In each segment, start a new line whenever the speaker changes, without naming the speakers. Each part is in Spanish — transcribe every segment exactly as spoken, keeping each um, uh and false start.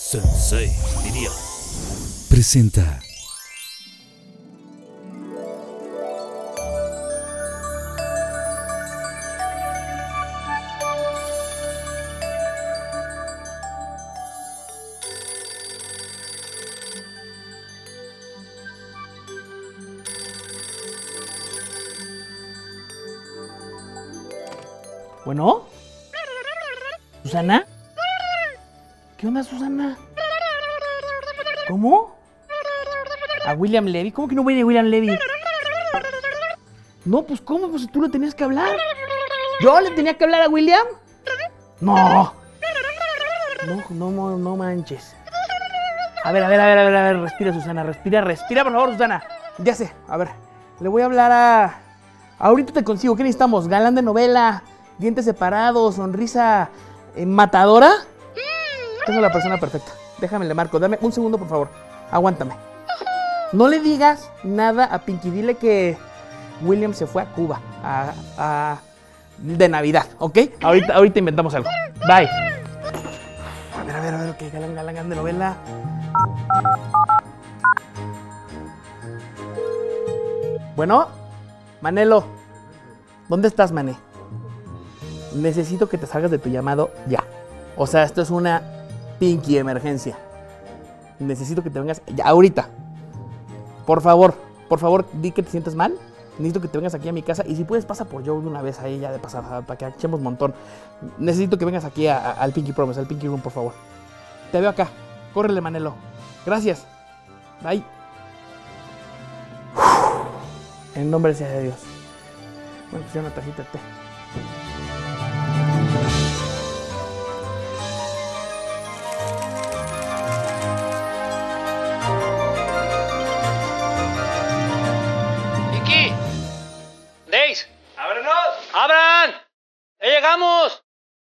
Sensei diría. Presenta.
Bueno, ¿Susana? ¿Qué onda, Susana? ¿Cómo? ¿A William Levy? ¿Cómo que no viene William Levy? No, pues ¿cómo? Pues tú le tenías que hablar. ¿Yo le tenía que hablar a William? No. No, no, no, no manches. A ver, a ver, a ver, a ver, a ver, respira, Susana, respira, respira, por favor, Susana. Ya sé, a ver, le voy a hablar a... Ahorita te consigo, ¿qué necesitamos? Galán de novela, dientes separados, sonrisa eh, matadora. Tengo la persona perfecta. Déjame, le marco. Dame un segundo, por favor. Aguántame. No le digas nada a Pinky. Dile que William se fue a Cuba. A, a, de Navidad, ¿ok? Ahorita, ahorita inventamos algo. Bye. A ver, a ver, a ver. Ok, galán, galán, galán de novela. Bueno, Manelo. ¿Dónde estás, Mané? Necesito que te salgas de tu llamado ya. O sea, esto es una Pinky emergencia. Necesito que te vengas ya, ahorita. Por favor, por favor, di que te sientes mal. Necesito que te vengas aquí a mi casa. Y si puedes, pasa por Joe de una vez ahí ya de pasada, para que echemos un montón. Necesito que vengas aquí a, a, al Pinky Promise, al Pinky Room, por favor. Te veo acá. Córrele, Manelo. Gracias. Bye. En nombre sea de Dios. Bueno, pues ya una tacita de té.
¡Pinky! ¡Days!
¡Ábranos!
¡Abran! ¡Ya llegamos!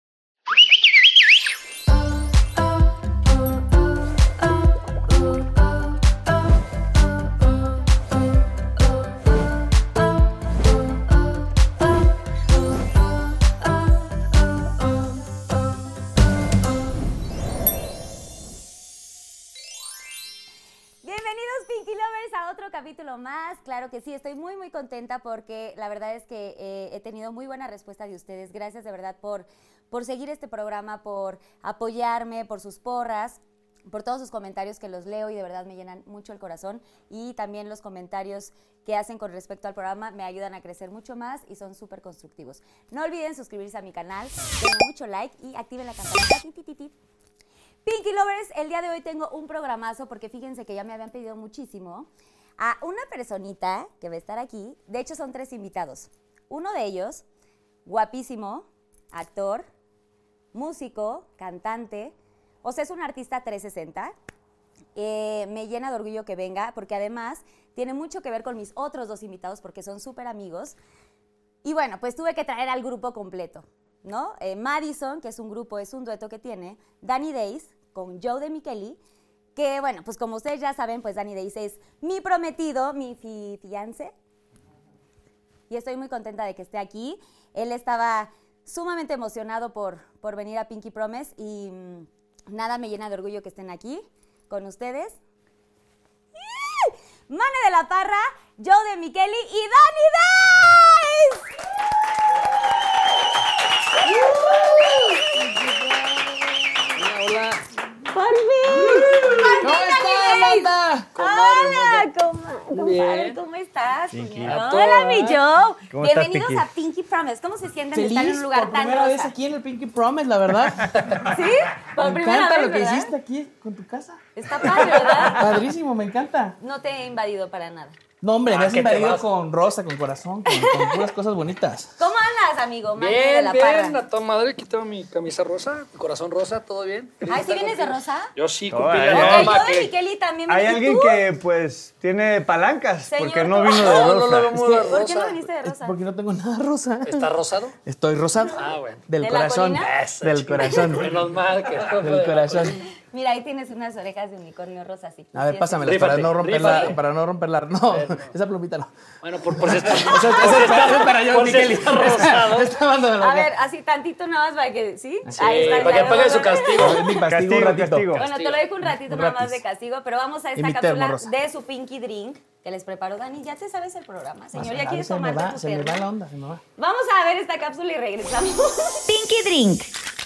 Capítulo más, claro que sí, estoy muy muy contenta porque la verdad es que eh, he tenido muy buena respuesta de ustedes. Gracias de verdad por, por seguir este programa, por apoyarme, por sus porras, por todos sus comentarios que los leo y de verdad me llenan mucho el corazón, y también los comentarios que hacen con respecto al programa me ayudan a crecer mucho más y son súper constructivos. No olviden suscribirse a mi canal, denle mucho like y activen la campanita. Pinky Lovers, el día de hoy tengo un programazo porque fíjense que ya me habían pedido muchísimo a una personita que va a estar aquí. De hecho, son tres invitados. Uno de ellos, guapísimo, actor, músico, cantante, o sea, es un artista trescientos sesenta. Eh, me llena de orgullo que venga, porque además tiene mucho que ver con mis otros dos invitados, porque son súper amigos. Y bueno, pues tuve que traer al grupo completo, ¿no? Eh, Madison, que es un grupo, es un dueto que tiene, Danny Days, con Joe de Micheli, que, bueno, pues como ustedes ya saben, pues Danny Days es mi prometido, mi fi fiancé. Y estoy muy contenta de que esté aquí. Él estaba sumamente emocionado por, por venir a Pinky Promise y mmm, nada, me llena de orgullo que estén aquí con ustedes. ¡Yeah! Mane de la Parra, Joe de Micheli y Danny Days.
Hola, hola.
¡Por fin!
¿Cómo estás, Amanda?
Hola, comadre, ¿cómo estás?
Pinky.
Hola, mi Joe.
¿Cómo estás,
Bienvenidos
Pinky?
a Pinky Promise. ¿Cómo se sienten de
Feliz
estar en un lugar
por
tan
primera
rosa?
vez aquí en el Pinky Promise, la verdad.
¿Sí? Por
Me
primera
encanta
vez,
lo que
¿verdad?
hiciste aquí con tu casa.
Está padre, ¿verdad?
Padrísimo, me encanta.
No te he invadido para nada.
No, hombre,
Ah,
me has
que te
invadido
vas.
con rosa, con corazón, con, con puras cosas bonitas.
¿Cómo andas, amigo? Mane de
Bien,
la
bien,
Parra.
a toda madre. Aquí tengo mi camisa rosa, mi corazón rosa, todo bien. Feliz
Ay,
de
¿sí
estar
vienes de
contigo.
rosa?
Yo sí,
No,
cumplí
ay,
la
ay,
Ok,
norma
yo de
que...
Micheli también.
Hay
¿Y
alguien
tú?
que, pues, tiene palancas,
Señor,
porque no
¿cómo?
vino de
No, no
rosa.
lo vemos de
¿Por qué no
rosa.
viniste de
Es
rosa?
porque no tengo nada rosa.
¿Está rosado?
Estoy rosado.
Ah, bueno.
Del
¿De la
corazón.
colina?
Eso,
Del
chingada.
corazón.
Menos mal que esto fue
Del
de-
corazón.
Mira, ahí tienes unas orejas de unicornio rosa, así.
A ver, pásamelas
Rífate,
para no romperla.
rífate.
Para no romperla. No, esa plumita no.
Bueno, por, por si está,
Esa esa es para, esa es para yo,
por si
Nikeli.
está rosado.
Esta mándamela
A
acá.
ver, así tantito nada más para que, ¿sí?
Así.
Ahí está.
para que
ya,
pague su
bueno.
castigo.
Es mi castigo,
Castigo,
un ratito.
castigo.
Bueno, te lo dejo un ratito
Un
nada más
ratis.
de castigo, pero vamos a
Y
esta
mi
cápsula
termo rosa.
de su Pinky Drink que les preparó Dani. Ya te sabes el programa, señor.
A
¿Ya
ver,
quieres
se me
tomarte
va,
tu
se me va
termo?
la onda, se me va.
Vamos a ver esta cápsula y regresamos. Pinky Drink.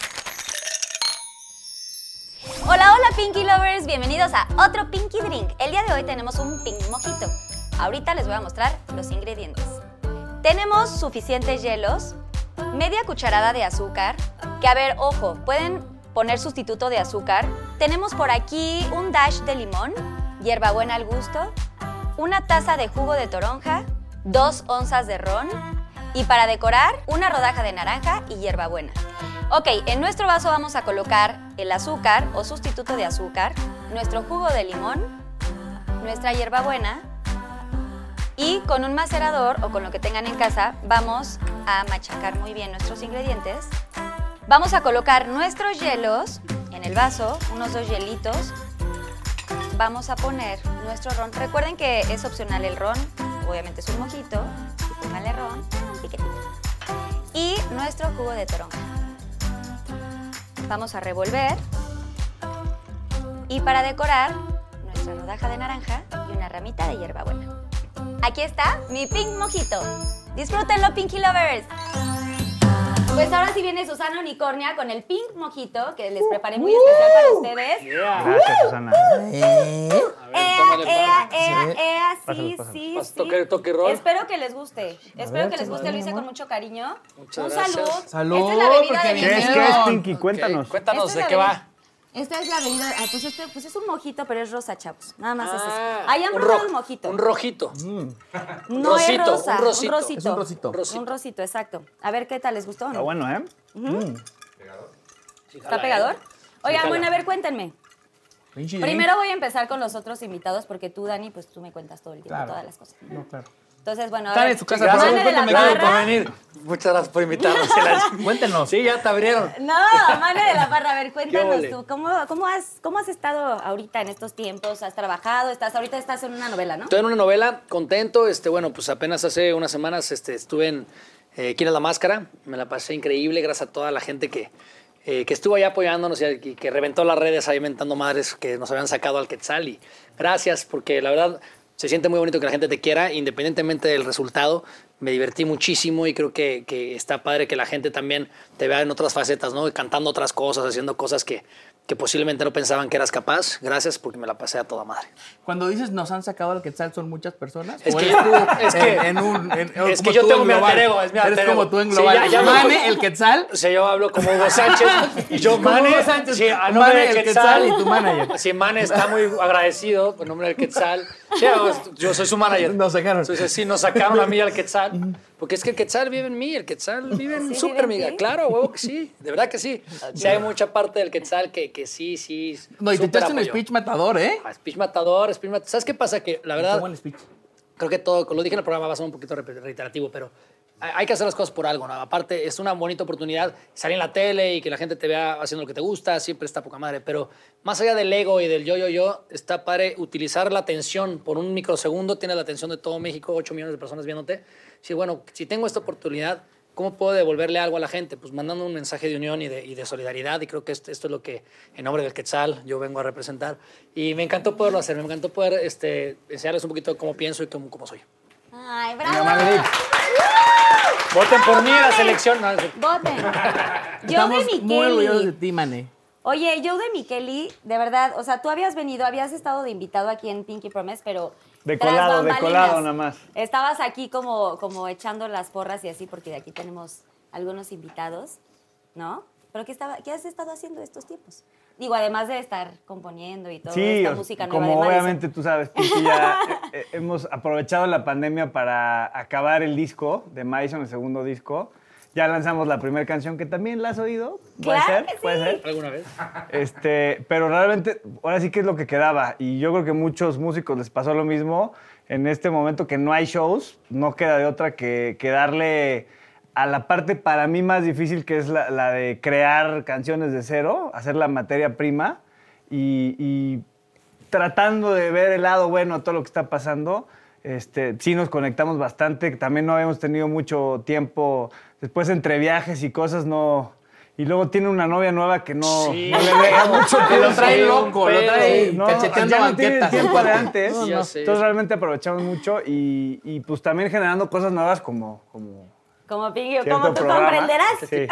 Hola, hola Pinky Lovers, bienvenidos a otro Pinky Drink. El día de hoy tenemos un Pink Mojito. Ahorita les voy a mostrar los ingredientes. Tenemos suficientes hielos, media cucharada de azúcar, que a ver, ojo, pueden poner sustituto de azúcar. Tenemos por aquí un dash de limón, hierbabuena al gusto, una taza de jugo de toronja, dos onzas de ron y para decorar, una rodaja de naranja y hierbabuena. Ok, en nuestro vaso vamos a colocar el azúcar o sustituto de azúcar, nuestro jugo de limón, nuestra hierbabuena y con un macerador o con lo que tengan en casa vamos a machacar muy bien nuestros ingredientes. Vamos a colocar nuestros hielos en el vaso, unos dos hielitos. Vamos a poner nuestro ron. Recuerden que es opcional el ron, obviamente es un mojito, y pónganle ron, piquetito. Y nuestro jugo de toronja. Vamos a revolver y para decorar nuestra rodaja de naranja y una ramita de hierbabuena. Aquí está mi Pink Mojito. Disfrútenlo, Pinky Lovers. Pues ahora sí viene Susana Unicornia con el Pink Mojito que les preparé muy especial para ustedes.
Gracias, Susana.
Eh,
A ver,
Ea,
tómale,
ea,
pa.
ea,
Sí.
ea, sí,
Pásalo,
sí,
pásalo.
sí.
Vas a tocar toque y roll.
Espero que les guste. Espero
ver,
que les guste. Lo hice
amor.
con mucho cariño.
Muchas
Un
gracias.
salud.
Salud,
Esta es la bebida
porque
de mi
¿Qué es,
vinieron.
qué es,
cielo.
Pinky?
Ok,
Cuéntanos.
Cuéntanos
Esta
de
es
qué
la
va.
bebida- Esta es la bebida. Ah, pues este pues es un mojito, pero es rosa, chavos. Nada más es
Ah,
eso. Hayan
un
probado
ro-
el mojito.
Un rojito.
No
rosito,
es rosa,
un rosito.
un rosito.
Es un rosito.
Rosito.
Un rosito, exacto. A ver qué tal, ¿les gustó o
Está
no?
bueno, ¿eh?
Sí,
¿Está
jala,
pegador?
¿eh?
Oigan,
jala.
bueno, a ver, cuéntenme.
pinche
Primero voy a empezar con los otros invitados porque tú, Dani, pues tú me cuentas todo el tiempo,
Claro.
todas las cosas.
drink. No, claro.
Entonces, bueno, a
Están
ver.
en su casa,
Gracias,
por
Mane de la
cuéntame
gracias
Parra.
por venir. Muchas gracias por invitarnos. Se las-
Cuéntenos.
Sí, ya te abrieron.
No, Mane de la Parra, a ver, cuéntanos
ole?
tú, ¿cómo, cómo, has, ¿cómo has estado ahorita en estos tiempos? ¿Has trabajado? Estás, ahorita estás en una novela, ¿no?
Estoy en una novela, contento. Este, bueno, pues apenas hace unas semanas este, estuve en eh, ¿Quién es la máscara? Me la pasé increíble, gracias a toda la gente que, eh, que estuvo ahí apoyándonos y, y que reventó las redes ahí inventando madres que nos habían sacado al Quetzal. Y gracias, porque la verdad se siente muy bonito que la gente te quiera, independientemente del resultado. Me divertí muchísimo y creo que, que está padre que la gente también te vea en otras facetas, ¿no? Cantando otras cosas, haciendo cosas que, que posiblemente no pensaban que eras capaz. Gracias, porque me la pasé a toda madre.
Cuando dices nos han sacado al Quetzal, ¿son muchas personas?
Es
¿O
que-
eres tú
es que-
en, en un... en-
es
como
que yo
tú
tengo
en
mi
global?
alter ego, es mi alter
Eres
ego.
como tú en
Sí,
global.
ya- ya me-
Mane, el Quetzal.
O sea, yo hablo como Hugo Sánchez y yo,
Como
Mane,
Hugo Sánchez.
sí, a
Mane,
nombre
el
del
Quetzal
Quetzal.
y tu manager.
Sí, Mane está muy agradecido por nombre del Quetzal. Sí, yo soy su manager.
Nos sacaron.
Entonces, sí, nos sacaron a mí al Quetzal. Porque es que el Quetzal vive en mí, el Quetzal vive en
¿Sí
súper,
vive en
amiga.
ti?
Claro, huevo que sí, de verdad que sí. Sí hay mucha parte del Quetzal que, que sí, sí.
No, y te
súper
echaste un
apoyó.
speech matador, ¿eh?
Ah, speech matador, speech matador. ¿Sabes qué pasa? Que la
Qué
verdad,
buen speech.
creo que todo, lo dije en el programa, va a ser un poquito rep- reiterativo, pero hay hay que hacer las cosas por algo, ¿no? Aparte, es una bonita oportunidad salir en la tele y que la gente te vea haciendo lo que te gusta, siempre está poca madre, pero más allá del ego y del yo, yo, yo, está padre utilizar la atención por un microsegundo, tienes la atención de todo México, ocho millones de personas viéndote. Sí, bueno, si tengo esta oportunidad, ¿cómo puedo devolverle algo a la gente? Pues mandando un mensaje de unión y de, y de solidaridad, y creo que esto, esto es lo que, en nombre del Quetzal, yo vengo a representar. Y me encantó poderlo hacer, me encantó poder este, enseñarles un poquito cómo pienso y cómo, cómo soy.
Ay,
Venga,
bravo.
Madrid.
Voten por mí en la selección. No, es cierto.
Voten. Yo
Estamos
de
muy orgullosos de
Miqueli.
ti, Mane.
Oye, yo de Miqueli, de verdad, o sea, tú habías venido, habías estado de invitado aquí en Pinky Promise, pero
De
tras
colado, de
bambalinas.
colado nada más.
Estabas aquí como, como echando las porras y así, porque de aquí tenemos algunos invitados, ¿no? ¿Pero qué, estaba, qué has estado haciendo estos tiempos? Digo, además de estar componiendo y todo
Sí,
esta
o-
música nueva
como
de Madison.
obviamente tú sabes, Pinky, ya eh, eh, hemos aprovechado la pandemia para acabar el disco de Madison, el segundo disco. Ya lanzamos la primera canción que también la has oído. ¿Puede
Claro
ser?
que sí.
¿Puede ser?
¿Alguna vez?
Este, pero realmente, ahora sí que es lo que quedaba. Y yo creo que muchos músicos les pasó lo mismo. En este momento que no hay shows, no queda de otra que, que darle a la parte para mí más difícil, que es la, la de crear canciones de cero, hacer la materia prima. y, y tratando de ver el lado bueno de todo lo que está pasando, este, sí nos conectamos bastante. También no habíamos tenido mucho tiempo, después entre viajes y cosas, no... Y luego tiene una novia nueva que no,
Sí.
no le deja mucho
Que lo
tiempo.
trae
Sí,
loco,
un
lo
pedo,
trae
No,
cacheteando
ya no tiene
banquetas.
tiempo de antes.
Sí, ya sé.
Entonces realmente aprovechamos mucho y, y pues también generando cosas nuevas como... como
Como Pinky,
cierto
como tú
programa.
comprenderás.
Sí.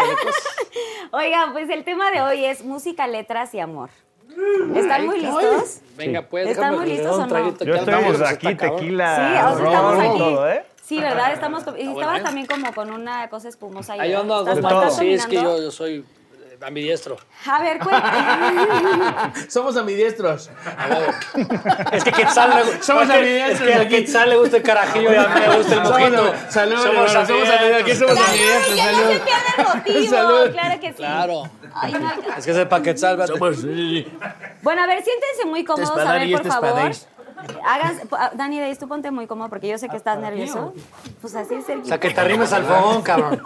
Oigan, pues el tema de hoy es música, letras y amor. ¿Están muy listos?
Venga, pues,
¿Están
déjame
muy
que le dé
listos
un
o no?
traguito.
Yo
que
estoy
andamos,
aquí,
está cabrón.
tequila,
Sí, o sea, estamos
ron,
aquí.
todo, ¿eh?
Sí, ¿verdad? Estamos con- y estabas
bueno, ¿eh?
también como con una cosa espumosa ahí.
Ahí yo
¿verdad?
ando a
¿Estás-
dos
De
manos.
estás
Sí, es que
dominando?
yo, yo soy eh, ambidiestro.
A ver, cuéntame.
Somos ambidiestros.
Es que Quetzal le gusta.
Somos
es que-
ambidiestros
Es que a
aquí.
Quetzal le gusta el carajillo y a mí me gusta el
Somos
mojito.
am- salud,
Somos
hermano, somos ambidiestros. Aquí somos
Salud,
ambidiestros,
que no
salud.
se pierda el motivo.
Salud.
Claro que sí.
Claro.
Ay, no,
Es que es el pa' Quetzal, vete.
bueno, a ver, siéntense muy cómodos,
Este es
a
para
ver,
Dani y
por
este es para
favor.
Deis.
Hagan, po- Dani, Deis, tú ponte muy cómodo porque yo sé que estás nervioso. Pues así es el
O sea, que te arrimes al fogón, cabrón.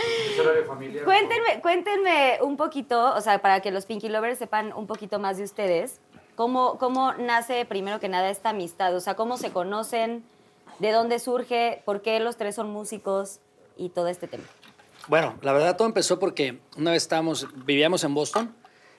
Cuéntenme, cuéntenme un poquito, o sea, para que los Pinky Lovers sepan un poquito más de ustedes, cómo, cómo nace primero que nada esta amistad, o sea, cómo se conocen, de dónde surge, por qué los tres son músicos y todo este tema.
Bueno, la verdad todo empezó porque una vez estábamos, vivíamos en Boston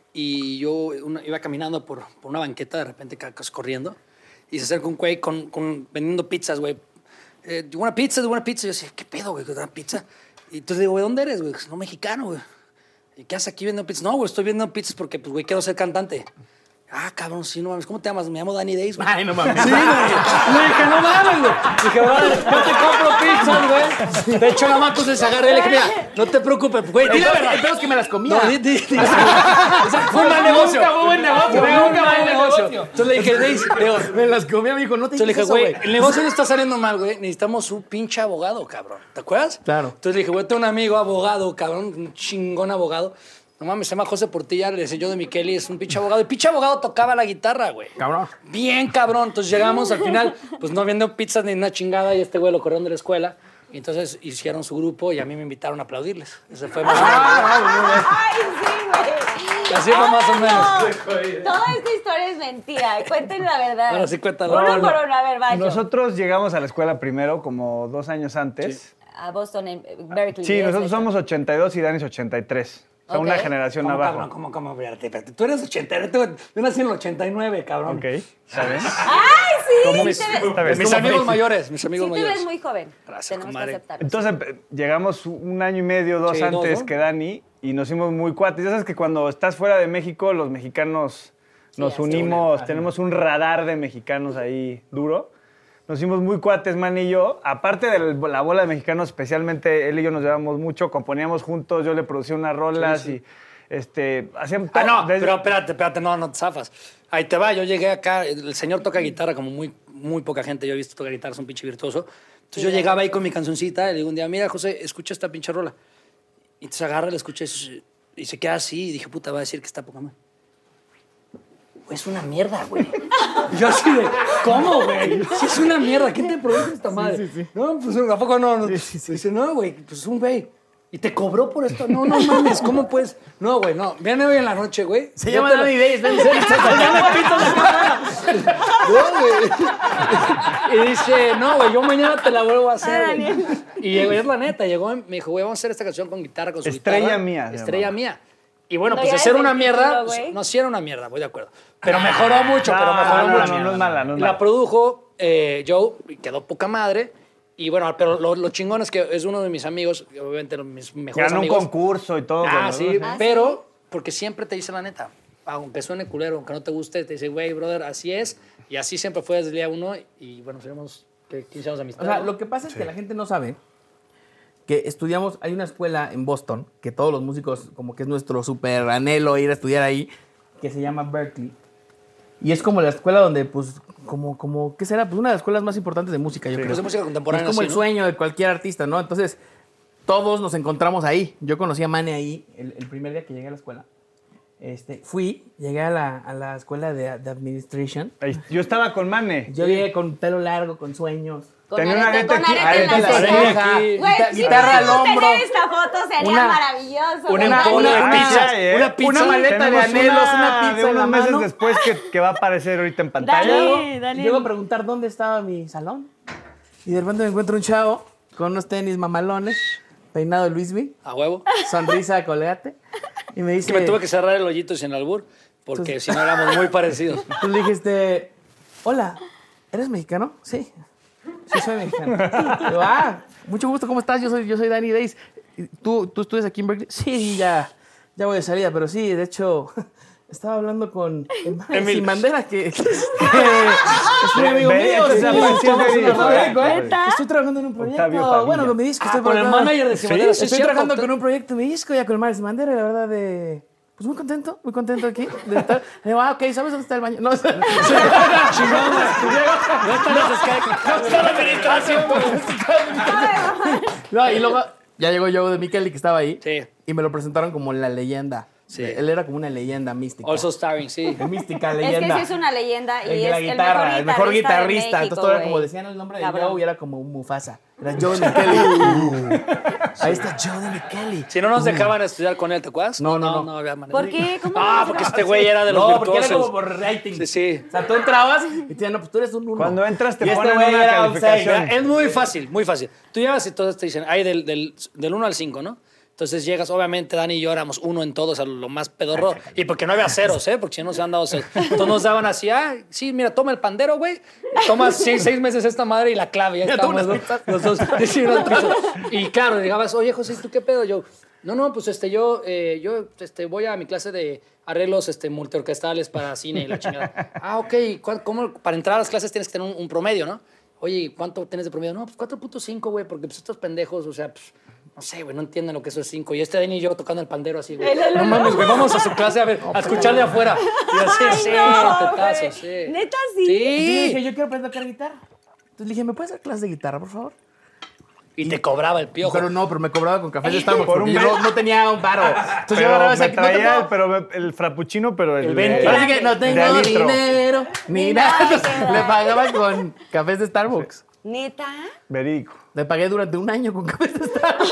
y yo una- iba caminando por, por una banqueta, de repente ca- cas- corriendo, y se acerca un güey con, con, vendiendo pizzas, güey. Eh, ¿Do you want a pizza? ¿Do you want a pizza? Y yo decía, ¿qué pedo, güey? ¿Qué da pizza? Y entonces le digo, güey, ¿dónde eres, güey? No, mexicano, güey. ¿Y qué haces aquí vendiendo pizzas? No, güey, estoy vendiendo pizzas porque, pues, güey, quiero ser cantante. Ah, cabrón, sí, no mames. ¿Cómo te llamas? Me llamo Danny Days, güey.
Ay, no mames.
Sí, güey. Le dije, no mames, güey. Dije, brother, yo te compro pizzas, güey. De hecho, la más se agarré y le dije, mira, no te preocupes, güey.
Dile
Dile
la
la
verdad.
verdad.
El pedo es que me las comía.
No, di, di, di. O sea, fue un mal negocio.
Nunca fue buen negocio.
Fue
Nunca
un
fue
mal
buen
negocio.
negocio.
Entonces le dije, Days, le digo,
Me las comía, me dijo, no te
entonces le dije,
eso,
güey, el negocio no está saliendo mal, güey. Necesitamos un pinche abogado, cabrón. ¿Te acuerdas?
Claro.
Entonces le dije, güey, tengo un amigo abogado, cabrón, un chingón abogado. No mames, se llama José Portilla, le decía yo de Miqueli, es un pinche abogado. El pinche abogado tocaba la guitarra, güey.
Cabrón.
Bien cabrón. Entonces llegamos al final, pues no viendo pizzas ni una chingada, y este güey lo corrieron de la escuela. Y entonces hicieron su grupo y a mí me invitaron a aplaudirles. Ese fue más o menos.
¡Ay, sí, güey!
Así fue más o
Ay,
menos.
no. Toda esta historia es mentira. Cuenten la verdad.
Ahora sí, cuéntalo.
Uno
No,
por
no.
uno, a ver, vaya.
Nosotros llegamos a la escuela primero, como dos años antes.
A Boston, en Berkeley.
Sí,
es
nosotros
eso.
somos ochenta y dos y Dani es ochenta y tres. O sea,
Ok.
una generación
¿Cómo,
abajo.
cabrón? ¿Cómo, cómo? Espérate, espérate. Tú eres ochenta, yo nací en el ochenta y nueve, cabrón.
Ok, ¿sabes?
¡Ay, sí!
Como
sí
mis,
te ves-
Está bien.
mis
¿Cómo
amigos
fue?
mayores, mis
sí
amigos
te ves
mayores.
muy joven.
Gracias,
Tenemos
comadre.
que aceptarlo.
Entonces empe- llegamos un año y medio, dos
Sí, dos,
antes
¿no?
que Dani y nos hicimos muy cuates. Ya sabes que cuando estás fuera de México, los mexicanos nos
así
unimos, tenemos un radar de mexicanos ahí duro. Nos hicimos muy cuates, man y yo. Aparte de la bola de mexicanos, especialmente él y yo nos llevamos mucho, componíamos juntos, yo le producía unas rolas y este, hacíamos
Ah,
todo.
no,
Desde-
pero espérate, espérate, no, no te zafas. Ahí te va, yo llegué acá, el señor toca guitarra como muy, muy poca gente, yo he visto tocar guitarra, es un pinche virtuoso. Entonces yo llegaba ahí con mi cancioncita y le digo un día, mira, José, escucha esta pinche rola. Y entonces agarra, la escucha y se- y se queda así y dije, puta, va a decir que está poca madre. Güey, es una mierda, güey. Y yo así de, ¿cómo, güey? Sí, es una mierda. ¿Quién te produce esta madre? No, pues, ¿a poco no? no? Dice, no, güey, pues es un güey. ¿Y te cobró por esto? No, no mames, ¿cómo puedes? No, güey, no. Viene hoy en la noche, güey.
Se
Yo
llama
te lo-
Danny Days. ven.
No, güey. Y dice, no, güey, yo mañana te la vuelvo a hacer. güey. Y llegó, es la neta, llegó, y me dijo, güey, vamos a hacer esta canción con guitarra, con su
Estrella
guitarra.
Mía, se
Estrella
llamaba.
mía. Y bueno,
No,
pues
ya
de ser
es el
una mierda,
título,
pues,
güey.
no, sí era una mierda, voy de acuerdo. Pero mejoró mucho, pero
No,
mejoró
no,
mucho.
no, no es mala, no es
La
mala.
produjo eh, Joe, y quedó poca madre. Y bueno, pero lo, lo chingón es que es uno de mis amigos, obviamente mis mejores
Ganó un
amigos.
concurso y todo.
Ah,
¿no?
sí,
Ah,
pero porque siempre te dice la neta. Aunque suene culero, aunque no te guste, te dice, güey, brother, así es. Y así siempre fue desde el día uno. Y bueno, tenemos ¿qué? quince años de amistad.
O sea,
¿no?
lo que pasa es que la gente no sabe que estudiamos, hay una escuela en Boston, que todos los músicos, como que es nuestro súper anhelo ir a estudiar ahí, que se llama Berkeley. Y es como la escuela donde, pues, como, como ¿qué será? Pues una de las escuelas más importantes de música, yo creo.
Pues de música contemporánea,
Es como
sí,
el
¿no?
sueño de cualquier artista, ¿no? Entonces, todos nos encontramos ahí. Yo conocí a Mane ahí el, el primer día que llegué a la escuela. Este, fui, llegué a la, a la escuela de, de administration.
Ahí- Yo estaba con Mane.
Yo llegué con pelo largo, con sueños.
Con
Tenía una
arete,
arete
con
aquí,
arete en
arete
la
en la
ceja.
ceja,
Güey,
guita-
si
guitarra al
pudiéramos
hombro.
tener esta foto sería
Una-
maravilloso.
una-
¿verdad?
una-
una,
pizza, ¿eh?
una pizza, una maleta de
Tenemos
anhelos, una pizza
de
en
unos
la
meses
mano.
después que, que va a aparecer ahorita en pantalla.
Dale, dale.
Llego a preguntar dónde estaba mi salón. Y de repente me encuentro un chavo con unos tenis mamalones, peinado de Luis V,
A huevo.
sonrisa colgate. Y me dice...
Que me tuve que cerrar el hoyito sin albur, porque si no éramos muy parecidos.
Tú le dijiste, hola, ¿eres mexicano? Sí. Sí, soy mexicano. Digo, ah, mucho gusto, ¿cómo estás? Yo soy, yo soy Danny Days. ¿Tú, ¿Tú estudias aquí en Berkeley? Sí, ya, ya voy de salida, pero sí, de hecho, estaba hablando con
Emil.
Sin Bandera, que, que es un amigo
Ve-
mío.
ve-
sí,
desapareció
somos
David,
unos
¿verdad?
amigos, ¿eh?
¿Neta?
Estoy trabajando en un
Octavio
proyecto.
Padilla.
Bueno, con mi disco.
Ah,
estoy
con el
trabajando-
manager de Sin Bandera, sí,
Estoy
cierto.
trabajando con un proyecto de mi disco, ya con el Mar Sin Bandera, y la verdad de... Pues muy contento, muy contento aquí de estar. Le digo, ah, ok, ¿sabes dónde está el baño? No, o sea,
No está en Skype. No está la administración.
no, y luego ya llegó Joe de Micheli, que estaba ahí.
Sí.
Y me lo presentaron como la leyenda.
Sí.
Él era como una leyenda mística.
Also starring, sí.
De mística,
Es
leyenda.
que sí es una leyenda y
El de
es
la guitarra,
el mejor guitarrista.
el mejor guitarrista.
de
Entonces todo era
México,
como
güey.
decían el nombre de
Cabrón.
Joe y era como un Mufasa. Era Joe de Micheli. Ahí está Joe de Micheli.
Si no nos dejaban estudiar con él, ¿te acuerdas?
No, no, no.
No había manera.
¿Por qué? ¿Cómo
Ah,
no?
porque este güey era de los
No, porque era
virtuosos.
como por rating.
Sí, sí.
O sea, tú entrabas y te decían, no, pues tú eres un uno.
Cuando entras te
Y este
ponen
güey
una
era un
calificación.
seis.
Es muy fácil, muy fácil. Tú llegas y todos te dicen, hay del, del, del uno al cinco, ¿no? Entonces llegas, obviamente Dani y yo éramos uno en todos, a lo más pedorro. Y porque no había ceros, ¿eh? Porque si no se han dado ceros. Entonces nos daban así, ah, sí, mira, toma el pandero, güey. Tomas seis, seis meses esta madre y la clave. Ya
Mira,
estamos,
tú
¿no?
unas pizzas.
Los dos. Sí, unas pizzas. Y claro, llegabas, oye, José, ¿tú qué pedo? Yo, no, no, pues este, yo, eh, yo este, voy a mi clase de arreglos este, multiorquestales para cine y la chingada. Ah, ok. ¿Cuál- ¿Cómo? Para entrar a las clases tienes que tener un, un promedio, ¿no? Oye, ¿cuánto tienes de promedio? No, pues cuatro punto cinco, güey, porque pues estos pendejos, o sea, pues, no sé, güey, no entienden lo que eso es cinco. Y este Dani y yo tocando el pandero así, güey. No mames, güey, vamos a su clase a ver, a escucharle afuera. Y así,
Ay,
sí,
no,
tetazo,
güey.
sí.
¿Neta sí?
Y yo dije,
Sí.
yo quiero aprender a tocar guitarra. Entonces le dije, ¿me puedes dar clases de guitarra, por favor?
Y te cobraba el piojo.
Pero no, pero me cobraba con café de Starbucks
Por
porque
un
yo
mes.
no, no tenía un paro. Entonces yo
Pero
agarraba
me
esa... no
traía
tengo-
el, pero me- el frappuccino, pero el,
El
de-
veinte.
Ahora sí que no tengo
de al litro.
dinero ni nada. Le pagaba con cafés de Starbucks.
¿Neta?
Verídico.
Le pagué durante un año con cafés de Starbucks.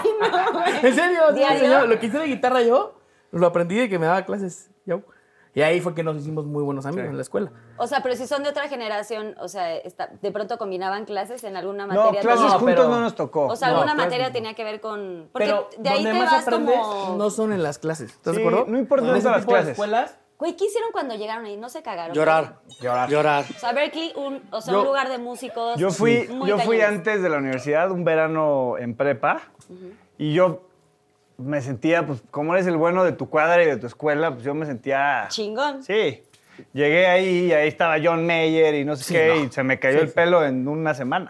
¿En serio? Sí,
¿Diario?
señor. Lo que hice de guitarra yo, lo aprendí de que me daba clases yo. Y ahí fue que nos hicimos muy buenos amigos
Sí.
en la escuela.
O sea, pero si son de otra generación, o sea, está- de pronto combinaban clases en alguna
No,
materia.
clases
No,
juntos
pero-
no nos tocó.
O sea,
No,
alguna
clases
materia
no.
tenía que ver con... Porque
Pero
de ahí
donde
te
más
vas
aprendes
como...
no son en las clases. ¿Estás
Sí,
de acuerdo?
no importa
En
dónde
ese
están las
tipo de
clases.
escuelas.
Güey, ¿qué hicieron cuando llegaron ahí? ¿No se cagaron?
Llorar.
Llorar.
Llorar.
O sea, Berkeley, un, o sea,
Yo-
un lugar de músicos
Yo fui,
muy
yo fui
cañones.
antes de la universidad, un verano en prepa, y yo me sentía, pues, como eres el bueno de tu cuadra y de tu escuela, pues yo me sentía...
Chingón.
Sí. Llegué ahí y ahí estaba John Mayer y no sé qué, y se me cayó el pelo en una semana.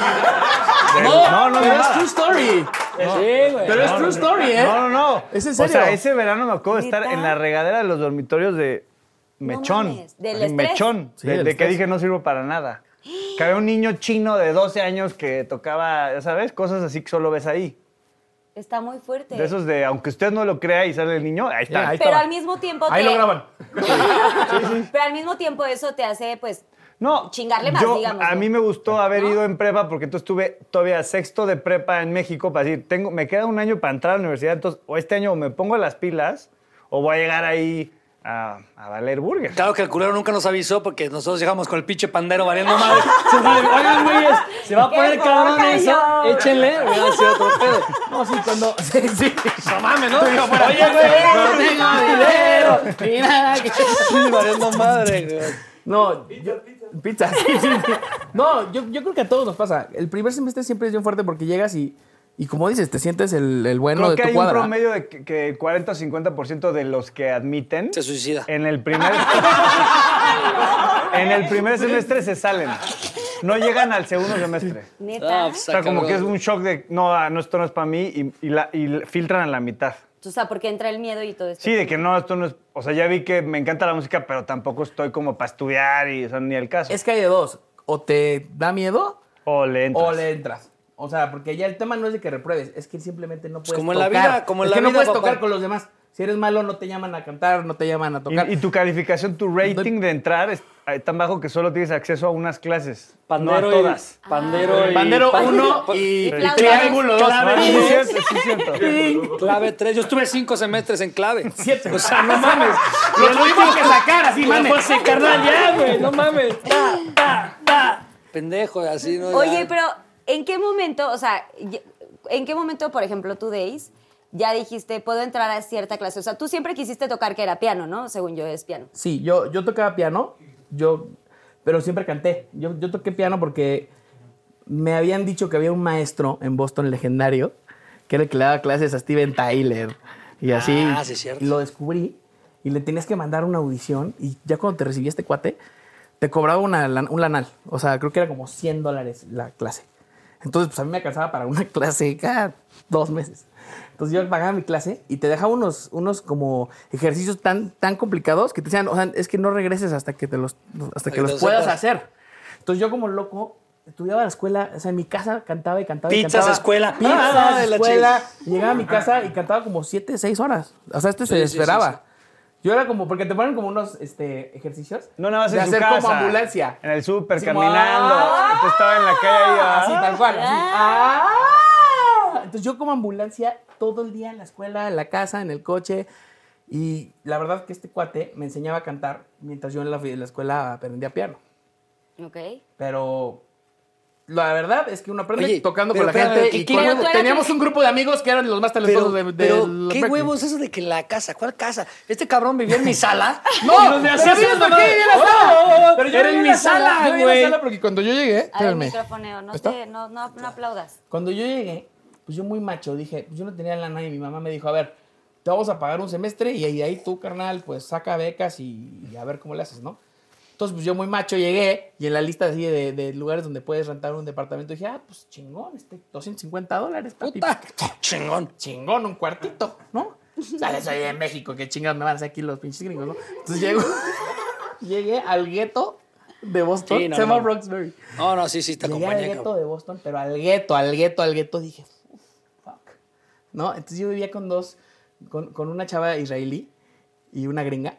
No,
no, no,
pero
no.
es true story.
Sí, güey.
Pero es true story, ¿eh?
No, no, no.
¿Es en
O
serio?
sea, ese verano me acuerdo de estar
¿Neta?
en la regadera de los dormitorios de Mechón.
mames, ¿del
Así,
estrés?
Mechón.
Sí,
de,
del
de que
estrés.
dije no sirvo para nada. Que había un niño chino de doce años que tocaba, ya sabes, cosas así que solo ves ahí.
Está muy fuerte.
De esos de, aunque usted no lo crea y sale el niño, ahí está.
Ya, ahí
Pero
estaba.
al mismo tiempo
Ahí
te-
lo graban.
Pero al mismo tiempo eso te hace, pues,
No,
chingarle más,
yo,
digamos,
a
¿no?
mí me gustó haber
¿No?
ido en prepa porque entonces tuve todavía sexto de prepa en México para decir, tengo, me queda un año para entrar a la universidad, entonces o este año me pongo las pilas o voy a llegar ahí a, a valer burger.
Claro que el culero nunca nos avisó porque nosotros llegamos con el pinche pandero valiendo madre. Se va, oigan, güeyes, se va a
¡Qué
poner cabrón
poca
eso.
yo!
Échenle. Hubiera sido otro pedo.
No, sí, cuando... Sí, sí.
No mames, ¿no?
Oye, no tengo dinero ni nada. que-
Sí, valiendo madre, güey.
No, yo- pizza. Sí, sí, sí. No, yo, yo creo que a todos nos pasa. El primer semestre siempre es bien fuerte porque llegas y, y como dices, te sientes el, el bueno
Creo
de
que
tu
hay
cuadra.
un promedio de que, que el cuarenta o cincuenta por ciento de los que admiten
Se suicida.
en el primer en el primer semestre se salen. No llegan al segundo semestre.
neta.
Ah, pues,
O sea, como
cabrón.
que es un shock de, no, ah, no, esto no es para mí y, y la- y filtran a la mitad.
O sea, porque entra el miedo y todo esto.
Sí, de que no, esto no es... O sea, ya vi que me encanta la música, pero tampoco estoy como para estudiar y, o sea, ni el caso.
Es que hay de dos. O te da miedo
O le entras.
o le entras. O sea, porque ya el tema no es de que repruebes, es que simplemente no puedes
como en la
tocar.
vida, como en
es
la
que no
vida,
puedes
papá.
tocar con los demás. Si eres malo, no te llaman a cantar, no te llaman a tocar.
Y, y tu calificación, tu rating de entrar es tan bajo que solo tienes acceso a unas clases.
Pandero
no a todas.
Y, pandero y...
Pandero uno y,
y
y
flauta.
triángulo dos.
Clave, sí,
¿no?
es cierto, sí, es cierto.
Clave tres. Yo estuve cinco semestres en clave.
Siete.
O sea, no mames.
Lo tuvimos que sacar así, mames.
Pues sí, carnal, ya, güey. No mames. Ta, ta, ta. Pendejo, así, ¿no? Ya.
Oye, pero ¿en qué momento, o sea, y- en qué momento, por ejemplo, tú, Days, ya dijiste, puedo entrar a cierta clase? O sea, tú siempre quisiste tocar que era piano, ¿no? Según yo, es piano.
Sí, yo, yo tocaba piano, yo, pero siempre canté. Yo, yo toqué piano porque me habían dicho que había un maestro en Boston legendario que era el que le daba clases a Steven Tyler y así.
Ah, sí, es cierto.
Y lo descubrí y le tenías que mandar una audición y ya cuando te recibía este cuate, te cobraba una, lan- un lanal. O sea, creo que era como cien dólares la clase. Entonces, pues a mí me alcanzaba para una clase cada dos meses. Entonces yo pagaba mi clase y te dejaba unos, unos como ejercicios tan, tan complicados que te decían, o sea, es que no regreses hasta que, te los, hasta que
que
los
los
puedas
sepas.
hacer. Entonces yo como loco estudiaba a la escuela, o sea, en mi casa cantaba y cantaba y
Pizzas,
cantaba.
escuela.
Pizzas,
Ah, de la
escuela. Llegaba a mi casa y cantaba como siete, seis horas. O sea, este se
Sí, sí,
desesperaba.
sí,
Yo era como, porque te ponen como unos este, ejercicios.
No, nada más
de
en su
hacer
casa.
como ambulancia.
En el súper,
Así
caminando.
como, ¡ah!
Entonces estaba en la calle y...
Así,
ah.
tal cual. así. ¡Ah! Entonces yo como ambulancia todo el día en la escuela, en la casa, en el coche. Y la verdad que este cuate me enseñaba a cantar mientras yo en la, en la escuela aprendía piano.
Ok.
Pero la verdad es que uno aprende
Oye,
tocando
pero
con la
espérame,
gente.
¿qué-
Y
qué-
con-
Pero tú eras
teníamos
el-
un grupo de amigos que eran los más talentosos
Pero,
de, de
pero
los
¿qué
Berkeley.
huevos eso de que la casa? ¿Cuál casa? Este cabrón vivía en mi sala.
No,
y nos
pero
hacía
¿sabes
así,
por
¿no?
qué viví en la
Oh,
sala?
oh, oh,
Pero yo
Era
viví
en
la
mi sala,
yo viví en
güey.
la sala porque cuando yo llegué,
A ver,
espérame,
microfoneo, no,
¿Está?
te, no, no, no aplaudas.
cuando yo llegué, pues yo muy macho dije, pues yo no tenía lana y mi mamá me dijo, a ver, te vamos a pagar un semestre y ahí, ahí tú, carnal, pues saca becas y, y a ver cómo le haces, ¿no? Entonces, pues yo muy macho llegué y en la lista así de, de lugares donde puedes rentar un departamento dije, ah, pues chingón, este, doscientos cincuenta dólares, papi.
Puta, chingón.
Chingón, un cuartito, ¿no? Sale, soy de México, qué chingados me van a hacer aquí los pinches gringos, ¿no? Entonces llego, llegué al gueto de Boston,
Sí, no,
se llama
no.
Roxbury.
No, no, sí, sí, te
Llegué al
acompañé,
gueto
cabrón.
de Boston, pero al gueto, al gueto, al gueto, dije, "Uf, fuck. ¿No? Entonces yo vivía con dos, con, con una chava israelí y una gringa.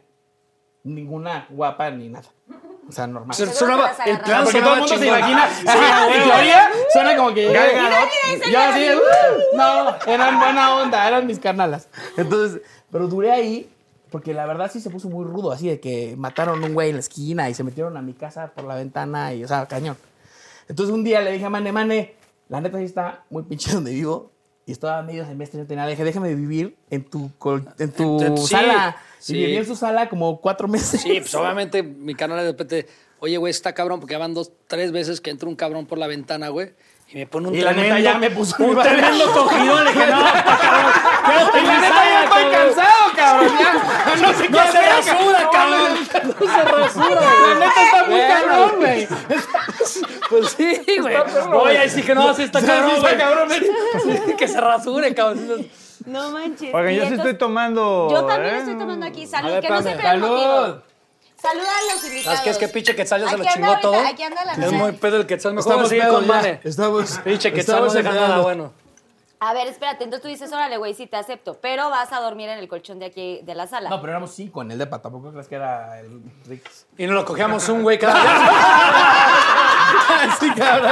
Ninguna guapa ni nada. O sea, normal.
Se-
Seguro
sonaba-
te las
el
agarraba.
plan
Porque todo el mundo se
sonaba
imagina.
chingón.
Ajá, en teoría suena como que llegué.
Gal Gadot.
Yo así, "Uh", no, eran buena onda, eran mis carnalas. Entonces, pero duré ahí porque la verdad sí se puso muy rudo, así de que mataron a un güey en la esquina y se metieron a mi casa por la ventana y, o sea, cañón. Entonces un día le dije a Mane, Mane, la neta sí está muy pinche donde vivo y estaba medio semestre, no tenía nada. Le dije, déjame vivir en tu, col- en tu
En tu- sí,
sala.
sí.
Y viví en su sala como cuatro meses.
Sí, pues obviamente mi canal de repente, oye, güey, está cabrón, porque ya van dos, tres veces que entra un cabrón por la ventana, güey, y me pone un
Y la
tremendo...
neta ya me puso muy
un
mal.
tremendo cogidón. Le dije, no, está cabrón, quédate
Y
en
la
mi
neta
sala,
ya estoy
cabrón.
cansado, cabrón. Ya, no sé qué
No se
hacer.
rasura, cabrón. No se rasura,
La
güey.
neta está muy
Bueno.
cabrón, güey.
Pues sí, güey.
perro,
Oye,
güey.
ahí sí que no, sí está
Sí,
cabrón,
sí está
güey.
cabrón,
Sí, que se rasure, cabrón.
No manches.
Oigan,
Y
yo sí
entonces-
estoy tomando...
Yo también
¿eh?
estoy tomando aquí. Salud,
A ver,
que no
espérame.
siempre el motivo.
Salud.
Saluda a los invitados.
¿Sabes qué? Es que pinche Quetzal ya se lo
Aquí anda
chingó
ahorita,
todo.
aquí anda la
Es
neta.
muy pedo el Quetzal. Mejor
Estamos
sigue
pedos
con
ya.
Mane.
Estamos.
Pinche Quetzal no
estamos
deja
entrenando.
nada bueno.
A ver, espérate. Entonces tú dices, órale, güey, sí te acepto. Pero vas a dormir en el colchón de aquí, de la sala.
No, pero éramos cinco en el depa. Tampoco crees que era el Rix.
Y nos lo cogíamos un güey cada vez.
Sí, cabrón.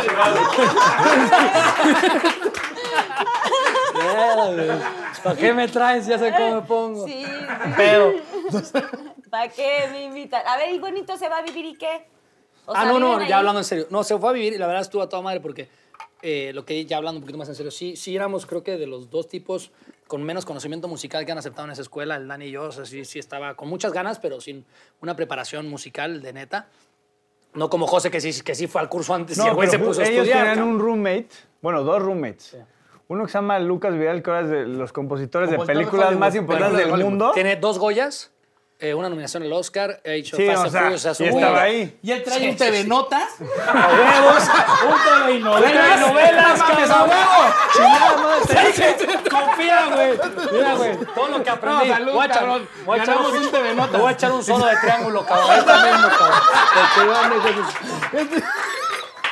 ¿Para qué me traes? Ya sé cómo me pongo.
Sí,
Pero.
¿para qué me invitan? A ver, ¿y bonito se va a vivir y qué? O
Ah,
sea,
no, no,
¿viven
ya
ahí?
hablando en serio. No, se fue a vivir y la verdad estuvo a toda madre porque eh, lo que ya hablando un poquito más en serio, sí, sí éramos creo que de los dos tipos con menos conocimiento musical que han aceptado en esa escuela, el Dani y yo, o sea, sí, sí estaba con muchas ganas, pero sin una preparación musical de neta. No como José, que sí, que sí fue al curso antes y el güey se
pero
puso a
ellos
estudiar.
tenían
cabrón.
un roommate, bueno, dos roommates. Uno que se llama Lucas Vidal, que ahora es de los compositores de
Compositor de
películas
Hollywood,
más importantes
películas de
del
Hollywood.
mundo.
Tiene dos Goyas, eh, una nominación al Oscar, ha hecho
Sí,
Fast
o
and
sea,
Furious, o sea,
y
son
estaba
muy-
ahí.
Y él trae un T V Notas.
¡A huevos!
Un T V y novelas.
novelas,
No mames,
cabrón.
a huevo.
Chingada madre, te dije, confía, güey. Mira, güey, todo lo que aprendí.
No, salud,
voy a echar,
cabrón.
voy a echar
Ganamos un T V Notas.
Te voy a echar un solo de triángulo, cabrón. Ahorita mismo, cabrón. Porque yo,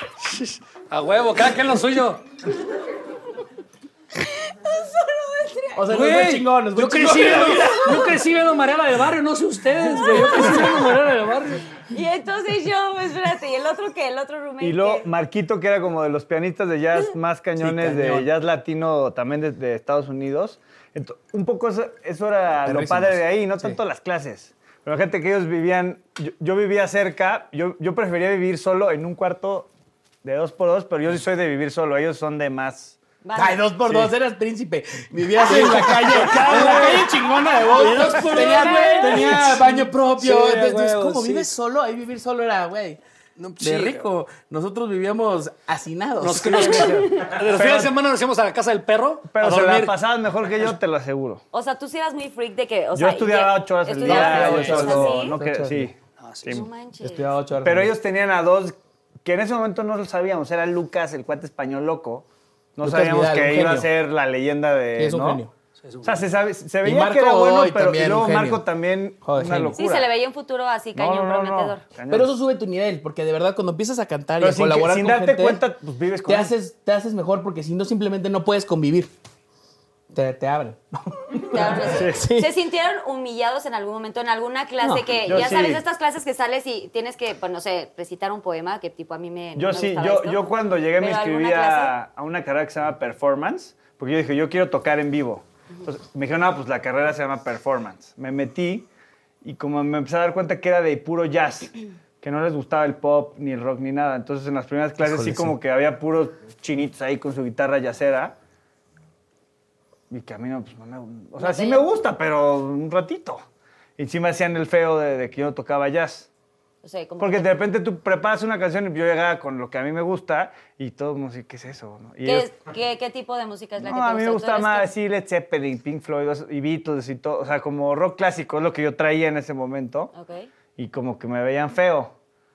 a huevo, cada quien lo suyo.
O sea,
Güey,
nos fue chingón, nos fue
yo,
chingón.
crecí viendo, yo crecí viendo Mariela del Barrio, no sé ustedes, güey. Yo crecí viendo Mariela del Barrio.
Y entonces yo, espérate, ¿y el otro qué? ¿El otro roommate?
Y luego
qué?
Marquito, que era como de los pianistas de jazz más cañones,
Sí, cañón.
de jazz latino también de, de Estados Unidos. Ento- un poco eso, eso era lo
Perrísimos.
padre de ahí, no
Sí.
tanto las clases. Pero gente que ellos vivían, yo, yo vivía cerca, yo, yo prefería vivir solo en un cuarto de dos por dos, pero yo sí soy de vivir solo, ellos son de más...
Vale.
Ay, dos por dos, eras príncipe. Vivías en la calle, en la calle chingona de Boston. Tenía, tenía baño propio.
Sí,
Entonces,
huevo,
¿cómo
sí.
vives solo? Ahí vivir solo era, güey,
No,
de
sí,
rico. Nosotros vivíamos hacinados.
Nos, nos, los fines de semana nos íbamos a la casa del perro
Pero
a
se la
dormir.
pasabas mejor que yo, te lo aseguro.
O sea, tú sí eras muy freak de que, o
Yo
sea...
estudiaba
y-
ocho horas al
estudiabas
día, yo
ocho horas,
solo,
¿sí?
no que,
Ocho horas.
sí.
Ah, sí.
No manches.
Estudiaba ocho horas.
Pero
al día.
ellos tenían a dos, que en ese momento no lo sabíamos, era Lucas, el cuate español loco. No
Lucas
sabíamos
Vidal, un
que iba a
genio.
ser la leyenda de...
Sí, es un
¿no?
genio.
O sea, se, sabe- se veía
Marco
que era bueno,
hoy
pero
también,
y luego
un genio.
Marco también
Joder,
una
genio.
locura.
Sí, se le veía un futuro así,
No,
cañón
no, no, no.
prometedor.
Cañón.
Pero eso sube tu nivel, porque de verdad cuando empiezas a cantar
Pero
y a
sin que-
colaborar
sin
con
darte
gente,
cuenta, pues, vives con
te
él.
haces, te haces mejor, porque si no simplemente no puedes convivir. Te, te abren.
Claro, sí.
Sí.
¿Se sintieron humillados en algún momento, en alguna clase
No,
que,
yo
ya
sí.
sabes, de estas clases que sales y tienes que, pues no sé, recitar un poema, que tipo a mí me. no
Yo
me
sí,
gustaba
yo,
esto.
yo cuando llegué me
¿Pero alguna
inscribí a,
clase?
a una carrera que se llama Performance, porque yo dije, yo quiero tocar en vivo. Entonces me dijeron, no, pues la carrera se llama Performance. Me metí y como me empecé a dar cuenta que era de puro jazz, que no les gustaba el pop, ni el rock, ni nada. Entonces en las primeras clases
Híjole,
sí como
sí.
que había puros chinitos ahí con su guitarra jazzera. Y que a mí no, pues no me... O sea,
No
sí
te-
me gusta, pero un ratito. Y sí me hacían el feo de, de que yo no tocaba jazz.
O sea, como
Porque
que-
de repente tú preparas una canción y yo llegaba con lo que a mí me gusta y todo el mundo dice, ¿qué es eso? ¿no? Y
¿Qué,
ellos,
es- qué, qué tipo de música es la
no,
que te
a mí me
gusta?
gusta
¿Tú
más
eres
así Led Zeppelin, Pink Floyd y Beatles y todo. O sea, como rock clásico es lo que yo traía en ese momento.
qué? Ok.
Y como que me veían feo.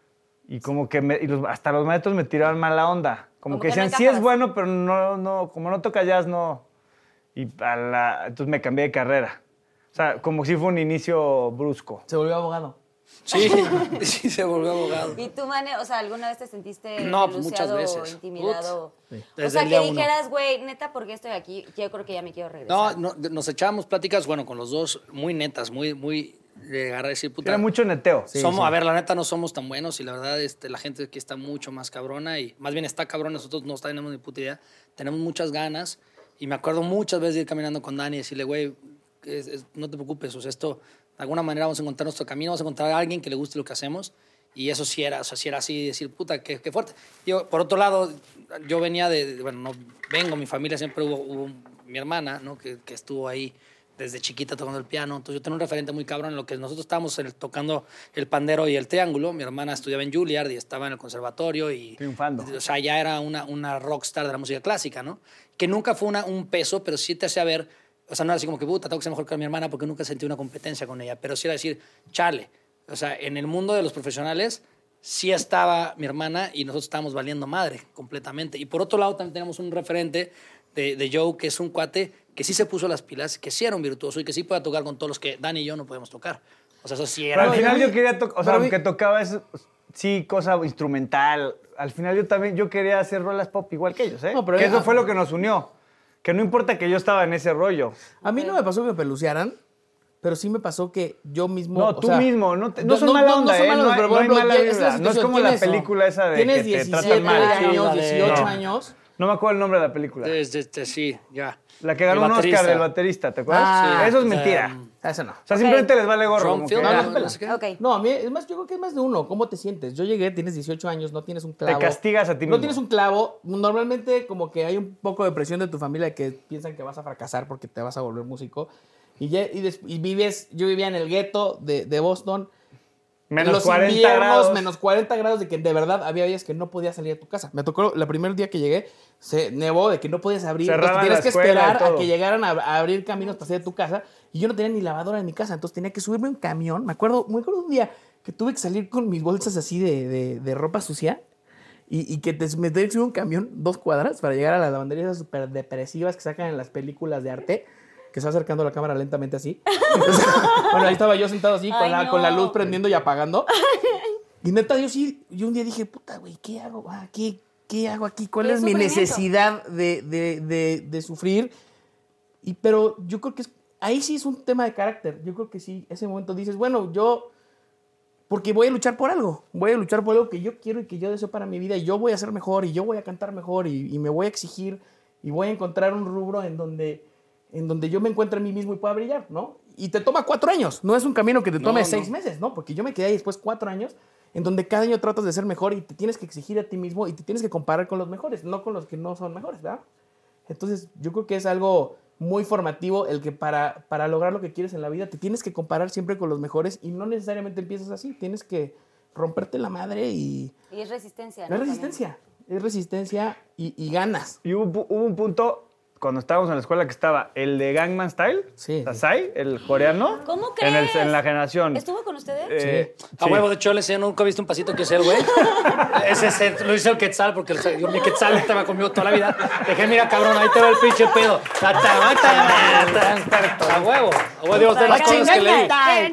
Y como que me- y los- hasta los maestros me tiraban mala onda. Como,
Como
que
que no
decían, sí es
encajabas.
bueno, pero no, no, como no toca jazz, no. Y a la, entonces me cambié de carrera. O sea, como si fue un inicio brusco.
Se volvió abogado.
Sí, sí, se volvió abogado.
¿Y tú, Mane, o sea, alguna vez te sentiste
No, pues, muchas
peluceado
veces.
o intimidado? O
Desde
sea,
el
que
día uno.
dijeras, güey, neta, ¿por qué estoy aquí? Yo creo que ya me quiero
No,
regresar.
no, nos echábamos pláticas, bueno, con los dos, muy netas, muy, muy de agarrar y decir, puta.
Era mucho neteo.
somos,
sí.
A ver, la neta no somos tan buenos y la verdad este, la gente aquí está mucho más cabrona y más bien está cabrona, nosotros no tenemos ni puta idea, tenemos muchas ganas y me acuerdo muchas veces de ir caminando con Dani y decirle, güey, es- es- no te preocupes, o sea, esto, de alguna manera vamos a encontrar nuestro camino, vamos a encontrar a alguien que le guste lo que hacemos y eso sí era, o sea, sí era así, decir, puta, qué, qué fuerte. Yo, por otro lado, yo venía de, de- bueno, no vengo, mi familia siempre hubo, hubo mi hermana, ¿no? Que, que estuvo ahí desde chiquita tocando el piano. Entonces yo tenía un referente muy cabrón en lo que nosotros estábamos el- tocando el pandero y el triángulo. Mi hermana estudiaba en Juilliard y estaba en el conservatorio y...
Triunfando.
O sea, ya era una, una rockstar de la música clásica, ¿no? Que nunca fue una, un peso, pero sí te hacía ver... O sea, no era así como que, puta, tengo que ser mejor que mi hermana porque nunca sentí una competencia con ella. Pero sí era decir, chale. O sea, en el mundo de los profesionales sí estaba mi hermana y nosotros estábamos valiendo madre completamente. Y por otro lado también tenemos un referente de, de Joe, que es un cuate que sí se puso las pilas, que sí era un virtuoso y que sí puede tocar con todos los que Dani y yo no podemos tocar. O sea, eso sí
Pero
era...
al final
a mí-
yo quería tocar, o sea,
pero a mí-
aunque tocaba eso, sí, cosa instrumental. Al final yo también, yo quería hacer rolas pop igual que ellos, ¿eh?
No, pero
que
ya-
eso fue lo que nos unió. Que no importa que yo estaba en ese rollo.
A mí no me pasó que me pelucearan, pero sí me pasó que yo mismo...
No,
o
tú
sea,
mismo, no te- no son mala onda,
son
¿eh?
malos,
No hay-
pero
no
por
hay
ejemplo,
mala
ya- esa es la
vibra. No es
situación,
como la
tienes-
película esa de
tienes
que te
diecisiete
tratan mal.
Sí,
años,
la de-
dieciocho
No.
años.
No me acuerdo el nombre de la película.
Desde, este, sí, ya.
La que ganó
El
un Oscar
baterista.
del baterista, ¿te acuerdas?
Ah,
Eso es
sí.
mentira.
Um,
Ah, Eso no.
O sea, simplemente les vale gorro.
Ron
como que,
Field,
ah,
no, no sé qué.
Ok.
No, a mí, es más, yo creo que es más de uno. ¿Cómo te sientes? Yo llegué, tienes dieciocho años, no tienes un clavo.
castigas a ti
No
mismo.
tienes un clavo. Normalmente como que hay un poco de presión de tu familia que piensan que vas a fracasar porque te vas a volver músico. Y, ya, y, des- y vives, yo vivía en el gueto de, de Boston.
Menos
los
cuarenta
inviernos,
grados.
menos cuarenta grados de que de verdad había días que no podías salir de tu casa. Me tocó el primer día que llegué, se nevó de que no podías abrir.
Cerraban
Entonces, tenías
la
que
escuela y
esperar a
todo.
que llegaran a, a abrir caminos para salir de tu casa. Y yo no tenía ni lavadora en mi casa, entonces tenía que subirme a un camión. Me acuerdo, me acuerdo un día que tuve que salir con mis bolsas así de, de- de ropa sucia y, y que te, me tenía que subir un camión dos cuadras para llegar a las lavanderías súper depresivas que sacan en las películas de arte, que se va acercando la cámara lentamente así. Entonces, bueno, ahí estaba yo sentado así, con,
Ay,
la,
no.
con la luz prendiendo y apagando. Y neta, yo sí, yo un día dije, puta, güey, ¿qué hago? Ah, ¿qué, ¿Qué hago aquí? ¿Cuál
¿Qué
es mi
sufrimiento?
necesidad de, de, de, de sufrir? Y, pero yo creo que es, ahí sí es un tema de carácter. Yo creo que sí, ese momento dices, bueno, yo, porque voy a luchar por algo. Voy a luchar por algo que yo quiero y que yo deseo para mi vida. Y yo voy a ser mejor y yo voy a cantar mejor y, y me voy a exigir y voy a encontrar un rubro en donde, en donde yo me encuentre a mí mismo y pueda brillar, ¿no? Y te toma cuatro años. No es un camino que te tome
No,
seis
no.
meses, ¿no? Porque yo me quedé ahí después cuatro años en donde cada año tratas de ser mejor y te tienes que exigir a ti mismo y te tienes que comparar con los mejores, no con los que no son mejores, ¿verdad? Entonces, yo creo que es algo muy formativo el que para, para lograr lo que quieres en la vida te tienes que comparar siempre con los mejores y no necesariamente empiezas así. Tienes que romperte la madre y...
Y es resistencia,
Es
¿no?
resistencia. Es resistencia y, y ganas.
Y hubo, pu- hubo un punto cuando estábamos en la escuela que estaba el de Gangnam Style,
Sí.
Psy, el coreano.
¿Cómo
En, el-
crees?
en la generación.
¿Estuvo con ustedes?
Eh,
A
sí.
huevo, de hecho, le enseñé, nunca he visto un pasito que es el güey. Ese es el- lo hizo el Quetzal, porque el, yo, mi Quetzal estaba conmigo toda la vida. Le dije, mira, cabrón, ahí te va el pinche pedo. Ta, ta, ta, ta, ta, ta. A huevo. A huevo, digo, de las cosas que leí.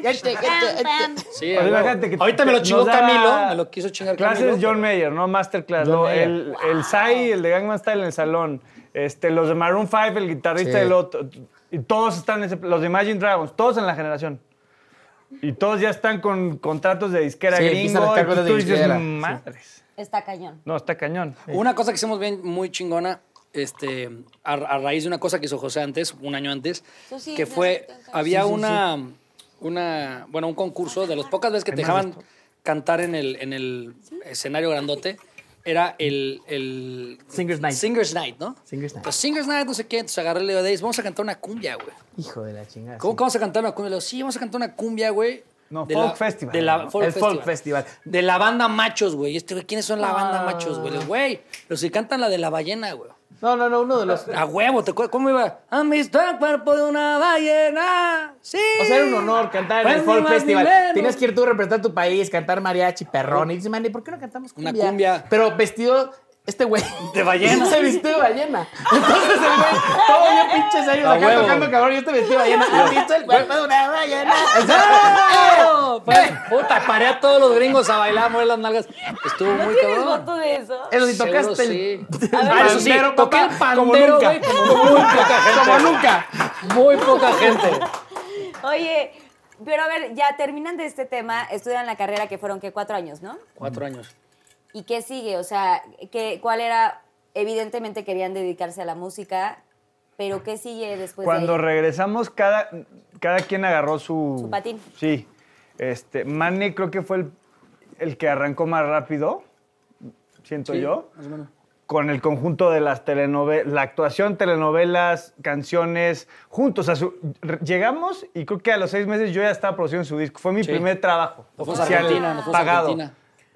Sí,
O sea,
a huevo.
imagínate que
Ahorita me lo
nos
chingó
daba
Camilo, me lo quiso chingar
Clases
Camilo.
John Mayer, ¿no? Masterclass,
John
¿no?
Mayer.
El, el Psy, el de Gangnam Style en el salón. Este, los de Maroon cinco, el guitarrista
Sí.
del otro. Y todos están, en ese- los de Imagine Dragons, todos en la generación. Y todos ya están con contratos de disquera
Sí, empiezan a
gringo.
estar
Y
con
tú
los de
dices,
disquera, sí.
madres.
Está cañón.
No, está cañón.
Una cosa que hicimos bien muy chingona, este, a, a raíz de una cosa que hizo José antes, un año antes,
Eso sí,
que
me
fue,
hace pensar.
había
Sí, sí,
una, una, bueno, un concurso de las pocas veces que te dejaban cantar en el, en el escenario grandote, era el, el
Singers Night.
Singers Night, ¿no?
Singers Night.
Pues Singers Night, no sé qué, entonces agarré y le digo, Days, vamos a cantar una cumbia, güey.
Hijo de la chingada.
¿Cómo
sí.
que vamos a cantar una cumbia? Le digo, sí, vamos a cantar una cumbia, güey.
No,
De
folk
la-
festival,
De la,
¿no?
folk
El
festival.
folk festival.
De la banda Machos, güey. Y este, güey, ¿quiénes son la banda Machos, güey? Le digo, güey, los que cantan la de la ballena, güey.
No, no, no, uno de los...
A huevo, ¿te acuerdas? ¿Cómo iba? ¿Han visto el cuerpo de una ballena? Sí.
O sea, era un honor cantar en el
Pues
Folk
ni más ni
Festival.
menos.
Tienes que ir tú a representar tu país, cantar mariachi, perrón. Y dices, man, ¿por qué no cantamos
Una
cumbia?
cumbia.
Pero vestido, este güey.
De ballena.
Se vistió de ballena. Entonces el güey, todo yo pinches años
A
acá
huevo.
tocando cabrón y este vestido de ballena. ¿Has visto el cuerpo de una ballena?
¡Oh! Pues, puta, paré a todos los gringos a bailar, mover las nalgas. Estuvo muy
¿Tienes
cabrón.
foto de eso?
Eso sí,
Seguro
tocaste
sí.
el
Ah, eso sí,
pandero,
toqué
papá,
el pandero,
como
güey,
nunca.
como muy poca gente.
Como nunca.
Muy poca gente.
Oye, pero a ver, ya terminan de este tema, estudian la carrera que fueron, ¿qué? Cuatro años, ¿no?
Cuatro años.
¿Y qué sigue? O sea, ¿qué, ¿cuál era? Evidentemente querían dedicarse a la música, pero ¿qué sigue después
Cuando
de ahí?
regresamos, cada, cada quien agarró su...
Su patín.
Sí. Este, Manny creo que fue el, el que arrancó más rápido, siento
Sí,
yo,
más o menos.
con el conjunto de las telenovelas, la actuación, telenovelas, canciones, juntos. O sea, su- re- llegamos y creo que a los seis meses yo ya estaba produciendo su disco. Fue mi
Sí.
primer trabajo
Nos fuimos a
oficial,
Argentina, nos fuimos a
pagado.
Argentina.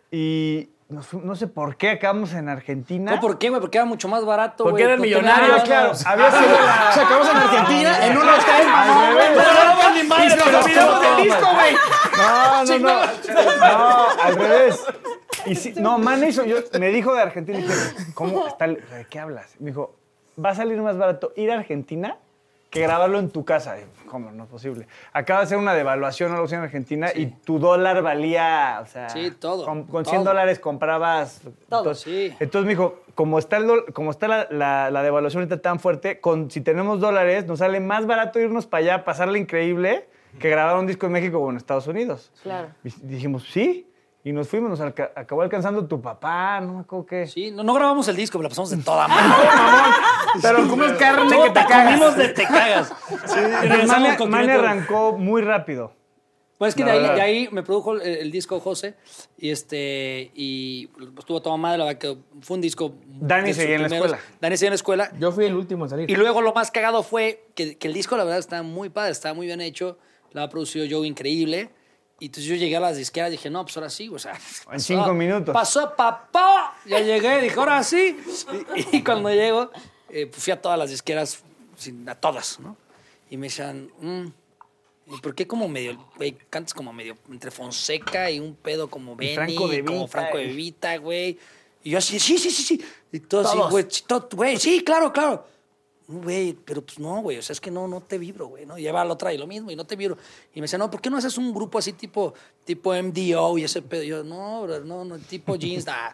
Y nos fu- no sé por qué acabamos en Argentina.
No, ¿por qué, güey? Porque era mucho más barato, güey.
Porque eran
No tenía
millonarios,
nada.
claro. Había sido la...
Sacamos en Argentina, en un hotel,
Al
mamón, güey.
revés.
No, no, ni madre,
Y
nos
nos
olvidamos
quedó
del disco, güey.
No, no, no. No, al revés. Y sí, no, man hizo, yo, me dijo de Argentina y dije, ¿cómo está? el- ¿De qué hablas? Me dijo, va a salir más barato ir a Argentina que grabarlo en tu casa. Y, ¿cómo? No es posible. Acaba de hacer una devaluación o algo así en Argentina y tu dólar valía, o sea...
Sí, todo,
Con, con cien
todo.
dólares comprabas...
Todo,
Entonces,
sí.
entonces me dijo, como está, el dol- como está la, la- la devaluación ahorita tan fuerte, con, si tenemos dólares, nos sale más barato irnos para allá, pasarla increíble, que grabar un disco en México o en Estados Unidos.
Claro.
Y dijimos, sí. Y nos fuimos, nos alca- acabó alcanzando tu papá, no me acuerdo qué.
Sí, no, no grabamos el disco, pero la pasamos de toda madre.
Pero comes carne que
Puta,
te cagas.
comimos de te cagas. Sí,
Entonces, Mane, Mane arrancó muy rápido.
Pues es que
La
de ahí,
verdad.
de ahí me produjo el, el disco José y este y estuvo toda madre, la verdad que fue un disco.
Dani
de sus
seguía en la
primeros.
escuela.
Dani seguía en la escuela.
Yo fui el último en salir.
Y luego lo más cagado fue que, que el disco, la verdad, está muy padre, está muy bien hecho. Lo ha producido Joe increíble. Y entonces yo llegué a las disqueras y dije, no, pues ahora sí, o sea.
En cinco minutos.
Pasó papá. Ya llegué, dije, ahora sí. Y, y cuando llego, eh, pues fui a todas las disqueras, sin- a todas, ¿no? Y me decían, mm, ¿y por qué como medio, güey, cantas como medio entre Fonseca y un pedo como Benny,
Franco De
como
Vita,
Franco de
eh.
Vita, güey? Y yo así, sí, sí, sí, sí. Y todo así,
Todos.
güey, sí, todo, güey, sí, claro, claro. güey, pero pues no, güey, o sea, es que no, no te vibro, güey, ¿no? Y lleva la otra y lo mismo, y no te vibro. Y me decía, no, ¿por qué no haces un grupo así tipo, tipo M D O y ese pedo? Y yo, no, bro, no, no, tipo jeans, da.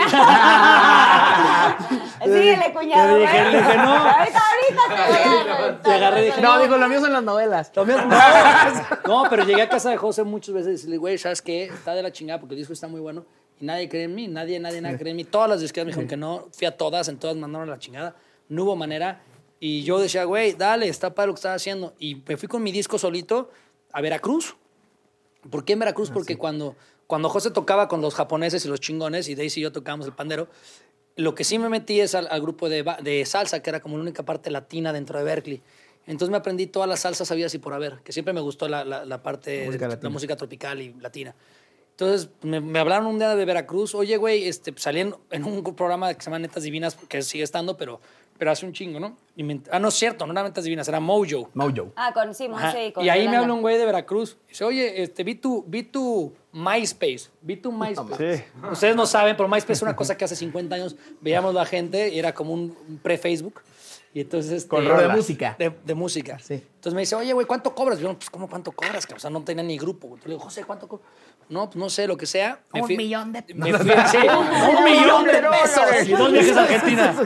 Síguele, cuñado.
Le dije,
güey.
le dije, no.
Ahorita, ahorita te voy a contar.
Te agarré y dije,
No, digo, lo mío son las novelas.
Lo mío- No, no, pero llegué a casa de José muchas veces y decirle, güey, ¿sabes qué? Está de la chingada porque el disco está muy bueno y nadie cree en mí, nadie, nadie, nadie cree en mí. Todas las disqueras me dijeron que no, fui a todas, en todas mandaron a la chingada, no hubo manera. Y yo decía, güey, dale, está padre lo que estás haciendo. Y me fui con mi disco solito a Veracruz. ¿Por qué en Veracruz? Porque cuando, cuando José tocaba con los japoneses y los chingones y Daisy y yo tocábamos el pandero, lo que sí me metí es al, al grupo de, ba- de salsa, que era como la única parte latina dentro de Berkeley. Entonces me aprendí todas las salsas habidas y por haber, que siempre me gustó la, la, la parte,
Música
de,
latina.
la música tropical y latina. Entonces me, me hablaron un día de Veracruz, oye, güey, este, salí en, en un programa que se llama Netas Divinas, que sigue estando, pero, pero hace un chingo, ¿no? Y me, ah, no es cierto, no era Netas Divinas, era Mojo.
Mojo.
Ah, con sí,
Ajá.
Monse y con
Y ahí me
Yolanda.
habla un güey de Veracruz. Dice, oye, este, vi tu, vi tu MySpace. Vi tu MySpace.
Sí.
Ustedes no saben, pero MySpace es una cosa que hace cincuenta años veíamos la gente y era como un, un pre-Facebook. Y entonces... Este,
Con rol de música.
De, de música.
Sí.
Entonces me dice, oye, güey, ¿cuánto cobras? Yo, pues, ¿cómo cuánto cobras? O sea, no tenía ni grupo. Entonces le digo, José, ¿cuánto cobras? No, pues no sé, lo que sea. Me
Un
fui-
millón de-
me fui- sí, un millón de pesos. Y dos viajes a Argentina.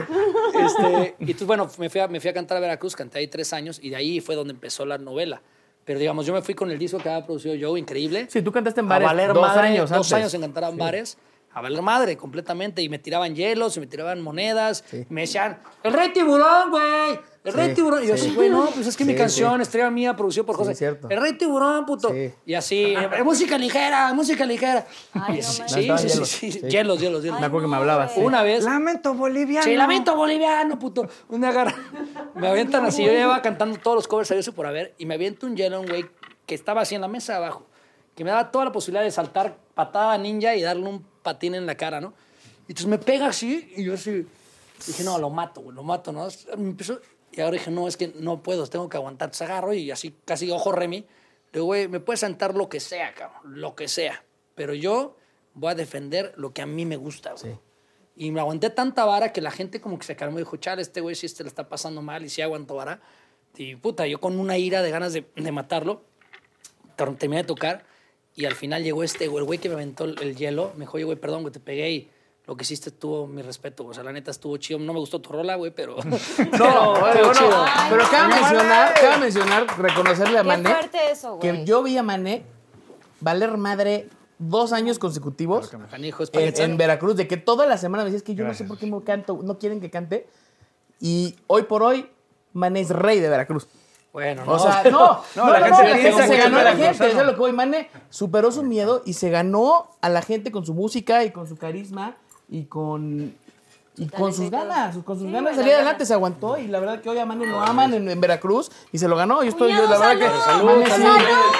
Este, y entonces, bueno, me fui, a, me fui a cantar a Veracruz, canté ahí tres años y de ahí fue donde empezó la novela. Pero digamos, yo me fui con el disco que había producido Joe, increíble.
Sí, tú cantaste en
A
bares
valer
dos
madre,
años
Dos
antes.
años en cantar en bares. A valer madre completamente. Y me tiraban hielos, y me tiraban monedas.
Sí.
Me decían, el Rey Tiburón, güey. El Rey
Sí,
Tiburón. Y yo
sí.
así, güey, no, pues es que mi
Sí,
canción,
sí.
estrella mía, producido por
Sí,
José.
es cierto.
El Rey Tiburón, puto.
Sí.
Y así, eh, música ligera, música ligera.
Ay,
Y
no
así,
manches.
sí,
No,
sí,
estaban
sí, sí,
hielos.
sí.
Sí.
Hielos, hielos, hielos.
Me acuerdo que me hablabas. sí.
Una vez.
Lamento boliviano.
Sí, lamento boliviano, puto. Un día agarra, me avientan así. Yo llevaba cantando todos los covers sabidos y por haber. Y me avienta un hielo, un güey que estaba así en la mesa de abajo. Que me daba toda la posibilidad de saltar patada ninja y darle un patín en la cara, ¿no? Y entonces me pega así y yo así. Dije, no, lo mato, güey, lo mato, ¿no? Me empezó, y ahora dije, no, es que no puedo, tengo que aguantar. Entonces agarro y así, casi ojo Remy. Le digo, güey, me puedes sentar lo que sea, cabrón, lo que sea. Pero yo voy a defender lo que a mí me gusta, güey.
Sí.
Y me aguanté tanta vara que la gente como que se calmó y dijo, chale, este güey sí este le está pasando mal y sí aguantó vara. Y puta, yo con una ira de ganas de, de matarlo, ter- terminé de tocar y al final llegó este güey, el güey que me aventó el, el hielo, me dijo, oye, güey, perdón, güey, te pegué y lo que hiciste tuvo mi respeto. O sea, la neta estuvo chido. No me gustó tu rola, güey, pero...
No,
pero
bueno,
chido.
pero cabe mencionar, cabe mencionar, reconocerle a
Qué
Mané
fuerte eso, güey.
que yo vi a Mané valer madre dos años consecutivos
Canijo, es
en,
paquetzal.
en Veracruz, de que toda la semana me decías que yo no sé por qué no canto, no quieren que cante. Y hoy por hoy, Mané es rey de Veracruz.
Bueno, no.
O sea,
pero-
no, no,
No, la
no,
gente
no, la
piensa
gente se
mucho
ganó a la
en
gente,
veracruzano.
eso es lo que voy. Mané superó su miedo y se ganó a la gente con su música y con su carisma y con y con sus ganas, con sus
Sí,
ganas
güey,
de salir
las
adelante,
ganas.
se aguantó y la verdad que hoy a Mané lo aman en, en Veracruz y se lo ganó. Yo estoy, yo
Cuñado,
la verdad que
salud.
Mané sí.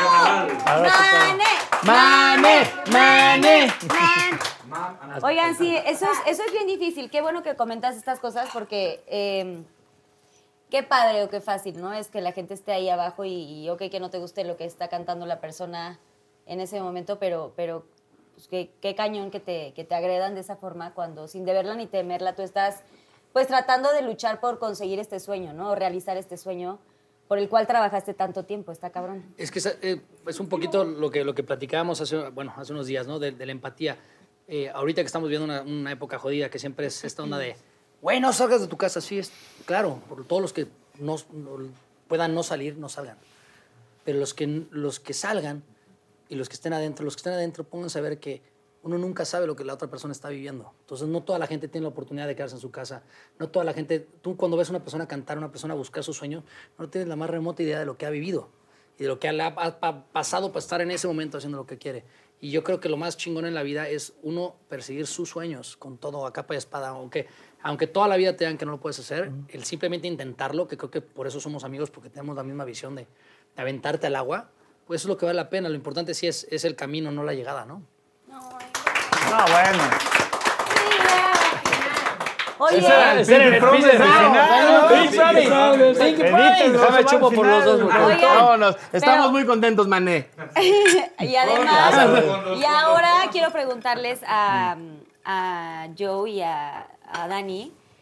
¡Mané!
Mané, Mané.
Oigan, sí, eso es, eso es bien difícil. Qué bueno que comentas estas cosas porque eh, qué padre o qué fácil, ¿no? Es que la gente esté ahí abajo y, y ok, que no te guste lo que está cantando la persona en ese momento, pero, pero pues, qué, qué cañón que te, que te agredan de esa forma cuando sin deberla ni temerla tú estás pues tratando de luchar por conseguir este sueño, ¿no? O realizar este sueño por el cual trabajaste tanto tiempo, está cabrón.
Es que es, eh, es un poquito lo que, lo que platicábamos hace, bueno, hace unos días, ¿no? De, de la empatía. Eh, ahorita que estamos viendo una, una época jodida, que siempre es esta onda de, güey, no salgas de tu casa. Sí, es claro, por todos los que no, no- puedan no salir, no salgan. Pero los que, los que salgan y los que estén adentro, los que estén adentro, pónganse a ver que uno nunca sabe lo que la otra persona está viviendo. Entonces, no toda la gente tiene la oportunidad de quedarse en su casa. No toda la gente, tú cuando ves a una persona cantar, a una persona buscar su sueño, no tienes la más remota idea de lo que ha vivido y de lo que le ha, ha- ha pasado para estar en ese momento haciendo lo que quiere. Y yo creo que lo más chingón en la vida es uno perseguir sus sueños con todo a capa y espada. Aunque, aunque toda la vida te digan que no lo puedes hacer, el simplemente intentarlo, que creo que por eso somos amigos, porque tenemos la misma visión de, de aventarte al agua, pues eso es lo que vale la pena. Lo importante sí es, es el camino, no la llegada, ¿no?
No, bueno.
Oye,
Ese era el Pinky Promise del final, ¿no?
Pinky Promise. Pinky Promise.
Edítelo,
Déjame
se va
chupo
al
por los dos,
final.
porque-
Oigan,
Vámonos. Estamos
pero-
muy contentos, Mané.
y además, y ahora quiero preguntarles a, a Joe y a, a Dani,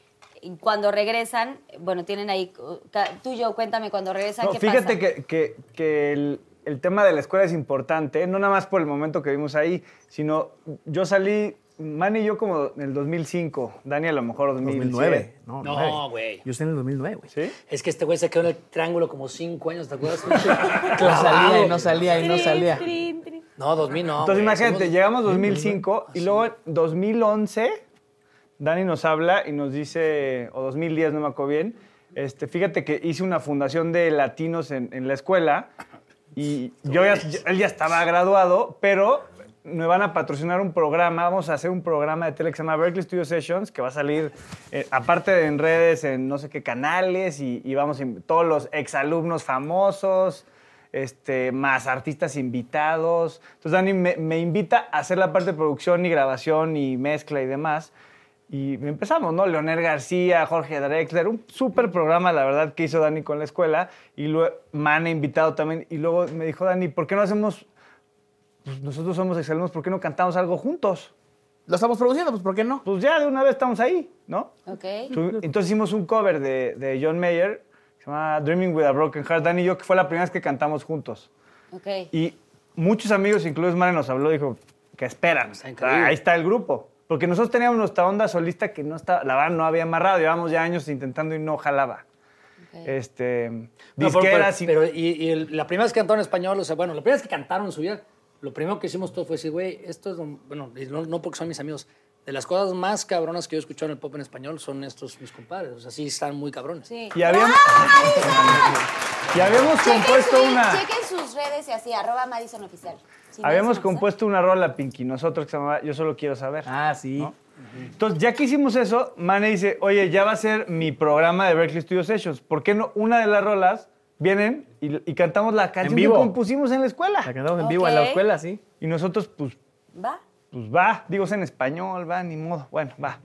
y cuando regresan, bueno, tienen ahí, tú y yo, cuéntame, cuando regresan,
No,
¿qué
fíjate
pasa?
que, que, que el, el tema de la escuela es importante, ¿eh? No nada más por el momento que vimos ahí, sino yo salí, Manny y yo como en el dos mil cinco, Dani a lo mejor dos mil nueve.
No,
No,
nueve.
güey.
Yo estoy en el dos mil nueve, güey.
¿Sí?
Es que este güey se quedó en el triángulo como cinco años, ¿te acuerdas?
No salía y no salía y no salía.
Trin, trin.
No, dos mil no.
Entonces
güey,
imagínate,
somos-
llegamos dos mil cinco y luego en dos mil once Dani nos habla y nos dice, o dos mil diez, no me acuerdo bien, este, fíjate que hice una fundación de latinos en, en la escuela y yo ya, él ya estaba graduado, pero me van a patrocinar un programa, vamos a hacer un programa de tele que se llama Berkeley Studio Sessions, que va a salir, eh, aparte de en redes, en no sé qué canales, y, y vamos, a in- todos los exalumnos famosos, este, más artistas invitados. Entonces Dani me, me invita a hacer la parte de producción y grabación y mezcla y demás. Y empezamos, ¿no? Leonel García, Jorge Drexler, un súper programa, la verdad, que hizo Dani con la escuela. Y luego Mane invitado también. Y luego me dijo Dani, ¿por qué no hacemos, pues nosotros somos exalumnos, ¿por qué no cantamos algo juntos?
Lo estamos produciendo, pues ¿por qué no?
Pues ya de una vez estamos ahí, ¿no?
Ok.
Tu- Entonces hicimos un cover de, de John Mayer, que se llama Dreaming with a Broken Heart, Dani y yo, que fue la primera vez que cantamos juntos.
Ok.
Y muchos amigos, incluso Mane nos habló, dijo, que esperan.
Está increíble.
Ahí está el grupo. Porque nosotros teníamos nuestra onda solista que no estaba, la verdad no había amarrado, llevábamos ya años intentando y no jalaba.
Ok.
Este,
No, pero-
disqueras y...
pero, pero y, y el- la primera vez que cantaron en español, o sea, bueno, la primera vez que cantaron en su vida, lo primero que hicimos todo fue decir, güey, esto es, lo- bueno, y no, no porque son mis amigos, de las cosas más cabronas que yo he escuchado en el pop en español son estos mis compadres, o sea, sí están muy cabrones.
Sí.
Y habíamos, y habíamos
Chequen,
compuesto
su-
una...
chequen sus redes y así, arroba Madison Oficial. Sí,
Habíamos
Madison
compuesto una rola, Pinky, nosotros, que se llamaba Yo Solo Quiero Saber.
Ah, sí.
¿No? Entonces, ya que hicimos eso, Mane dice, oye, ya va a ser mi programa de Berkeley Studio Sessions. ¿Por qué no una de las rolas vienen y, y cantamos la canción que
vivo.
compusimos en la
La
escuela?
cantamos en vivo en la
Ok.
escuela, sí.
Y nosotros, pues,
Oficial. ¿Va?
pues va, digo, es en español, va, ni modo. Bueno, va.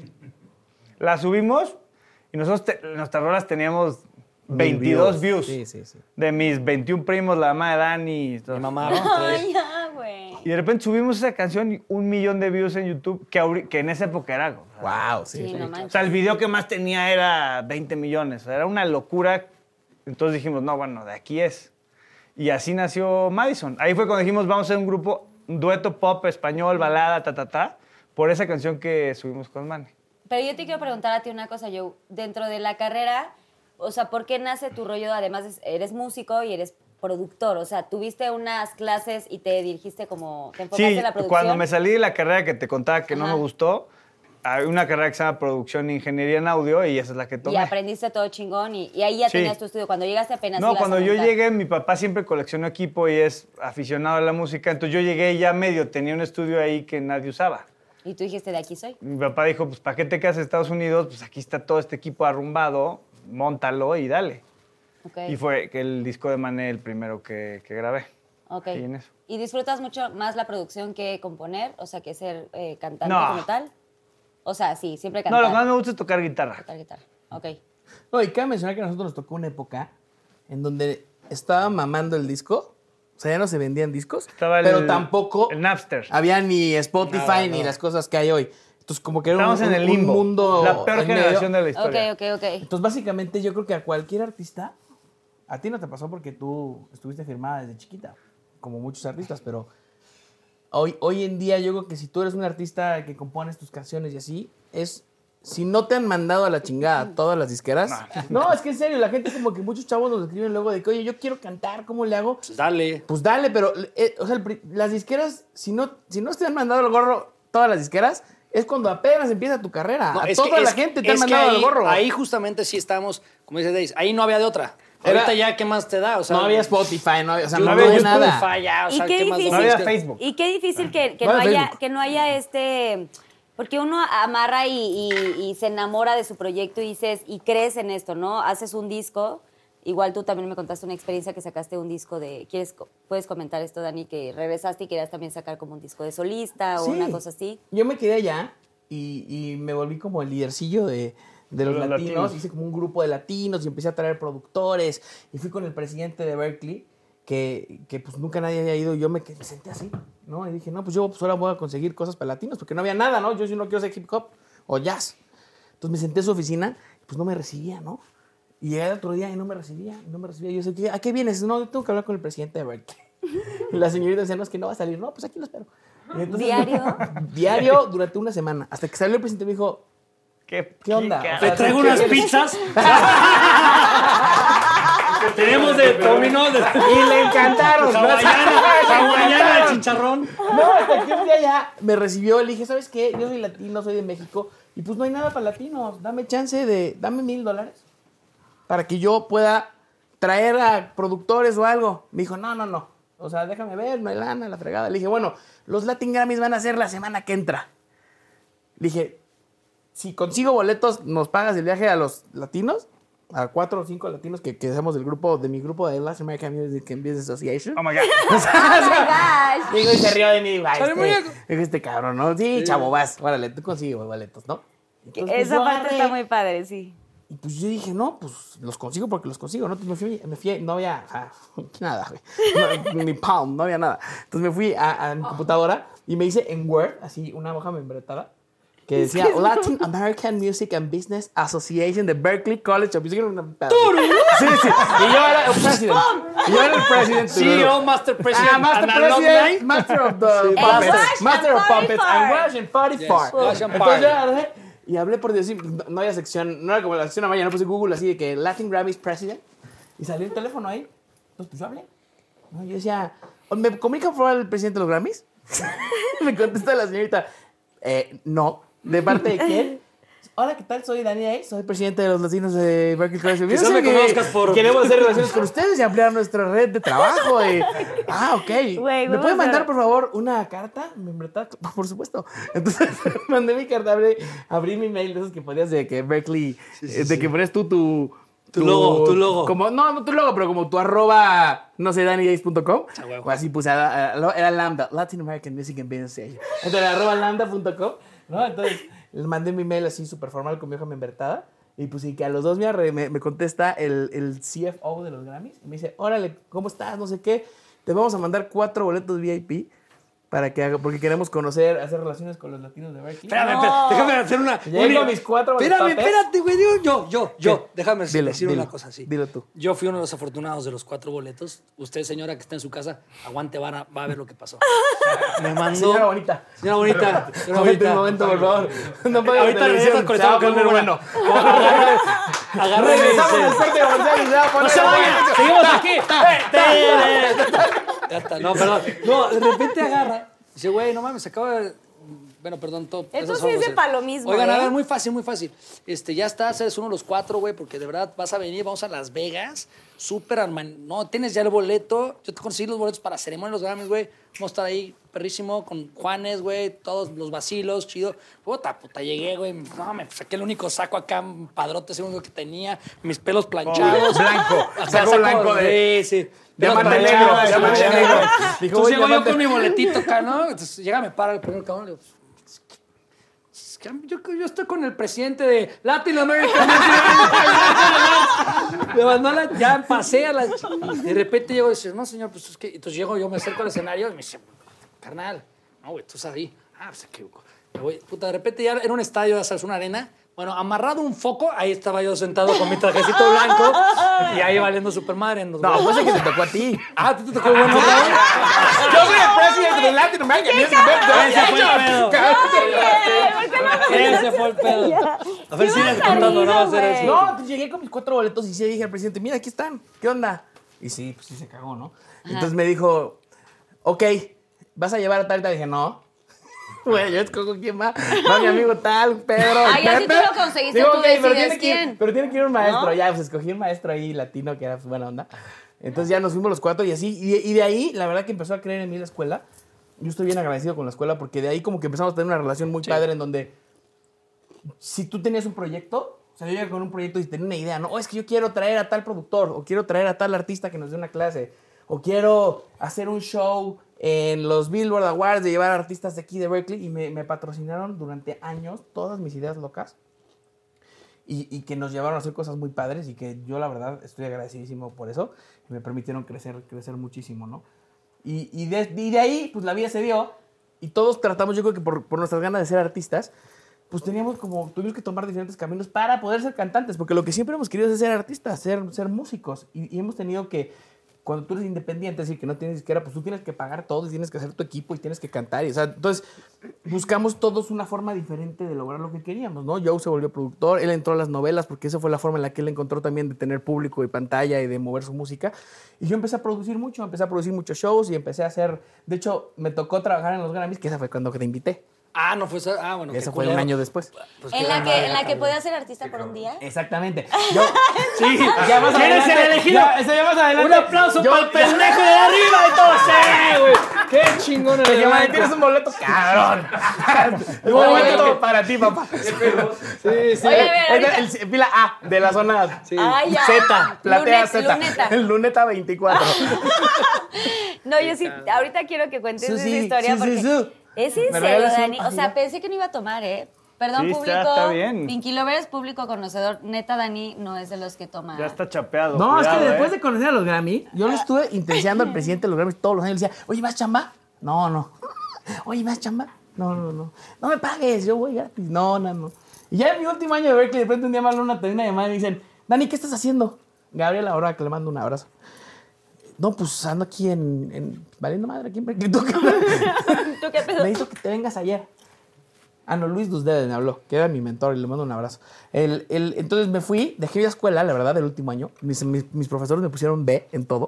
La subimos y nosotros, te- nuestras rolas teníamos veintidós views.
Sí, sí, sí.
De mis veintiún primos, la mamá de Dani. y todo.
Mi mamá,
Ay, ya, güey.
Y de repente subimos esa canción y un millón de views en YouTube, que, ahori- que en esa época era... o sea,
Wow, sí.
Sí, no
O
manches.
sea, el video que más tenía era veinte millones. O sea, era una locura. Entonces dijimos, no, bueno, de aquí es. Y así nació Madison. Ahí fue cuando dijimos, vamos a hacer un grupo, un dueto pop, español, balada, ta, ta, ta, por esa canción que subimos con Mane.
Pero yo te quiero preguntar a ti una cosa, Joe. Dentro de la carrera, o sea, ¿por qué nace tu rollo? Además, es- eres músico y eres productor. O sea, ¿tuviste unas clases y te dirigiste como... ¿Te enfocaste
Sí,
en la producción?
cuando me salí de la carrera que te contaba que no
Ajá.
me gustó, hay una carrera que se llama Producción e Ingeniería en Audio y esa es la que
Y
tomé.
aprendiste todo chingón y, y ahí ya
Sí.
tenías tu estudio. Cuando llegaste apenas
No,
ibas a
cuando yo
montar.
llegué, mi papá siempre coleccionó equipo y es aficionado a la música. Entonces yo llegué y ya medio, tenía un estudio ahí que nadie usaba.
Y tú dijiste, de aquí soy.
Mi papá dijo, pues, ¿para qué te quedas en Estados Unidos? Pues aquí está todo este equipo arrumbado, móntalo y dale.
Ok.
Y fue que el disco de Mané el primero que, que grabé.
Ok.
ahí en eso.
¿Y disfrutas mucho más la producción que componer? O sea, que ser eh, cantante
No.
como tal. O sea, sí, siempre
No,
cantar.
lo que más me gusta es tocar guitarra.
Tocar guitarra. Ok.
No, y cabe mencionar que a nosotros nos tocó una época en donde estaba mamando el disco. O sea, ya no se vendían discos.
Estaba el-
pero tampoco
el Napster.
había ni Spotify
Nada,
ni
no.
las cosas que hay hoy. Entonces, como que era un,
Estamos en
un-
el
un
limbo.
mundo.
La peor
en medio.
generación de la
Ok,
historia.
ok, ok.
Entonces, básicamente, yo creo que a cualquier artista, a ti no te pasó porque tú estuviste firmada desde chiquita, como muchos artistas, pero hoy, hoy en día yo creo que si tú eres un artista que compones tus canciones y así, es, si no te han mandado a la chingada todas las disqueras, no, es que en serio, la gente como que muchos chavos nos escriben luego de que, oye, yo quiero cantar, ¿cómo le hago?
Pues dale.
Pues dale, pero, eh, o sea, el pri- las disqueras, si no, si no te han mandado el gorro todas las disqueras, es cuando apenas empieza tu carrera.
No,
a
es
toda
que-
la
es-
gente te han
es que
mandado
ahí,
el gorro.
Ahí justamente sí estábamos, como dice Days, ahí no había de otra.
Era-
Ahorita ya, ¿qué más te da? O sea,
No había Spotify, no había, o sea,
yo-
no
había
había
YouTube,
nada.
Falla, o
Y
sea,
qué
¿qué más da?
difícil.
No había
Es que-
Facebook.
Y qué difícil que, que
No
no,
había
haya,
Facebook.
que no haya este... Porque uno amarra y, y- y se enamora de su proyecto y dices, y crees en esto, ¿no? Haces un disco. Igual tú también me contaste una experiencia que sacaste un disco de... ¿Quieres, co- ¿Puedes comentar esto, Dani? Que regresaste y querías también sacar como un disco de solista o
Sí.
una cosa así.
Yo me quedé allá y, y me volví como el lidercillo de, de los,
Los
latinos.
latinos.
Hice como un grupo de latinos y empecé a traer productores. Y fui con el presidente de Berkeley, que, que pues nunca nadie había ido. Y yo me, quedé- me senté así, ¿no? Y dije, no, pues yo pues ahora voy a conseguir cosas para latinos, porque no había nada, ¿no? Yo si no quiero hacer hip hop o jazz. Entonces me senté en su oficina. Pues pues no me recibía, ¿no? Y llegué el otro día y no me recibía, no me recibía. Yo decía, ¿a qué vienes? No, yo tengo que hablar con el presidente de Berkeley. Y la señorita decía, no, es que no va a salir. No, pues aquí lo espero. Y entonces,
¿Diario?
Diario durante una semana. Hasta que salió el presidente y me dijo,
¿Qué,
¿qué onda?
qué-
O
Te
sea,
traigo
¿qué
unas
quieres?
pizzas. Tenemos de domino, de
Y le encantaron.
hawaiana, hawaiana de chicharrón.
No, hasta que un día ya me recibió. Le dije, ¿sabes qué? Yo soy latino, soy de México. Y pues no hay nada para latinos. Dame chance de, dame mil dólares. Para que yo pueda traer a productores o algo. Me dijo, no, no, no. O sea, déjame ver, no hay lana, la fregada. Le dije, bueno, los Latin Grammys van a ser la semana que entra. Le dije, si consigo boletos, ¿nos pagas el viaje a los latinos? A cuatro o cinco latinos que, que somos del grupo, de mi grupo de Latin American Music and Business Association.
Oh my God.
Oh my gosh.
Digo, y se rió de mí. Digo, "Ay,
Sale
este,
muñeco".
digo, este cabrón, ¿no? Sí, chavo, vas. Órale, tú consigues boletos, ¿no? Entonces, pues,
Esa
yo
parte
agarré,
está muy padre, sí.
Y pues yo dije, no, pues los consigo porque los consigo, ¿no? Entonces me fui, me fui no había ah, nada, güey. No, ni Palm, no había nada. Entonces me fui a, a mi computadora y me hice en Word, así, una hoja membretada, que decía Latin American Music and Business Association de Berklee College of Music. Era una pedazo. Sí, sí. Y yo era el president. Y yo era el president.
C E O, Master President,
Ah, Master
and
President,
alumni.
Master of the
And
Puppets.
Wash
Master
and
of
Party
Puppets.
Fart.
And Wash and Party
Yes,
Fart.
Wash and
Entonces
Party.
yo agarré y hablé por decir, no, no había sección, no era como la sección amarilla, no puse Google así de que Latin Grammys President. Y salió el teléfono ahí. Entonces pues yo hablé. ¿No? Yo decía, ¿me comunica por favor el presidente de los Grammys? Me contesta la señorita, eh, no. ¿De parte de quién? Hola, ¿qué tal? Soy Dani Day, soy presidente de los latinos de Berklee College of
Quizás
Music.
me
y
conozcas por-
Queremos hacer relaciones con ustedes y ampliar nuestra red de trabajo. Y... Ah, ok.
Güey,
¿Me
vamos
puede
a-
mandar, por favor, una carta? Membretada, por supuesto. Entonces, mandé mi carta, abrí, abrí mi mail de esos que ponías de que Berklee, eh, de que ponías tú tu...
Tu logo, tu logo.
Como, no, no tu logo, pero como tu arroba, no sé, dani days punto com.
Ah, huevo.
O así puse, a- a- era Lambda, Latin American Music and Business Association. Entonces, arroba lambda punto com, ¿no? Entonces, les mandé mi mail así súper formal con mi hoja membretada. Y pues sí, que a los dos me, arre- me, me contesta el, el C F O de los Grammys. Y me dice, órale, ¿cómo estás? No sé qué. Te vamos a mandar cuatro boletos V I P para que haga, porque queremos conocer, hacer relaciones con los latinos de Berklee.
Espérame, espérame, déjame hacer una.
Llegué
una-
con mis cuatro
Espérame,
boletotes.
espérate, güey. digo, Yo, yo, yo.
¿Qué?
Déjame
Dilo,
decir
dilo,
una cosa así.
dilo tú.
Yo fui uno de los afortunados de los cuatro boletos. Usted, señora, que está en su casa, aguante, vara, va a ver lo que pasó. Me mandó.
Señora bonita.
Señora bonita. Señora
Momento,
bonita.
un momento, por favor. No pagues
Ahorita
la televisión.
regresas con
Se va a
esto, que es muy
poner
bueno.
bueno.
Agarra y me
Regresamos
dice.
después de comercial y se va a poner
¡No se vayan!
bueno.
¡Seguimos aquí! Ya está, no, perdón. No, de repente agarra. Dice, güey, no mames, acaba de. Bueno, perdón, todo.
Esto
esas
sí
son
es de
groserías.
palomismo,
Oigan, a
¿eh?
ver, muy fácil, muy fácil. Este, ya estás, eres uno de los cuatro, güey, porque de verdad vas a venir, vamos a Las Vegas. Súper, arman- no, tienes ya el boleto. Yo te conseguí los boletos para ceremonia de los Grammys, güey. Vamos a estar ahí, perrísimo, con Juanes, güey, todos los vacilos, chido. Puta, puta, llegué, güey. No, me saqué el único saco acá, un padrote, ese único que tenía. Mis pelos planchados.
Blanco.
Acá,
Saco blanco de-
Sí, sí.
Diamante
Pelos
negro,
planchados,
diamante
sí,
negro.
güey.
Dijo,
Entonces
voy
llego yo
diamante.
con mi boletito acá, ¿no? Entonces llega, me para el primer cabrón, le digo, "Es que yo, yo estoy con el presidente de Latin American Music". Me mandó a la, ya pasé a la... De repente llego y dice, no, señor, pues es que... Entonces llego, yo me acerco al escenario y me dice, carnal, no, güey, tú estás ahí. Ah, pues se equivocó. Me voy, puta, de repente ya era un estadio, ya sabes, una arena. Bueno, amarrado un foco, ahí estaba yo sentado con mi trajecito blanco y ahí valiendo super madre. En los
No, pues es que te tocó a ti.
Ah, ¿tú te tocó bueno, cabrón?
Yo soy el presidente de Latin American Music
Ese fue el pedo.
¿Por qué no me
Ese fue el pedo. A ver, sigues contando, no va a ser eso.
No, entonces llegué con mis cuatro boletos y sí dije al presidente, mira, aquí están, ¿qué onda? Y sí, pues sí se cagó, ¿no? Entonces me dijo, ok, ¿vas a llevar a tal y tal? Y dije, no. Bueno, yo escojo quién va. Va mi amigo tal, Pedro.
Ah, ya si tú
Pepe.
lo conseguiste,
Digo,
tú
ok, pero
decides
tiene que ir-
quién.
pero tiene que ir un maestro.
¿No?
Ya, pues escogí un maestro ahí latino que era pues, buena onda. Entonces ya nos fuimos los cuatro y así. Y, y de ahí, la verdad que empezó a creer en mí la escuela. Yo estoy bien agradecido con la escuela porque de ahí como que empezamos a tener una relación muy padre en donde si tú tenías un proyecto, o sea, yo llegué con un proyecto y tenía una idea, ¿no? Oh, es que yo quiero traer a tal productor, o quiero traer a tal artista que nos dé una clase, o quiero hacer un show en los Billboard Awards de llevar a artistas de aquí de Berkeley y me, me patrocinaron durante años todas mis ideas locas y, y que nos llevaron a hacer cosas muy padres y que yo la verdad estoy agradecidísimo por eso y me permitieron crecer, crecer muchísimo, ¿no? Y, y, de, y de ahí, pues la vida se dio y todos tratamos, yo creo que por, por nuestras ganas de ser artistas, pues teníamos como, tuvimos que tomar diferentes caminos para poder ser cantantes, porque lo que siempre hemos querido es ser artistas, ser, ser músicos. Y, y hemos tenido que, cuando tú eres independiente, es decir, que no tienes ni siquiera, pues tú tienes que pagar todo y tienes que hacer tu equipo y tienes que cantar. Y, o sea, entonces, buscamos todos una forma diferente de lograr lo que queríamos, ¿no? Joe se volvió productor, él entró a las novelas porque esa fue la forma en la que él encontró también de tener público y pantalla y de mover su música. Y yo empecé a producir mucho, empecé a producir muchos shows y empecé a hacer, de hecho, me tocó trabajar en los Grammys, que esa fue cuando te invité.
Ah, no fue eso. Ah, bueno.
Eso
qué
fue un
culero.
año después.
Pues
En
qué
la
madre,
que, en la que
cabrón.
podías ser artista por un día.
Exactamente. Yo,
Sí,
ya más
¿Quieres
adelante-
el elegido?
ya, ese ya más adelante.
Un aplauso
Yo-
para el pendejo de arriba de todo. ¡Sí, güey! ¡Qué chingón el
Te que
evento!
tienes un boleto, cabrón. un
Oye,
boleto
oye.
para ti, papá.
Sí, sí.
Oye, a ver,
Es de-
ahorita-
el- el- fila A de la zona
Ay, ya.
Z, platea
Lunet-
Z.
luneta.
El luneta veinticuatro.
No, yo sí, ahorita quiero que cuentes
Susi,
esa historia
Susi,
porque
Su.
es en
¿Me
serio,
regalas un-
Dani. O sea,
Ay, ya.
pensé que no iba a tomar, ¿eh? Perdón,
Sí, está-
público.
está bien.
Pinky Lover es público conocedor. Neta, Dani no es de los que toma.
Ya está chapeado.
No, es que
cuidado,
después
¿eh?
de conocer a los Grammy, yo lo estuve intensiando al presidente de los Grammy todos los años. Le decía, oye, ¿vas chamba? No, no. Oye, ¿vas chamba? No, no, no. No me pagues, yo voy gratis. No, no, no. Y ya en mi último año de Berkeley, de repente un día me habla una, una llamada y me dicen, Dani, ¿qué estás haciendo? Gabriel, ahora que le mando un abrazo. No, pues ando aquí en, en valiendo madre, aquí en Berkeley. ¿Tú qué?
¿Tú qué pedo?
Me dijo que te vengas ayer. Ah, no, Luis Dusdede me habló, que era mi mentor y le mando un abrazo. El, el, entonces me fui, dejé mi escuela, la verdad, el último año. Mis, mis, mis profesores me pusieron B en todo.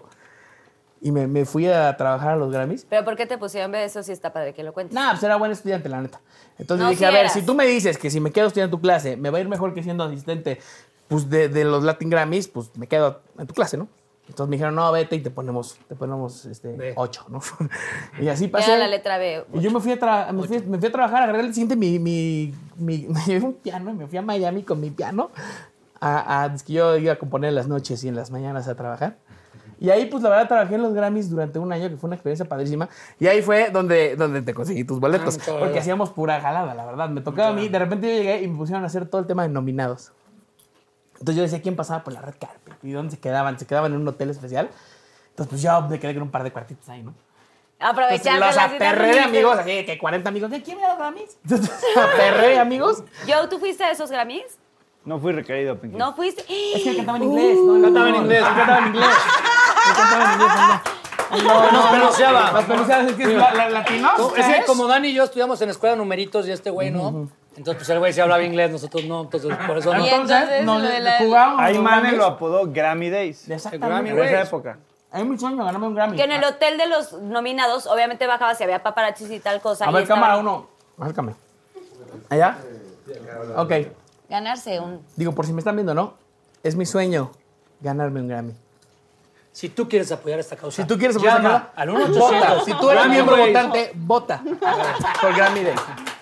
Y me, me fui a trabajar a los Grammys.
¿Pero por qué te pusieron B? Eso sí está padre que lo cuentes.
Nah, pues era buen estudiante, la neta. Entonces
No,
dije,
sí
a ver,
eras.
si tú me dices que si me quedo estudiando tu clase, me va a ir mejor que siendo asistente pues, de, de los Latin Grammys, pues me quedo en tu clase, ¿no? Entonces me dijeron, no, vete y te ponemos, te ponemos este,
B.
ocho, ¿no? Y así
Ya
pasé.
era la letra B.
Y yo me fui a, tra- me fui, me fui a trabajar, agarré el siguiente mi, mi, mi, me llevé un piano y me fui a Miami con mi piano. A, a, es que yo iba a componer en las noches y en las mañanas a trabajar. Y ahí, pues, la verdad, trabajé en los Grammys durante un año, que fue una experiencia padrísima. Y ahí fue donde, donde te conseguí tus boletos.
Ah, muchas
Porque
gracias.
hacíamos pura jalada, la verdad. Me tocaba a mí, de repente yo llegué y me pusieron a hacer todo el tema de nominados. Entonces yo decía, ¿quién pasaba por la red carpet? ¿Y dónde se quedaban? Se quedaban en un hotel especial. Entonces, pues, yo me quedé con un par de cuartitos ahí, ¿no? Entonces,
Aprovechando
los
la
aperré de amigos, así que cuarenta amigos. ¿De quién me los Grammys? Entonces, aperré de amigos.
Joe, ¿tú fuiste a esos Grammys?
No fui requerido, Pinky.
¿No fuiste?
Es que cantaba en inglés. No, cantaba en inglés. Cantaba en inglés. Yo cantaba en inglés, no.
No, nos peluceaba.
Las peluceadas, es que es la- la- latinos.
No, es que
¿sabes?
como Dani y yo estudiamos en escuela numeritos y este güey no. Entonces, pues el güey sí hablaba inglés, nosotros no. Entonces, por eso no.
Y entonces,
no,
lo de la-
jugábamos
Ahí
los
Mane
Grammys.
lo apodó Grammy Days.
Exactamente.
Grammy,
En
güey.
esa época.
Es mi sueño ganarme un Grammy.
Que en el hotel de los nominados, obviamente bajaba si había paparazzis y tal cosa.
A
y
ver,
estaba-
cámara uno. Acércame. ¿Allá? Ok.
Ganarse un...
Digo, por si me están viendo, ¿no? Es mi sueño ganarme un Grammy.
Si tú quieres apoyar esta causa,
Si tú quieres apoyar esta
llama
causa,
al uno
vota.
ochocientos.
Si tú eres
Grammy
miembro
Ways.
votante, vota por Grammy Day.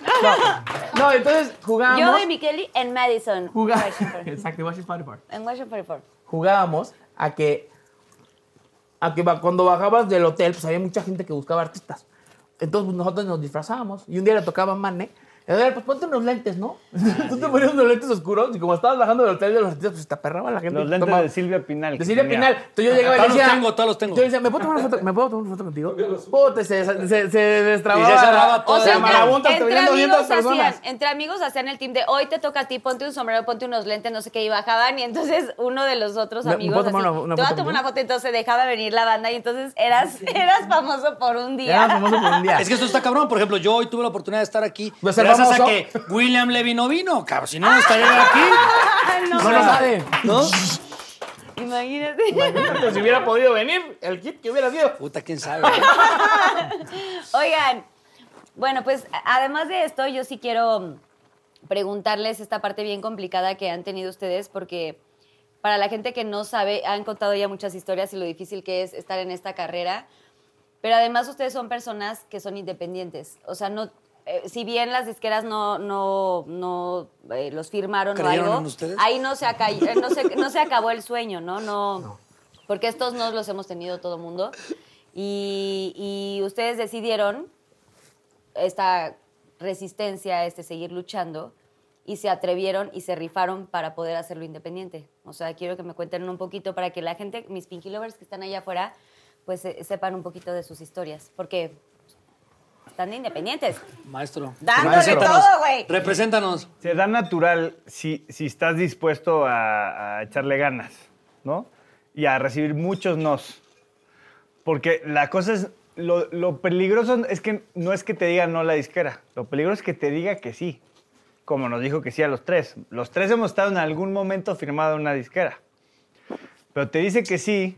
No, no entonces jugábamos.
Yo y Micheli en Madison.
Jugá-
Washington.
Exacto, Washington Park.
En Washington forty four.
Jugábamos a que, a que ba- cuando bajabas del hotel, pues había mucha gente que buscaba artistas. Entonces pues, nosotros nos disfrazábamos y un día le tocaba a Mane. Y a ver, pues ponte unos lentes, ¿no? Tú te ponías unos lentes oscuros y como estabas bajando del hotel de los artistas, pues te aperraba la gente.
Los lentes
Tomaba-
de Silvia Pinal.
De
que
Silvia
tenía.
Pinal. Entonces yo llegaba y le
Todos los
decía...
tengo, todos los tengo.
Yo decía, ¿me puedo tomar una foto, ¿me puedo tomar una foto contigo? Puta, se, se, se destrababa.
Y se cerraba todo.
O sea,
Se
entre,
marabuntas, te
entre
venían doscientas
amigos hacían,
personas.
entre amigos hacían el team de hoy te toca a ti, ponte un sombrero, ponte unos lentes, no sé qué, y bajaban. Y entonces uno de los otros
¿Me- me
amigos
puedo tomar
así,
una- una
te voy a
foto
tomar una
contigo?
foto, entonces dejaba venir la banda y entonces eras, eras famoso por un día.
Era famoso por un día.
Es que esto está cabrón. Por ejemplo, yo hoy tuve la oportunidad de estar aquí
De ser
gracias a
famoso.
que William Levy no vino, cabrón. Si no, no estaría aquí.
no,
No lo sabe.
¿No?
Imagínate.
Imagínate si hubiera podido venir, el kit que hubiera sido.
Puta, quién sabe.
Oigan, bueno, pues a- además de esto, yo sí quiero mm, preguntarles esta parte bien complicada que han tenido ustedes, porque para la gente que no sabe, han contado ya muchas historias y lo difícil que es estar en esta carrera, pero además ustedes son personas que son independientes, o sea, no... eh, si bien las disqueras no, no, no eh, los firmaron o
¿Creyeron
algo,
en ustedes?
ahí no se, aca- eh, no, se, no se acabó el sueño, ¿no? No, porque estos no los hemos tenido todo el mundo. Y, y ustedes decidieron esta resistencia, este seguir luchando, y se atrevieron y se rifaron para poder hacerlo independiente. O sea, quiero que me cuenten un poquito para que la gente, mis Pinky Lovers que están allá afuera, pues eh, sepan un poquito de sus historias. Porque están de independientes.
Maestro.
Dándole
Represéntanos.
todo, güey.
Represéntanos.
Se da natural si, si estás dispuesto a, a echarle ganas, ¿no? Y a recibir muchos nos. Porque la cosa es, lo, lo peligroso es que no es que te diga no la disquera, lo peligroso es que te diga que sí, como nos dijo que sí a los tres. Los tres hemos estado en algún momento firmado en una disquera, pero te dice que sí,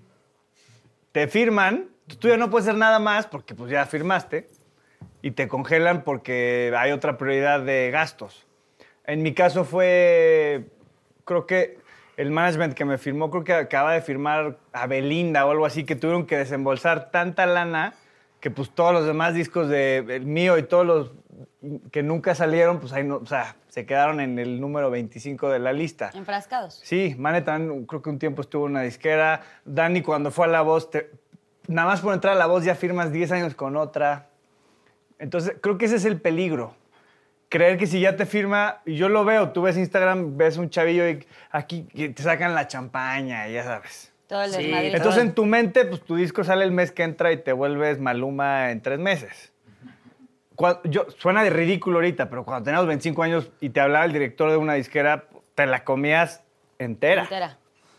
te firman, tú ya no puedes hacer nada más porque pues ya firmaste, y te congelan porque hay otra prioridad de gastos. En mi caso fue, creo que el management que me firmó, creo que acaba de firmar a Belinda o algo así, que tuvieron que desembolsar tanta lana que pues todos los demás discos de el mío y todos los que nunca salieron, pues ahí no, o sea, se quedaron en el número veinticinco de la lista.
Enfrascados.
Sí, Mane también creo que un tiempo estuvo en una disquera. Dani cuando fue a La Voz, te- nada más por entrar a La Voz ya firmas diez años con otra. Entonces, creo que ese es el peligro. Creer que si ya te firma, y yo lo veo, tú ves Instagram, ves un chavillo y aquí que te sacan la champaña, y ya sabes.
Todo el
Sí,
desmadrito.
Entonces en tu mente, pues tu disco sale el mes que entra y te vuelves Maluma en tres meses. Cuando- yo, suena de ridículo ahorita, pero cuando teníamos veinticinco años y te hablaba el director de una disquera, te la comías entera.
Entera.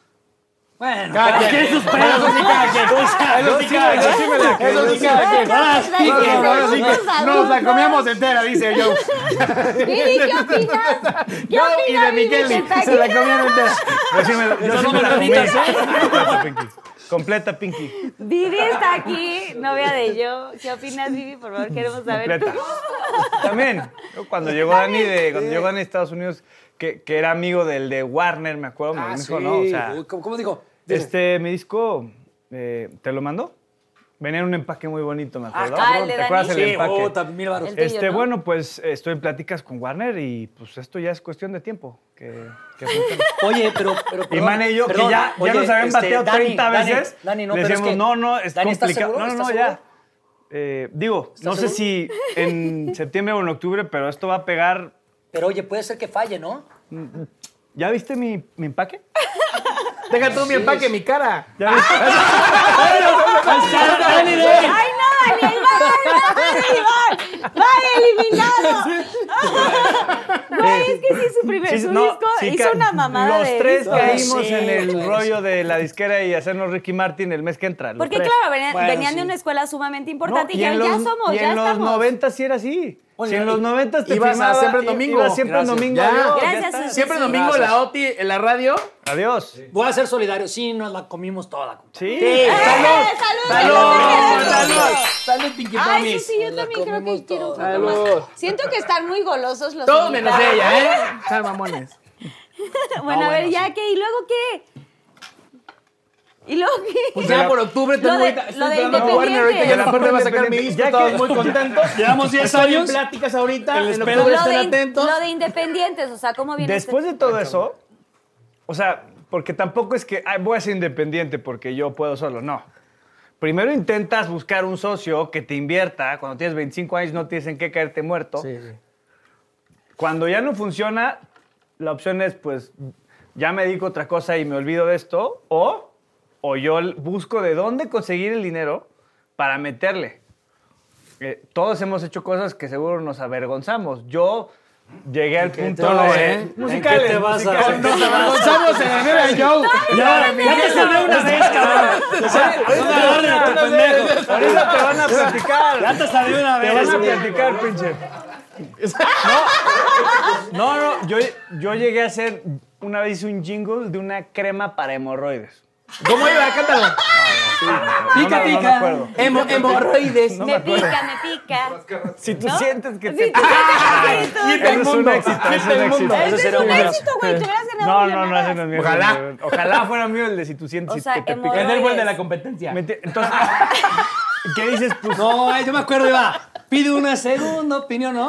Bueno,
Cada
cada
quien.
quien sus
Bueno, eso sí, cada quien. Eso sí, cada quien.
sí me la creo,
Eso sí,
sí.
cada quien.
Vamos a
No, no,
decir
no, ahora sí
que
que
somos
nos la
adultos.
comíamos entera, dice yo.
Vivi, ¿qué opinas? ¿Qué
Yo y
opina
de
Vivi que
Micheli.
está
Se la
aquí?
comían entera.
Yo sí me, yo
Eso
sí
no
me
me
la comí.
permitas, ¿eh?
Completa, Pinky. Completa, Pinky.
Vivi está aquí, novia de yo. ¿Qué opinas, Vivi? Por favor, queremos saber.
Completa. También, yo cuando llegó Dani de, cuando llegó Dani de Estados Unidos, que, que era amigo del de Warner, me acuerdo, me
Ah,
dijo,
sí.
¿no? O sea,
Uy, ¿cómo, cómo dijo? Dime.
este, mi disco, eh, ¿te lo mandó? Venía en un empaque muy bonito, me acuerdo.
Ah, ¿el de
¿Te acuerdas
Dani?
el
Sí,
empaque?
puta, mil varos.
El tuyo,
Este,
¿no?
bueno, pues estoy en pláticas con Warner y pues esto ya es cuestión de tiempo. Que, que funcione.
Oye, pero... pero
Y
perdón,
Mane y yo,
perdón,
que ya, ya
oye,
nos habían
este,
bateado
Dani,
treinta
Dani,
veces,
Dani, no,
le
pero es
decíamos,
que-
no, no, es
Dani, ¿estás
complicado.
seguro?
No, no, no,
¿Estás
ya. Eh, digo, no sé si en septiembre o en octubre, pero esto va a pegar.
Pero oye, puede ser que falle, ¿no?
¿Ya viste mi, mi empaque?
Deja tú mi empaque, mi cara.
¿Ya viste?
¡Ay, no, Dani! ¡Va, va, va, eliminado! Güey, es que sí, su primer
Sí,
su
no,
disco
sí,
hizo
ca-
una mamada
Los
de
tres
disco.
caímos
Sí,
en el
claro,
rollo de la disquera y hacernos Ricky Martin el mes que entra. los
Porque
tres.
claro, venían,
Bueno,
venían
sí.
de una escuela sumamente
No,
importante y,
y en
dijeron,
los,
ya somos,
y
ya
en los
estamos.
noventa sí era así.
Oye,
si en los noventa te
ibas a
firmaba,
Siempre en
i-
Domingo.
ibas siempre en
Gracias.
domingo.
Ya.
adiós, ya
Gracias,
está.
Susi.
Siempre
Sí,
domingo
gracias.
la OTI en la radio.
Adiós.
Voy a ser solidario. Sí, nos la comimos toda. compa.
Sí.
¡Eh, salud!
¡Salud!
¡Salud!
¡Salud! ¡Salud, Pinky
Ay,
Promise!
sí, sí, yo
La
también creo que
comemos
quiero un poco
toda.
más.
Salud.
Siento que están muy golosos los
Todos menos
invitados.
ella, ¿eh? Sal mamones.
Bueno,
No,
a ver,
bueno,
ya, ¿qué? ¿Y luego qué? ¿Y luego qué?
Pues ya por octubre
Lo
tengo
de-
ahorita.
lo
Estoy
de
esperando a Warner ahorita y a la
Independiente.
parte va a sacar mi disco.
Ya
Estamos
que-
muy contentos.
Llevamos diez
Estoy en
años.
pláticas ahorita.
El
En
espero.
octubre
Lo
estén
de, in-
atentos.
lo de independientes, o sea, ¿cómo viene
Después
este?
de todo eso, o sea, porque tampoco es que ay, voy a ser independiente porque yo puedo solo, no. Primero intentas buscar un socio que te invierta. Cuando tienes veinticinco años no tienes en qué caerte muerto.
Sí, sí.
Cuando ya no funciona, la opción es, pues, ya me dedico a otra cosa y me olvido de esto, o, o yo l- busco de dónde conseguir el dinero para meterle. Eh, todos hemos hecho cosas que seguro nos avergonzamos. Yo llegué al punto
te vas,
de...
eh?
Musicales,
¿En qué te vas a-
musicales.
Nos avergonzamos en el Nera Show.
Ya, ya te salió una vez, cabrón. O sea, no me agarren a tu pendejo.
Ahorita te van a platicar.
Ya te salió una
Te
vez.
van a
güey.
platicar, pinche. No, no, no, yo, yo llegué a hacer, una vez hice un jingle de una crema para hemorroides.
¿Cómo iba? Cántalo.
Pica,
Pica,
no, no me acuerdo.
pica. Hemo- Hemorroides.
me pica, me pica.
Si tú
¿No?
sientes que
Sí,
te...
tú sientes que
Quita el
Eso es un
mundo.
éxito, eso es
Quita
un
el mundo.
éxito.
Ese es
sería
un
un
éxito, güey. Te hubieras ganado
No, no, no,
millonadas.
ese no es mío.
Ojalá.
Ojalá fuera mío el de si tú sientes
O
si
sea,
que te
hemorroides.
pica.
Es del buen de la competencia.
¿Me enti- Entonces, ¿qué dices? Pues,
No, eh, yo me acuerdo, iba. Pide una segunda opinión, ¿no?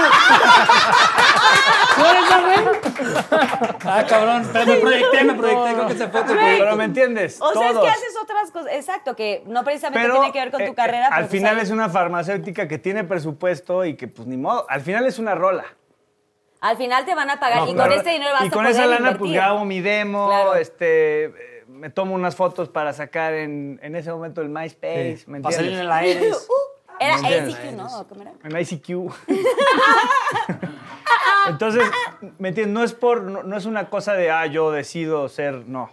¿Cuál es la güey? Ah, cabrón. Pero me proyecté, me proyecté. Creo que se fue tu
pero ¿me entiendes?
O sea, es
Todos.
que haces otras cosas. Exacto, que no precisamente
Pero
tiene que ver con
eh,
tu
eh,
carrera.
al
pero pues
final
ahí-
es una farmacéutica que tiene presupuesto y que pues ni modo. Al final es una rola.
Al final te van a pagar
No,
y con
claro.
este dinero vas
Y
a
con
poder
esa lana
invertir.
pues grabo mi demo,
Claro.
este, eh, me tomo unas fotos para sacar en, en ese momento el MySpace, ¿me
Para salir
entiendes?
en la Eres.
Uh, Era
¿me entiendes?
A C Q, ¿no? ¿O cómo era?
En I C Q. Entonces, ¿me entiendes? No es, por, no, no es una cosa de, ah, yo decido ser, no.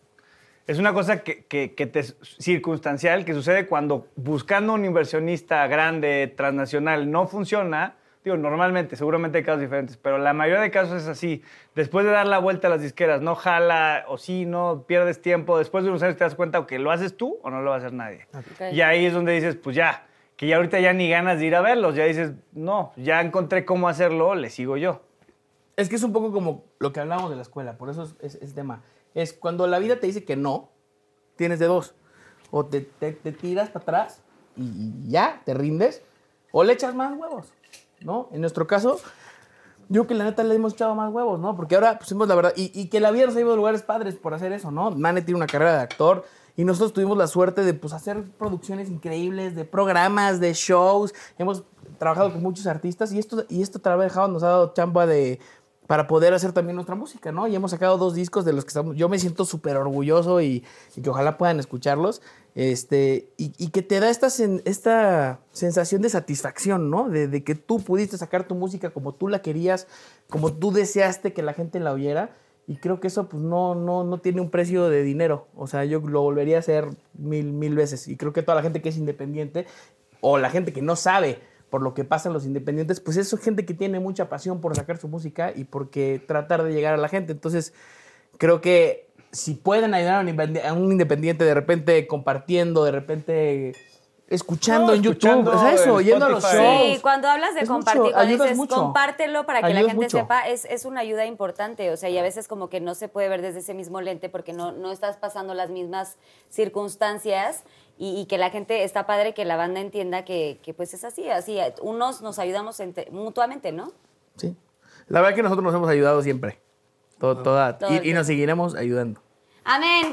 Es una cosa que, que, que te, circunstancial que sucede cuando buscando un inversionista grande, transnacional, no funciona. Digo, normalmente, seguramente hay casos diferentes, pero la mayoría de casos es así. Después de dar la vuelta a las disqueras, no jala, o sí, no, pierdes tiempo. Después de unos años te das cuenta que lo haces tú o no lo va a hacer nadie.
Okay.
Y ahí es donde dices, pues ya, que ya ahorita ya ni ganas de ir a verlos. Ya dices, no, ya encontré cómo hacerlo, le sigo yo.
Es que es un poco como lo que hablábamos de la escuela, por eso es, es, es tema. Es cuando la vida te dice que no, tienes de dos. O te, te, te tiras para atrás y, y ya, te rindes, o le echas más huevos, ¿no? En nuestro caso, yo creo que la neta le hemos echado más huevos, ¿no? Porque ahora pusimos la verdad, y, y que la vida nos ha ido a lugares padres por hacer eso, ¿no? Mane tiene una carrera de actor, y nosotros tuvimos la suerte de pues, hacer producciones increíbles, de programas, de shows. Hemos trabajado con muchos artistas y esto, y esto trabajo nos ha dado chamba de, para poder hacer también nuestra música, ¿no? Y hemos sacado dos discos de los que estamos, yo me siento súper orgulloso y, y que ojalá puedan escucharlos. Este, y, y que te da esta, sen, esta sensación de satisfacción, ¿no? De, de que tú pudiste sacar tu música como tú la querías, como tú deseaste que la gente la oyera. Y creo que eso pues no, no, no tiene un precio de dinero. O sea, yo lo volvería a hacer mil, mil veces. Y creo que toda la gente que es independiente o la gente que no sabe por lo que pasan los independientes, pues eso es gente que tiene mucha pasión por sacar su música y porque tratar de llegar a la gente. Entonces, creo que si pueden ayudar a un independiente de repente compartiendo, de repente escuchando
No,
en
escuchando
YouTube, o sea, eso,
en
yendo a los
Spotify.
shows.
Sí, cuando hablas de
Es
compartir,
mucho,
cuando
ayudas
dices
mucho.
compártelo para que la
Ayudas
gente
mucho.
sepa, es, es una ayuda importante. O sea, y a veces como que no se puede ver desde ese mismo lente porque no, no estás pasando las mismas circunstancias y, y que la gente, está padre que la banda entienda que, que pues es así, así. Unos nos ayudamos entre, mutuamente, ¿no?
Sí. La verdad que nosotros nos hemos ayudado siempre. Todo, toda,
Todo el
y, y nos seguiremos ayudando.
¡Amén!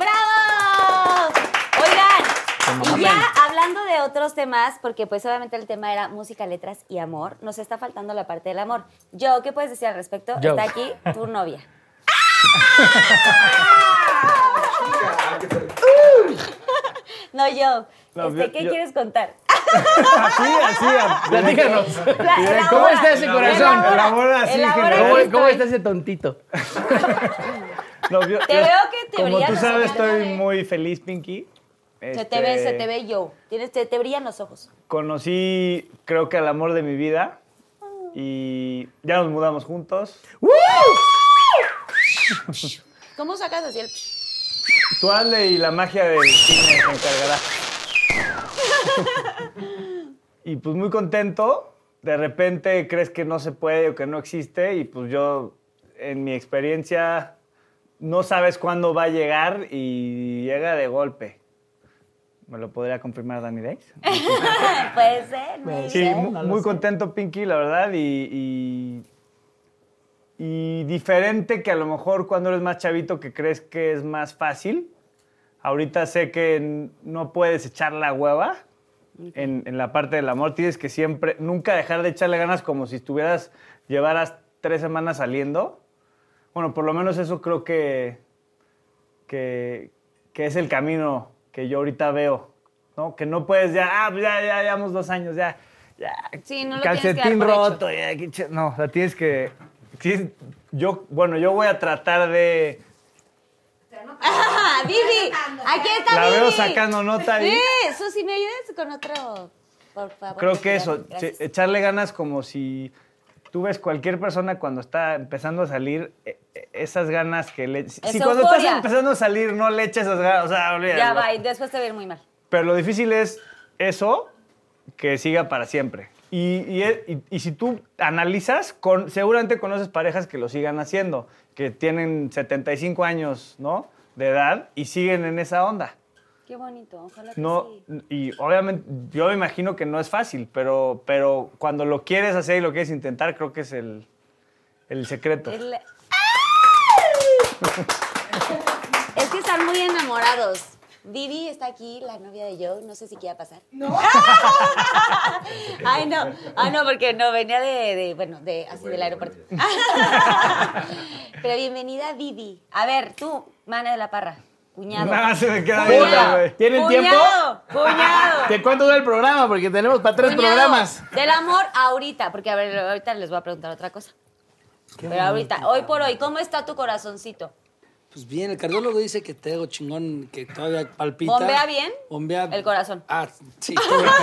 ¡Bravo! Oigan,
Como
y ya
amén.
hablando de otros temas, porque pues obviamente el tema era música, letras y amor, nos está faltando la parte del amor. Joe, ¿qué puedes decir al respecto?
Joe.
Está aquí tu novia. No, Joe.
No,
Este,
yo-
¿Qué
yo-
quieres contar?
Así, así. a-
Platícanos.
Elabora,
¿Cómo está ese corazón?
elabora,
Elabora así,
elabora
general.
¿Cómo,
que
cómo
estoy-
está ese tontito?
No, yo-
Te
yo-
veo que te
Como
brillan
tú
los
sabes,
ojos.
estoy muy feliz, Pinky.
Se te ve,
Este,
se te ve, Joe. Tienes, te, te brillan los ojos.
Conocí, creo que al amor de mi vida. Y ya nos mudamos juntos.
¿Cómo sacas así el...?
Tú hazle y la magia del cine se encargará. Y pues muy contento. De repente crees que no se puede o que no existe. Y pues yo, en mi experiencia, no sabes cuándo va a llegar y llega de golpe. ¿Me lo podría confirmar Dani Dex?
Puede ser, muy
Sí,
Sí,
bien.
mu-
no lo
muy
sé.
contento, Pinky, la verdad. Y, y, y diferente que a lo mejor cuando eres más chavito que crees que es más fácil. Ahorita sé que n- no puedes echar la hueva en, en la parte del amor. Tienes que siempre, nunca dejar de echarle ganas como si estuvieras, llevaras tres semanas saliendo. Bueno, por lo menos eso creo que, que, que es el camino que yo ahorita veo, ¿no? Que no puedes ya, ah, pues ya, ya llevamos dos años, ya, ya.
Sí, no lo tienes que
calcetín
dar por hecho.
roto, ya, que che- no, la tienes que, sí, yo, bueno, yo voy a tratar de,
¡Ah, Vivi! ¡Aquí está
la
Vivi!
veo sacando nota ahí.
Sí, Susi, ¿me ayudas con otro? Por favor.
Creo que eso,
Gracias.
che- echarle ganas como si tú ves cualquier persona cuando está empezando a salir, eh, eh, esas ganas que le... Si,
Es
si cuando estás
euforia.
empezando a salir no le eches esas ganas, o sea, olvídalo.
Ya va, y después te va a ir muy mal.
Pero lo difícil es eso, que siga para siempre. Y, y, y- y si tú analizas, con, seguramente conoces parejas que lo sigan haciendo, que tienen setenta y cinco años, ¿no?, de edad y siguen en esa onda.
Qué bonito, ojalá que
No,
sí.
y obviamente yo me imagino que no es fácil, pero, pero cuando lo quieres hacer y lo quieres intentar, creo que es el, el secreto.
El- Es que están muy enamorados. Vivi está aquí, la novia de Joe. No sé si quiera pasar. No. Ay, no. Ah, no, porque no, venía de, de bueno, de así del aeropuerto. Pero bienvenida, Vivi. A ver, tú, Mana de la Parra, cuñado.
Nada, se me queda
Cuñado.
viendo, güey.
¿Tienen tiempo?
Cuñado, cuñado.
¿De cuánto dura el programa? Porque tenemos para tres
Cuñado,
programas.
Del amor ahorita, porque a ver, ahorita les voy a preguntar otra cosa. Pero ahorita, hoy por hoy, ¿cómo está tu corazoncito?
Pues bien, el cardiólogo dice que te hago chingón, que todavía palpita.
¿Bombea bien?
Bombea.
El corazón.
Ah, sí. todo bien.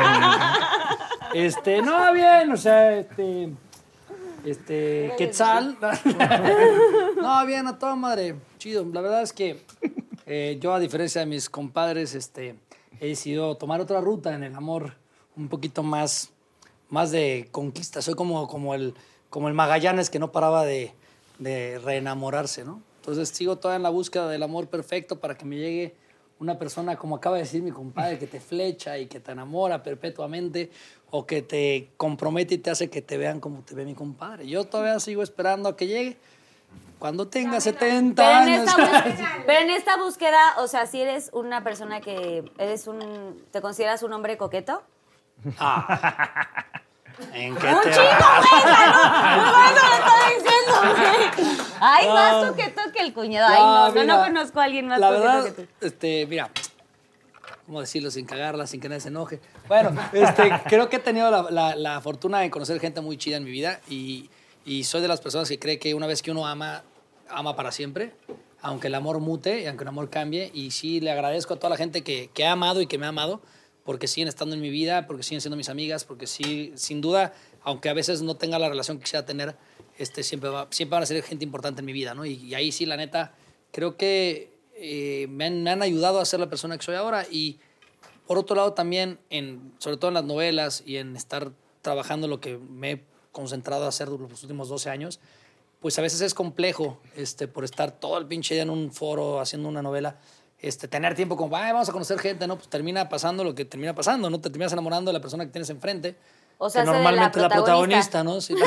Este, no, bien, o sea, este. Este. Quetzal. No, bien, a toda madre. Chido. La verdad es que eh, yo, a diferencia de mis compadres, este, he decidido tomar otra ruta en el amor, un poquito más, más de conquista. Soy como, como, el, como el Magallanes que no paraba de, de reenamorarse, ¿no? Entonces sigo todavía en la búsqueda del amor perfecto para que me llegue una persona, como acaba de decir mi compadre, que te flecha y que te enamora perpetuamente o que te compromete y te hace que te vean como te ve mi compadre. Yo todavía sigo esperando a que llegue cuando tenga setenta
Pero en,
años.
esta búsqueda, pero en esta búsqueda, o sea, si eres una persona que eres un, ¿te consideras un hombre coqueto?
Ah. ¿En qué
¡Un
te
chico,
vas?
güey! ¡No, no, no lo estoy diciendo, güey! Ay, más coqueto que el cuñado. Ay, no, no,
mira,
no conozco a alguien más
la
coqueto
verdad,
que tú.
este, mira, ¿cómo decirlo sin cagarla, sin que nadie se enoje? Bueno, este, creo que he tenido la, la, la fortuna de conocer gente muy chida en mi vida y, y soy de las personas que cree que una vez que uno ama, ama para siempre, aunque el amor mute y aunque el amor cambie. Y sí, le agradezco a toda la gente que, que ha amado y que me ha amado, porque siguen estando en mi vida, porque siguen siendo mis amigas, porque sí, sin duda, aunque a veces no tenga la relación que quisiera tener, este, siempre, va, siempre van a ser gente importante en mi vida, ¿no? Y, y ahí sí, la neta, creo que eh, me, han, me han ayudado a ser la persona que soy ahora. Y por otro lado también, en, sobre todo en las novelas y en estar trabajando lo que me he concentrado a hacer los últimos doce años, pues a veces es complejo, este, por estar todo el pinche día en un foro haciendo una novela, este, tener tiempo como, ay, vamos a conocer gente, ¿no? Pues termina pasando lo que termina pasando, ¿no? Te terminas enamorando de la persona que tienes enfrente.
O sea,
que
hace de la
normalmente es la
protagonista.
protagonista, ¿no? Sí.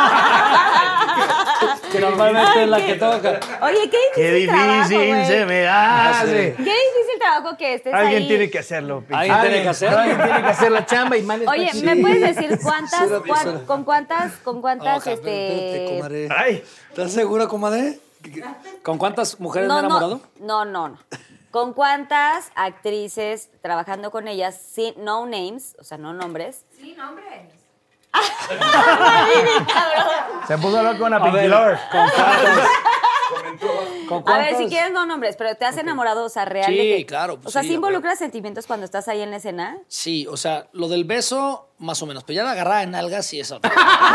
Que normalmente es la que toca.
Oye, qué difícil
Qué difícil
trabajo, güey.
se me hace.
Qué difícil trabajo que estés
Alguien
ahí.
tiene que hacerlo. pinche.
Alguien tiene que hacer.
Alguien tiene que hacer la chamba y mal
Oye, ¿me puedes decir cuántas,
Sí,
cuán-
sí.
con cuántas, con cuántas,
Oja, espérate,
este...
comadre.
Ay,
¿Estás segura, comadre? ¿Con cuántas mujeres me
No,
he enamorado?
no, no, no. ¿Con cuántas actrices trabajando con ellas, sin, no names, o sea, no nombres?
Sí, nombres.
Se puso loco con una
A
Pinky
ver,
Lord.
¿con cuántas? ¿Con
A ver, si
cuántas?
quieres no nombres, pero te has enamorado, o sea, real
Sí,
de que...
claro, pues
o sea,
sí,
¿sí
a
involucras sentimientos cuando estás ahí en la escena?
Sí, o sea, lo del beso, más o menos. Pero ya la agarrada en algas sí es otra.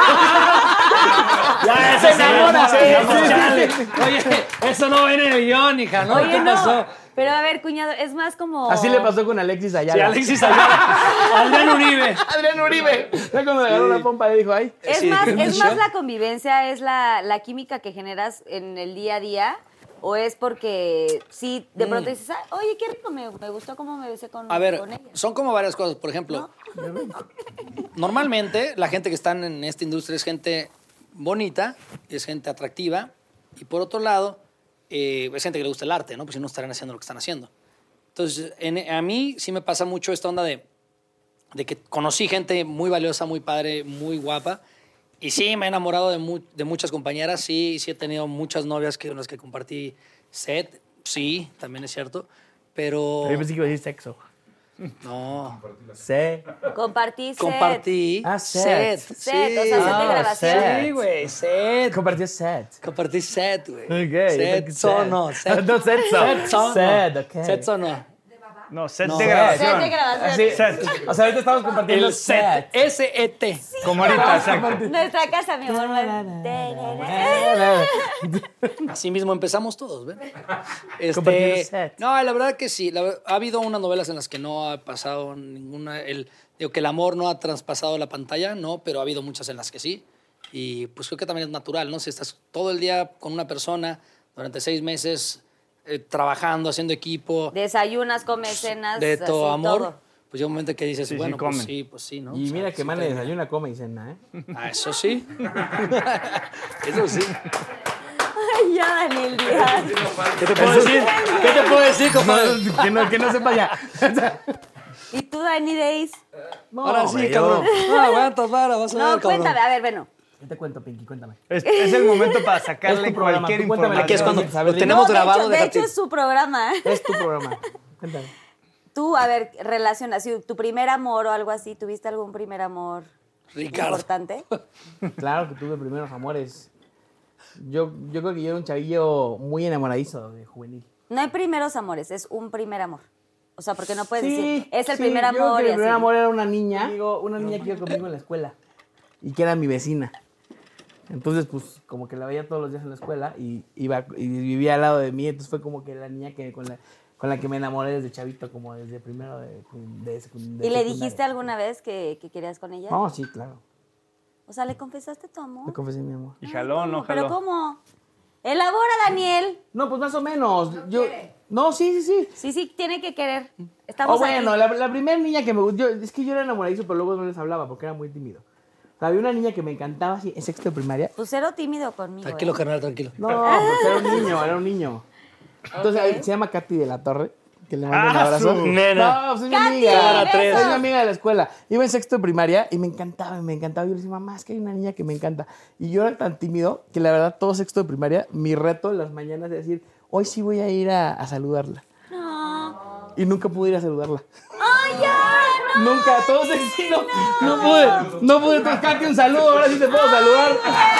Ya,
Se enamora,
sí,
sí,
sí,
chale.
sí. Oye, eso no viene en el guión, hija, ¿no?
Oye,
¿Qué
no.
pasó?
Pero a ver, cuñado, es más como...
Así le pasó con Alexis Ayala.
Sí, Alexis Ayala. Adrián Uribe.
Adrián Uribe. Ya cuando le agarró la pompa y dijo, ay.
Es,
Sí,
más,
¿qué
es
mención?
más la convivencia, es la, la química que generas en el día a día, o es porque sí, de pronto dices, "Ay, oye, qué rico, me, me gustó cómo me besé con,
A ver,
con ella".
son como varias cosas. Por ejemplo, normalmente la gente que está en esta industria es gente bonita, es gente atractiva, y por otro lado, eh, es gente que le gusta el arte, ¿no? Pues si no estarían haciendo lo que están haciendo. Entonces, en- a mí sí me pasa mucho esta onda de, de que conocí gente muy valiosa, muy padre, muy guapa. Y sí, me he enamorado de, mu- de muchas compañeras. Sí, sí he tenido muchas novias que, con las que compartí set. Sí, también es cierto. Pero
Yo pensé que iba a decir sexo.
no,
Sí.
Compartí set.
compartí
Ah, set.
set.
Set, o sea, set de
Ah,
grabación.
set.
Sí, güey, set.
Compartió set.
Compartí set, güey.
Ok.
Set, sono, set.
No, set, so.
Set, sono.
Set, ok.
Set, sono.
no, set
No.
de
Set
grabación.
de grabación.
Así,
Set.
o sea, ahorita estamos compartiendo
El set. S E T.
Como ahorita, exacto.
Nuestra casa, mi amor.
Así mismo empezamos todos, ¿ven?
Compartiendo
Este,
set.
no, la verdad que sí. La ver- ha habido unas novelas en las que no ha pasado ninguna... El, digo, que el amor no ha traspasado la pantalla, no, pero ha habido muchas en las que sí. Y pues creo que también es natural, ¿no? Si estás todo el día con una persona durante seis meses eh, trabajando, haciendo equipo,
Desayunas, comes, cenas,
de
así,
todo amor,
todo.
pues llega un momento que dices,
Sí, sí,
bueno, pues
comen.
sí, pues sí, ¿no?
Y
O sea,
mira que
sí
man le
termina.
desayuna, come y cena, ¿eh?
Ah, eso sí. Eso sí.
Ay, ya, Daniel Díaz.
¿Qué te puedo decir? ¿Qué te puedo decir, compadre?
No, que, no, que no sepa ya.
¿Y tú, Dani Days?
Ahora sí,
güey,
cabrón. No aguantas, para, vas a
No,
ver, cabrón.
cuéntame. A ver, bueno.
¿Qué te cuento, Pinky? Cuéntame.
Es, es el momento para
Es
sacarle
tu programa,
cualquier
tú cuéntame.
información.
Aquí es cuando
Saber
lo
de-
tenemos
No,
grabado.
de hecho, de
déjate.
hecho es su programa.
Es tu programa. Cuéntame.
Tú, a ver, relaciona, si tu primer amor o algo así, ¿tuviste algún primer amor
Ricardo.
importante?
Claro que tuve primeros amores. Yo, yo creo que yo era un chavillo muy enamoradizo de juvenil.
No hay primeros amores, es un primer amor. O sea, porque no puedes
Sí,
decir, es el
sí,
primer
yo creo
amor
que
y
mi
así.
primer amor era una niña. Digo, una niña que iba conmigo en la escuela. Y que era mi vecina. Entonces, pues, como que la veía todos los días en la escuela y iba y vivía al lado de mí. Entonces fue como que la niña que con la, con la que me enamoré desde chavito, como desde primero de, de, secund- de
¿Y le
secundaria.
dijiste alguna vez que, que querías con ella?
No, sí, claro.
O sea, ¿le confesaste tu amor?
Le confesé mi amor.
Y jaló, no
¿Pero
jaló.
cómo? Elabora, Daniel.
No, pues más o menos. yo, no, sí, sí, sí.
Sí, sí, tiene que querer. Estamos
O bueno,
aquí.
la, la primera niña que me gustó, es que yo era enamoradizo, pero luego no les hablaba porque era muy tímido. O sea, había una niña que me encantaba así, en sexto de primaria.
Pues cero tímido conmigo.
Tranquilo,
¿eh?
carnal, tranquilo.
No, pues era un niño, era un niño. Entonces,
Ok.
se llama Katy de la Torre, que le mando un
Ah,
abrazo.
su
nena.
No, pues es mi
Katy,
amiga.
besos.
Es mi amiga de la escuela. Iba en sexto de primaria y me encantaba, me encantaba. Yo le decía, mamá, es que hay una niña que me encanta. Y yo era tan tímido que la verdad, todo sexto de primaria, mi reto en las mañanas de decir, hoy sí voy a ir a, a saludarla.
No.
Y nunca pude ir a saludarla.
¡Ay, ya! No.
Nunca, todo sexy, no, no pude, no pude tocarte un saludo, ahora sí te puedo saludar.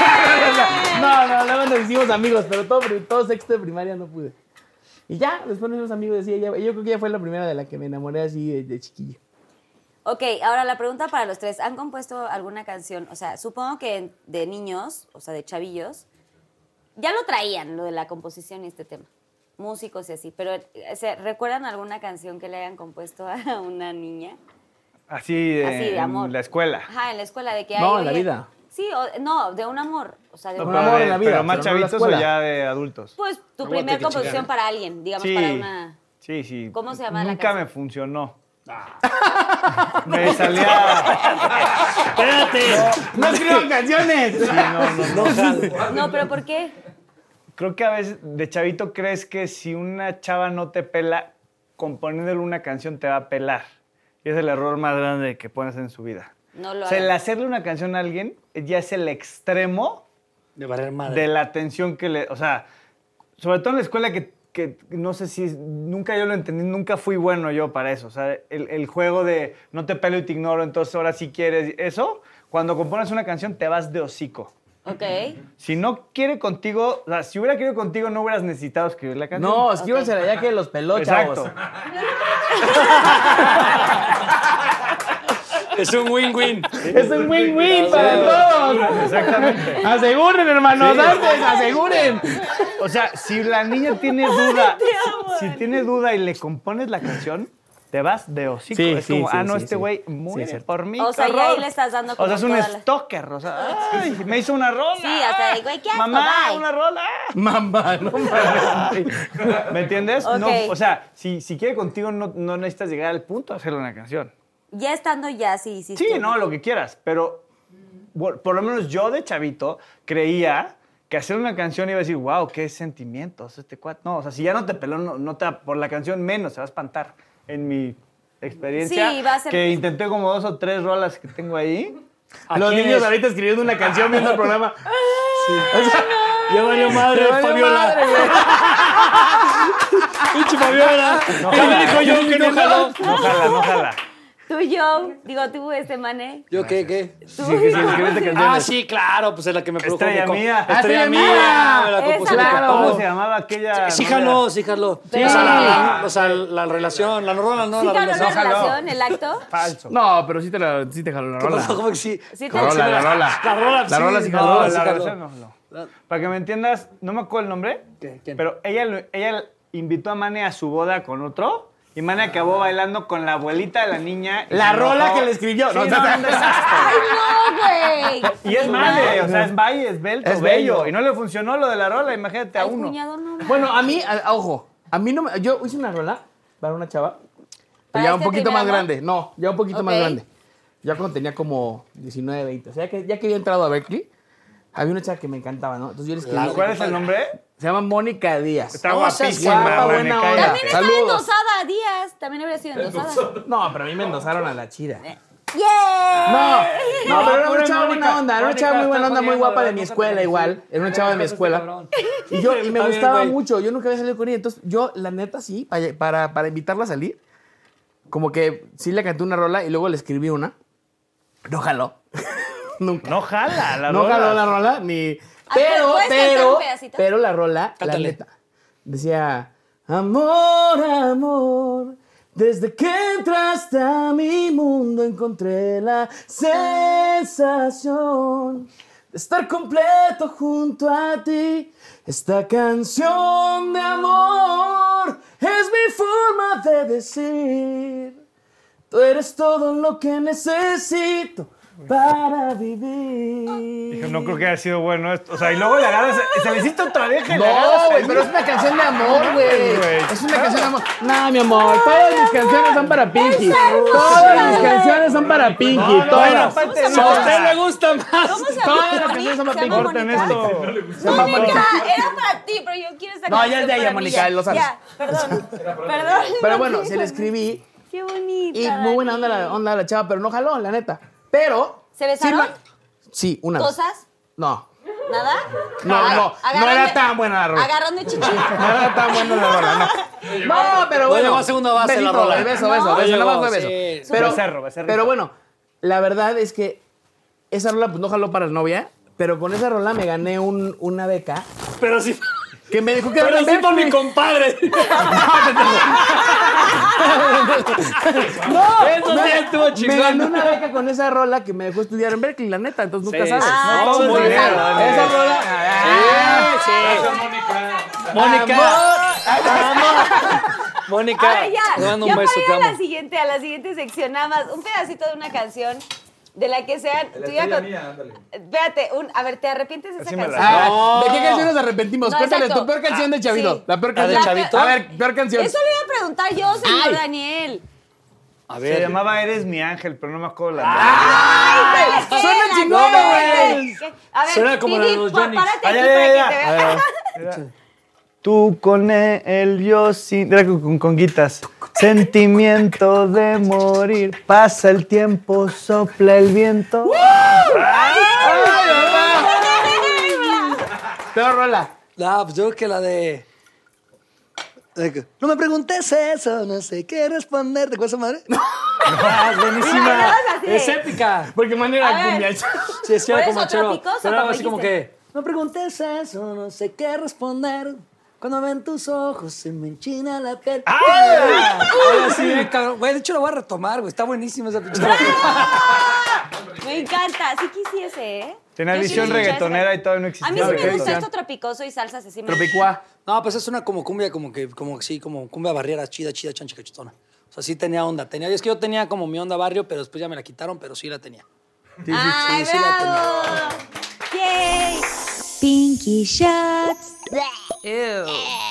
No, no, luego nos hicimos amigos, pero todo, todo sexto de primaria no pude. Y ya, después nos hicimos amigos, decía ella, yo creo que ella fue la primera de la que me enamoré así de, de chiquillo.
Ok, ahora la pregunta para los tres. ¿Han compuesto alguna canción? O sea, supongo que de niños, o sea, de chavillos, ya lo traían, lo de la composición y este tema. Músicos y así. Pero, o sea, ¿recuerdan alguna canción que le hayan compuesto a una niña?
Así de,
Así, de amor.
en la escuela.
Ajá, en la escuela, de que
No,
hay,
en la
oye,
vida.
Sí, o- no, de un amor. O sea, de
No,
un
Un
pero,
amor
de-
en la vida,
pero más
pero no en la
chavitos o
escuela.
ya de adultos.
Pues tu
Aguante,
primer
que
composición
chingar.
para alguien, digamos,
Sí,
para una...
sí, sí.
¿Cómo se llama la
Nunca
canción?
me funcionó. Me salía...
Espérate.
¡No escriban canciones!
Sí, no, no, no.
jalo.
No, pero ¿por qué?
Creo que a veces de chavito crees que si una chava no te pela, componiéndole una canción te va a pelar. Y es el error más grande que pueden hacer en su vida.
No lo
O sea, el
hagan.
hacerle una canción a alguien ya es el extremo
De valer madre.
de la atención que le... O sea, sobre todo en la escuela que, que no sé si... Nunca yo lo entendí, nunca fui bueno yo para eso. O sea, el, el juego de no te pelo y te ignoro, entonces ahora sí quieres... Eso, cuando compones una canción te vas de hocico.
Ok.
Si no quiere contigo... O sea, si hubiera querido contigo no hubieras necesitado escribir la canción.
No, escríbansela ya que los peló,
Exacto.
chavos.
Es un win-win.
Es un win-win para todos.
Exactamente.
Aseguren, hermanos,
Sí.
antes, aseguren.
O sea, si la niña tiene duda, si tiene duda y le compones la canción, te vas de hocico.
Sí,
es
sí,
como,
sí,
ah, no,
sí,
este
sí.
güey
Sí,
muere
es cierto.
por mí.
O sea,
qué
ya ahí
horror.
le estás dando
O
como
sea, es un
toda la-
stalker. O sea, ay, me hizo una rola.
Sí, hasta de, güey, qué asco,
Mamá,
bye.
una rola.
Mamá, no mames.
¿Me entiendes?
Ok.
No, o sea, si, si quiere contigo, no, no necesitas llegar al punto de hacerle una canción.
Ya estando ya, sí, sí.
Sí, no, lo que quieras, pero por, por lo menos yo de chavito creía que hacer una canción iba a decir, wow, qué sentimientos este cuate. No, o sea, si ya no te peló, no, no te, por la canción menos se va a espantar. En mi experiencia,
Sí, va a ser-
que intenté como dos o tres rolas que tengo ahí.
¿A
Los
quién
niños
es?
ahorita escribiendo una canción viendo el programa.
Ya valió madre,
Te valió
Fabiola.
madre, güey.
Pinche Fabiola.
No
¿Qué
jala.
me dijo yo que no jaló?
No jala, no jala.
Tú, yo, digo tú, este mané.
¿Yo qué, qué?
Tú.
Sí, que sí, escribiste canciones.
Ah, sí, claro, pues es la que me produjo.
Estrella
mi co-
mía.
Ah,
Estrella
Estrella
mía.
mía.
Me la
Esa
compuso mi
me
papá.
acuerdo.
¿Cómo se llamaba aquella?
Sí
novela?
jaló, sí jaló.
Pero-
O sea, la, la- o sea, la relación, la rola no,
¿Sí
la
jaló la
relación.
relación, el acto?
Falso.
No, pero sí te, la, sí te jaló la
¿Qué
rola.
pasó? ¿Cómo que sí?
Sí, te-
La rola, la rola.
La rola,
La rola sí
No,
jaló.
la
sí jaló.
relación no, no. Para que me entiendas, no me acuerdo el nombre,
¿Qué? ¿Quién?
pero ella, lo- ella invitó a Mane a su boda con otro y Mane acabó bailando con la abuelita de la niña. y
La
se
rola
enojó.
que le escribió.
Sí,
No,
no,
no,
un desastre.
¡Ay, no, güey!
Y es Mane, o sea, es valle, es belto,
Es
bello.
bello.
Y no le funcionó lo de la rola, imagínate a
Al
uno.
cuñado no.
Bueno, a mí, a- a- ojo, a mí no me... Yo hice una rola para una chava, pero
¿Para
ya un
este
poquito
primer
más
amor?
grande. No, ya un poquito más
Ok.
grande. Ya cuando tenía como diecinueve, veinte. O sea, que, ya que había entrado a Berkeley, había una chava que me encantaba, ¿no? Entonces yo le escribí...
¿Cuál es el nombre?
Se llama Mónica Díaz.
Está
No, seas
guapísima,
guapa,
Mane,
buena
cállate.
onda.
También está
Saludos.
endosada, Díaz. También habría sido endosada.
No, pero a mí me endosaron a la chida.
¡Yeah!
No, no, pero era una
pobre
chava
Mónica.
buena onda, era una chava muy
Mónica,
buena
está
onda, muy
jodiendo,
guapa de
¿verdad?
mi
No se
escuela
te
igual.
parece.
Era una chava de mi
Este
escuela.
cabrón.
Y yo, y me
Está bien,
gustaba
güey.
mucho, yo nunca había salido con ella. Entonces, yo, la neta, sí, para, para, para invitarla a salir, como que sí le canté una rola y luego le escribí una. No jaló. Nunca.
No jala la
No
rola.
jaló la rola, ni...
Ah,
Pero,
¿puedes cantar
pero,
un pedacito?
pero la rola,
Cántale.
la neta, decía... Amor, amor, desde que entraste a mi mundo encontré la sensación de estar completo junto a ti. Esta canción de amor es mi forma de decir. Tú eres todo lo que necesito para vivir.
Dije, no creo que haya sido bueno esto. O sea, y luego le agarras, se le hiciste otra vieja y le agarras
No, güey,
ahí.
pero es una canción de amor, güey.
güey.
Es una canción de amor. No, mi amor, todas mis canciones son para Pinky. Todas mis canciones son para Pinky,
No, no, bueno,
todas.
aparte,
Si a usted le gusta más.
¿Cómo se
Todas
llama?
las canciones son para
¿Se
Pinky.
llama
Corten
Mónica?
esto.
Se llama
Mónica,
Mónica.
era para ti, pero yo quiero esta
No,
canción
ya es de ella,
para mí,
Mónica,
ya.
lo sabes.
Ya, perdón, perdón.
Pero bueno, se le escribí
Qué bonita.
y muy buena onda la, onda la chava, pero no jaló, la neta. Pero...
¿Se besaron?
Sí, ma- sí, una vez.
¿Cosas?
No.
¿Nada?
No,
Aga-
no, no
agarrón
era
de-
tan buena la rola.
Agarrón de chichi.
No era tan buena la rola, no. No, pero bueno.
llegó a segunda base
besito,
la rola.
Beso,
No.
beso,
No
beso.
llegó,
Nada más fue
sí.
beso. Pero,
Becerro, becerrito.
pero bueno, la verdad es que esa rola pues no jaló para la novia, pero con esa rola me gané un, una beca
Pero sí,
que me dejó que
pero sí por mi compadre.
No,
Eso sí estuvo
me
chingón.
gané una beca con esa rola que me dejó estudiar en Berkeley, la neta, entonces nunca
Sí,
sabes.
sí,
Ah,
no,
chingón.
muy bien.
Esa rola.
Sí, Mónica. Mónica,
Ahora ya,
te mando
ya
un beso,
para ir
te
a la
amo.
siguiente, a la siguiente sección, nada más, un pedacito de una canción de la que sean. Tú ya con... Espérate, un, a ver, ¿te arrepientes de esa
Así me la-
canción?
Ah, ¿de qué canción nos arrepentimos?
No,
Cuéntale
exacto.
tu peor canción de Chavito.
sí.
La peor
¿La de
canción.
Chavito?
A ver, peor canción.
Eso le iba a preguntar yo, señor
Ay.
Daniel.
A
Se
ver.
llamaba Eres mi ángel, pero no me acuerdo la
¡Ay,
¿Qué?
güey! ¡Suena
La
chingona,
nueve.
güey!
¿Qué? A ver,
Suena como la de
Didi,
los
pa-
Yonix.
párate
Ay,
aquí
ay,
para
ay,
que
ay.
te vea.
Tú con él, yo sin... Era con, con conguitas. Sentimiento de morir. Pasa el tiempo, sopla el viento.
Peor rola.
Ah, pues yo creo que la de... de que, no me preguntes eso, no sé qué responder. ¿Te acuerdas, madre? Ah, es buenísima.
Ay, así de-
Es épica.
Porque manera
A ver.
cumbia.
Sí, es
Por
era
eso,
como chero.
tropicoso,
Pero algo
como
así como
dijiste.
que... No me preguntes eso, no sé qué responder. Cuando ven tus ojos se me enchina la piel. ¡Ah! Sí, cabrón. Güey, de hecho lo voy a retomar, güey. Está buenísima esa pinche.
Me encanta, sí quisiese, ¿eh?
Tenía
Yo sí
visión
escuché
reggaetonera
esa-
y todavía no
A
existía.
mí sí me
reggaetón.
gusta esto tropicoso y salsa así. me-
Tropicua.
No, pues es una como cumbia, como que, como que sí, como cumbia barriera, chida, chida, chancha, cachutona. O sea, sí tenía onda. Tenía, es que yo tenía como mi onda barrio, pero después ya me la quitaron, pero sí la tenía.
¡Ay,
sí, sí la
bravo! ¡Yay! Pinky Shots. Ew.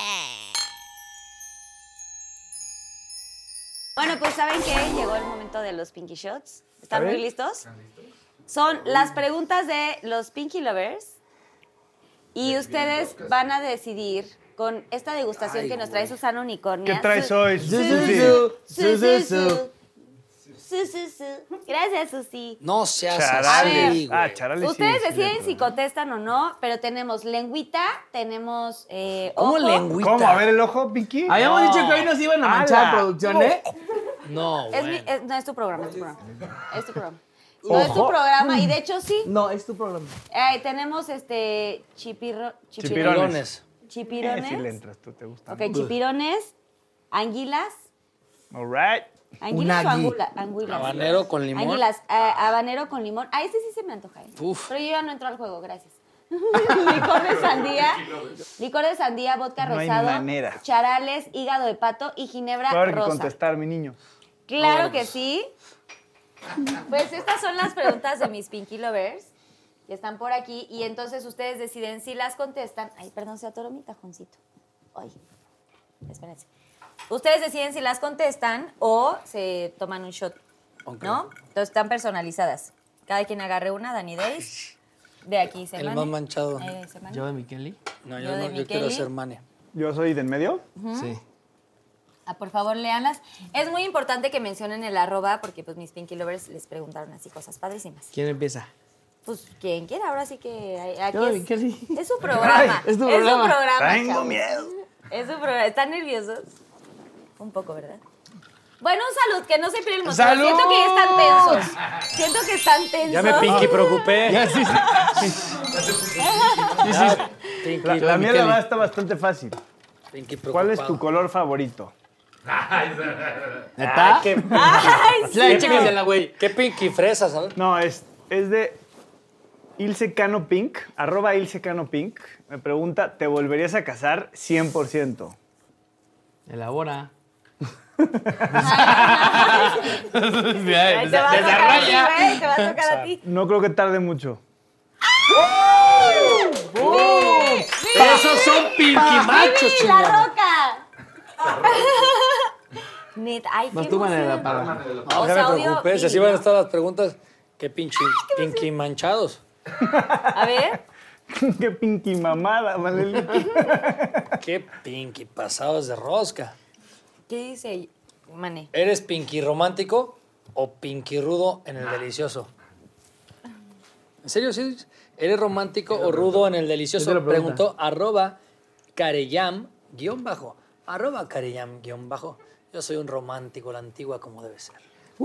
Bueno, pues ¿saben qué? Llegó el momento de los Pinky Shots. ¿Están
A ver.
muy listos? Son las preguntas de los Pinky Lovers y ustedes van a decidir con esta degustación que nos trae Susana Unicornia.
¿Qué traes
Su-
hoy,
Su-
Susi?
su-
Su-
su-
su-
su- su- su- su. Gracias, Susi.
No seas
Charales.
así,
Ah,
güey.
charales. sí,
Ustedes
sí,
deciden
dentro.
si contestan o no, pero tenemos lengüita, tenemos eh,
¿Cómo
ojo.
lengüita?
¿Cómo? A ver el ojo, Pinky.
Habíamos dicho que hoy nos iban a manchar
¡Hala!
producción, ¿eh?
No,
Es mi-
güey.
es- no es tu programa, es tu programa. Es tu programa. No es tu programa y de hecho sí.
No, es tu programa.
Eh, tenemos este chipirro,
Chipirones.
Pirones.
chipirones.
Eh, sí le entras, tú te gusta.
Ok, chipirones, anguilas.
All right.
¿Anguilas o
Unagi.
angula- anguilas?
Habanero con limón.
Anguilas, eh, habanero con limón. Ah, este sí se me antoja. ¿eh?
Uf.
Pero yo ya no entro al juego, gracias. Licor de sandía, licor de sandía, vodka
No hay
rosado,
manera.
charales, hígado de pato y ginebra
Claro que
rosa.
contestar, mi niño.
Claro que sí. Pues estas son las preguntas de mis Pinky Lovers que están por aquí y entonces ustedes deciden si las contestan. Ay, perdón, se atoró mi tajoncito. Ay, espérense. Ustedes deciden si las contestan o se toman un shot,
Ok.
¿no? Entonces están personalizadas. Cada quien agarre una, Dani Days. De aquí se
El más manchado.
Eh, se mane.
Yo de Miqueli.
No,
Yo
yo,
de
no, yo quiero
Micheli.
ser mane.
Yo soy del medio.
Sí.
Ah, por favor, léanlas. Es muy importante que mencionen el arroba porque pues mis Pinky Lovers les preguntaron así cosas padrísimas.
¿Quién empieza?
Pues quien quiera, ahora sí que aquí
Yo,
es,
¿qué sí?
es su programa.
Es tu programa.
su programa,
Tengo
chavos.
miedo.
Es su programa. ¿Están nerviosos? Un poco, ¿verdad? Bueno, un salud, que no se pierda el motivo.
¡Salud!
Siento que ya están tensos. Siento que están tensos.
Ya me pinky preocupé.
Ya, sí, sí.
Ya, pinky,
La, la mía
Kelly.
la verdad está bastante fácil.
pinky preocupado.
¿Cuál es tu color favorito?
¿Neta?
¿Qué,
Ay, sí.
Sí, chéquensela, güey.
qué pinky fresa, ¿sabes?
No, es, es de Ilse Cano Pink, arroba Ilse Cano Pink. Me pregunta, ¿te volverías a casar? cien por ciento.
Elabora.
Ahí te va a tocar a ti, güey. Te va a tocar a ti.
No creo que tarde mucho.
Esos son pinky machos,
¡Vivi,
chingada.
la roca! Neta, ay, qué
Vas tú,
emoción.
Manela, para.
No,
O
ya
sea,
me
obvio,
preocupé. Si así
Vivi,
van a
¿no?
estar las preguntas, qué pinche pinky manchados.
A ver.
Qué pinky mamada, Manelita.
Qué pinky pasados de rosca.
¿Qué dice Mané?
¿Eres pinky romántico o pinky rudo en el delicioso? ¿En serio? ¿Sí? ¿Eres romántico o rudo en el delicioso?
Esa es la pregunta.
Preguntó arroba careyam guión bajo. Arroba careyam guión bajo. Yo soy un romántico, la antigua como debe ser.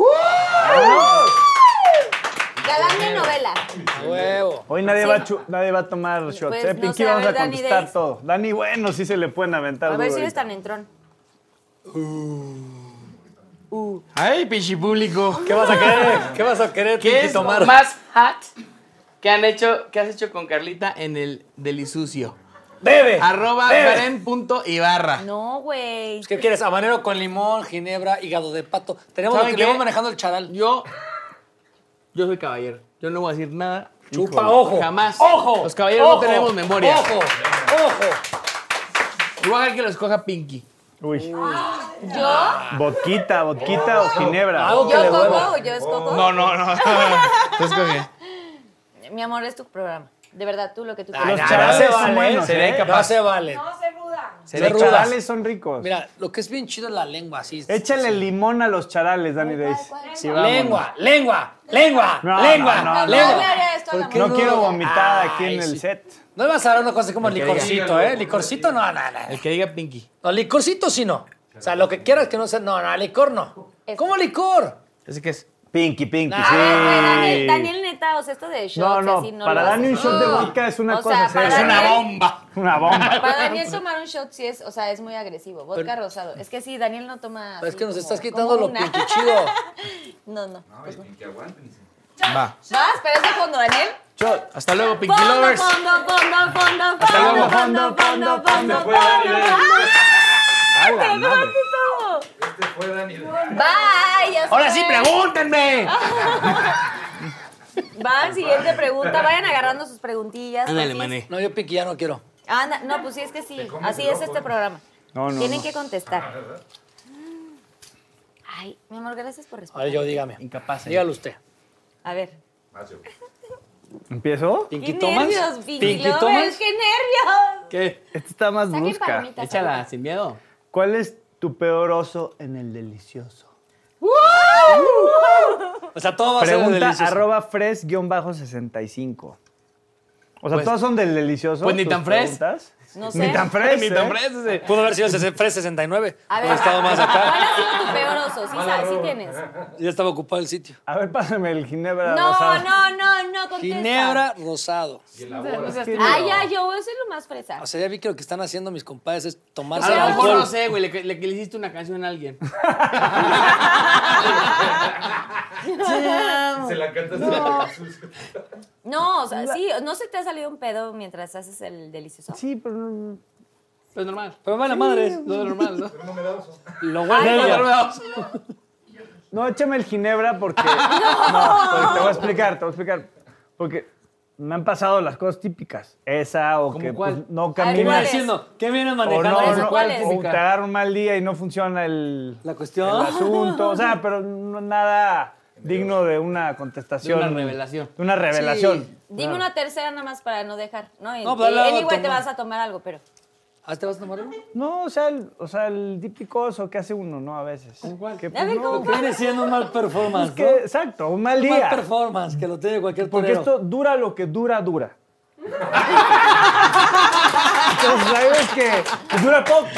Galán de novela.
A huevo.
Hoy nadie,
Sí.
va, a chu- nadie va a tomar shots,
Pues,
¿eh?
no
Pinky,
sé, a
vamos a,
ver, Dani
contestar
Days.
todo. Dani, bueno, sí se le pueden aventar.
A ver
duro
si eres
ahorita.
tan entrón.
Ay, pinche público.
¿Qué vas a querer? ¿Qué vas a querer,
¿Qué
pinky,
es
tomar?
lo más hot que han hecho, que has hecho con Carlita en el delisucio?
¡Bebe!
Arroba
¡Bebe!
Karen punto Ibarra.
No, güey.
¿Qué quieres? Habanero con limón, ginebra, hígado de pato. Tenemos lo
¿Saben
que le
qué?
vamos manejando el charal.
Yo, yo soy caballero. Yo no voy a decir nada.
Chupa,
Híjole,
ojo.
Jamás.
¡Ojo!
Los caballeros
ojo,
no tenemos memoria.
¡Ojo! ¡Ojo!
Yo voy a dejar que lo escoja Pinky.
Uy.
¿Yo?
Vodquita, vodquita o ginebra.
Algo que
¿Yo
le
escojo?
duela.
¿Yo escojo?
No, no, no. Tú escoge.
Mi amor, es tu programa. De verdad, tú lo que tú
Ay,
Los
quieras.
no,
charales
no se
son
vale,
buenos,
sería
¿eh?
incapaz. No se vale.
Seré
Los
rudas.
charales son ricos.
Mira, lo que es bien chido es la lengua, así.
Échale limón a los charales, Dani Days. Sí, vámonos.
Lengua, lengua, lengua,
No,
lengua,
no, no, no.
lengua.
No le haría esto a la
¿Por qué
No
mujer.
quiero vomitar aquí
Ay,
en el
sí.
set.
No me vas a dar una cosa como
El que
licorcito, ¿eh? Licorcito no, no, no.
El que diga Pinky.
No, licorcito sí no. O sea, lo que quieras que no sea. No, no, licor no. ¿Cómo licor?
¿Ese qué es?
Pinky, Pinky,
Nah,
sí.
Daniel, Daniel, neta, o sea, esto de shots
No, no,
así no
para
lo
Dani un
haces.
shot de vodka es una
O
cosa
sea, para
seria.
Daniel-
bomba.
Una bomba.
Para Daniel tomar un shot sí es, o sea, es muy agresivo. Vodka rosado. Es que sí, Daniel no toma.
Pero es
así
que nos
como-
estás
como
quitando lo
una.
pinche chido.
No, no. Pues no.
Va.
¿Vas? ¿Pero es de fondo, Daniel?
Shot. Hasta luego, Pinky
Fondo,
Lovers.
fondo, fondo, fondo,
Hasta
fondo,
luego.
fondo, fondo, fondo, fondo, fondo.
A la madre.
Bye, ya
Ahora
se
sí,
fue.
pregúntenme.
Va, siguiente pregunta. Vayan agarrando sus preguntillas.
Ándale,
porfis.
mané.
No, yo piqui ya no quiero.
Anda, no, pues sí, es que sí. Así es este programa.
No, no,
Tienen
no.
que contestar. Ay, mi amor, gracias por
A
responder.
ver, yo dígame.
Incapaz. ¿eh?
Dígalo usted.
A ver.
¿Empiezo?
¿Pinky
¡Qué
tomas?
nervios, Pinky
¿Pinky
Lovers!
tomas?
¡Qué nervios!
¿Qué?
Esta está más
Saquen
brusca.
palomitas.
Échala, sin miedo.
¿Cuál es tu peor oso en el delicioso?
O sea, todo va a ser
Pregunta
delicioso.
arroba fres-sesenta y cinco. O sea,
Pues-
todas son del delicioso.
pues ni
tus
tan fres.
preguntas.
No sé.
Ni tan fres.
Ni
¿eh?
tan frese.
Pudo haber sido el Fres sesenta y nueve.
A ver,
Hubiera estado más
¿cuál
acá.
ha sido tu peor oso? Sí, sabes, sí tienes.
Ya estaba ocupado el sitio.
A ver, pásame el ginebra
No,
rosado.
no, no, no, contesta.
Ginebra rosado.
Ah, ya, yo voy a ser lo más fresa.
O sea, ya vi que lo que están haciendo mis compadres es tomarse
A
el
lo mejor
alcohol.
no sé, güey, le, le, le hiciste una canción a alguien.
Se la cantas
No, o sea, sí, ¿no se te ha salido un pedo mientras haces el delicioso?
Sí, pero no.
Es normal.
Pero vale madre.
Lo normal, ¿no?
Lo huele
Ay,
ella.
No, échame el ginebra porque. No, porque te voy a explicar, te voy a explicar. Porque me han pasado las cosas típicas. Esa o
¿Cómo
que
cuál?
pues, no
¿Cuál
¿Qué
caminas.
viene
es?
haciendo? ¿Qué vienes
O
manejando?
no,
¿Cuál es?
no,
¿Cuál es?
o te agarra un mal día y no funciona el,
La
el
cuestión.
asunto. O sea, pero no, nada digno de una contestación.
De una revelación.
De una revelación.
Dime una tercera nada más para no dejar, ¿no? Y,
No, pues,
y
dale algo
anyway,
a
te
tomar.
vas a tomar algo, pero...
¿Ah, te vas a tomar uno?
No, o sea, el, o sea, el típico oso que hace uno, ¿no? A veces.
¿Cuál?
Que,
A ver,
pues, no,
¿cómo
que-
Viene siendo un mal performance,
que- exacto, un mal
¿no? Un mal
día.
performance, que lo tiene cualquier
Porque
torero.
esto dura lo que dura, dura. Entonces, sabes que que dura poco.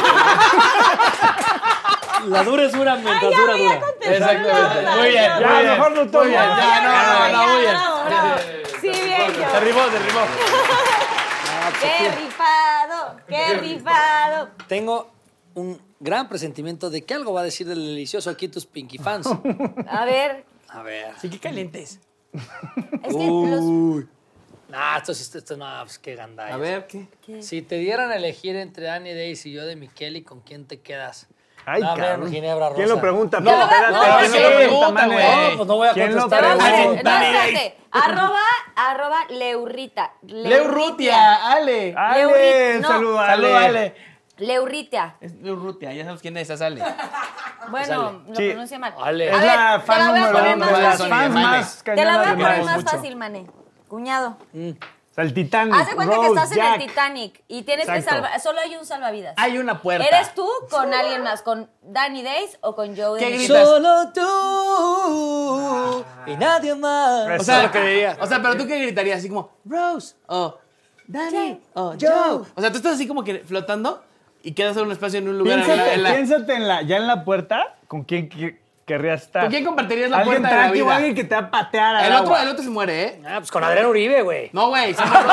La dura es dura mientras dura, dura.
Exactamente. Muy bien.
Ya,
muy bien.
mejor no tomo.
Muy bien, ya, no, no, no, muy bien.
Bravo, bravo. Sí, bien, yo.
Derribó, derribó.
¡Qué rifado! ¡Qué rifado!
Tengo un gran presentimiento de que algo va a decir del delicioso aquí tus Pinky fans.
A ver,
A ver.
Sí, qué calientes.
es que los...
Uy. Nah, esto, esto, esto no, pues qué gandalla.
A ver, ¿qué?
Si te dieran a elegir entre Danny Days y yo de Micheli, ¿con quién te quedas?
Ay,
Dame
cabrón.
un ginebra rosa.
¿Quién lo pregunta?
No,
espérate,
no,
¿quién
sí,
lo
pregunta,
Mané?
güey.
No, pues no voy a
¿Quién lo
contestar.
Te vamos a decir,
pregunta?
no, espérate. Arroba, arroba Leurrita.
Leurrutia, Ale.
Ale,
Leurrit- no.
saludo, Ale.
Saludos, Ale.
Leurritia.
Es Leurrutia, ya sabes quién es, esa Ale.
Bueno, lo
Sí.
pronuncia mal.
Ale.
A
Es
ver,
la
te
fan
la voy a
número
poner
uno
más
de las
fácil.
fans
Mane.
más
Te la voy a
cañonas de
poner
Mane.
más fácil, Mané. Cuñado.
O sea, el Titanic,
Haz de cuenta que
Rose,
estás
Jack.
en el Titanic y tienes que
Exacto.
salvar. Solo hay un salvavidas.
Hay una puerta.
¿Eres tú con alguien más? ¿Con Danny Days o con Joe?
¿Qué
de
gritas?
Solo tú y nadie más.
Eso
O sea,
es lo que diría.
o sea, pero tú qué gritarías así como Rose o Danny o
Joe.
Joe. O sea, tú estás así como que flotando y quedas en un espacio en un lugar. en la-
Piénsate,
en la-
piénsate en la, ya en la puerta, ¿con quién qui- querrías estar?
¿Con quién compartirías la
¿Alguien
puerta de la
tranqui o
vida?
alguien que te va a patear al
El otro,
agua?
el otro se muere, ¿eh?
Ah, pues con Adrián Uribe, güey.
No, güey. se muere.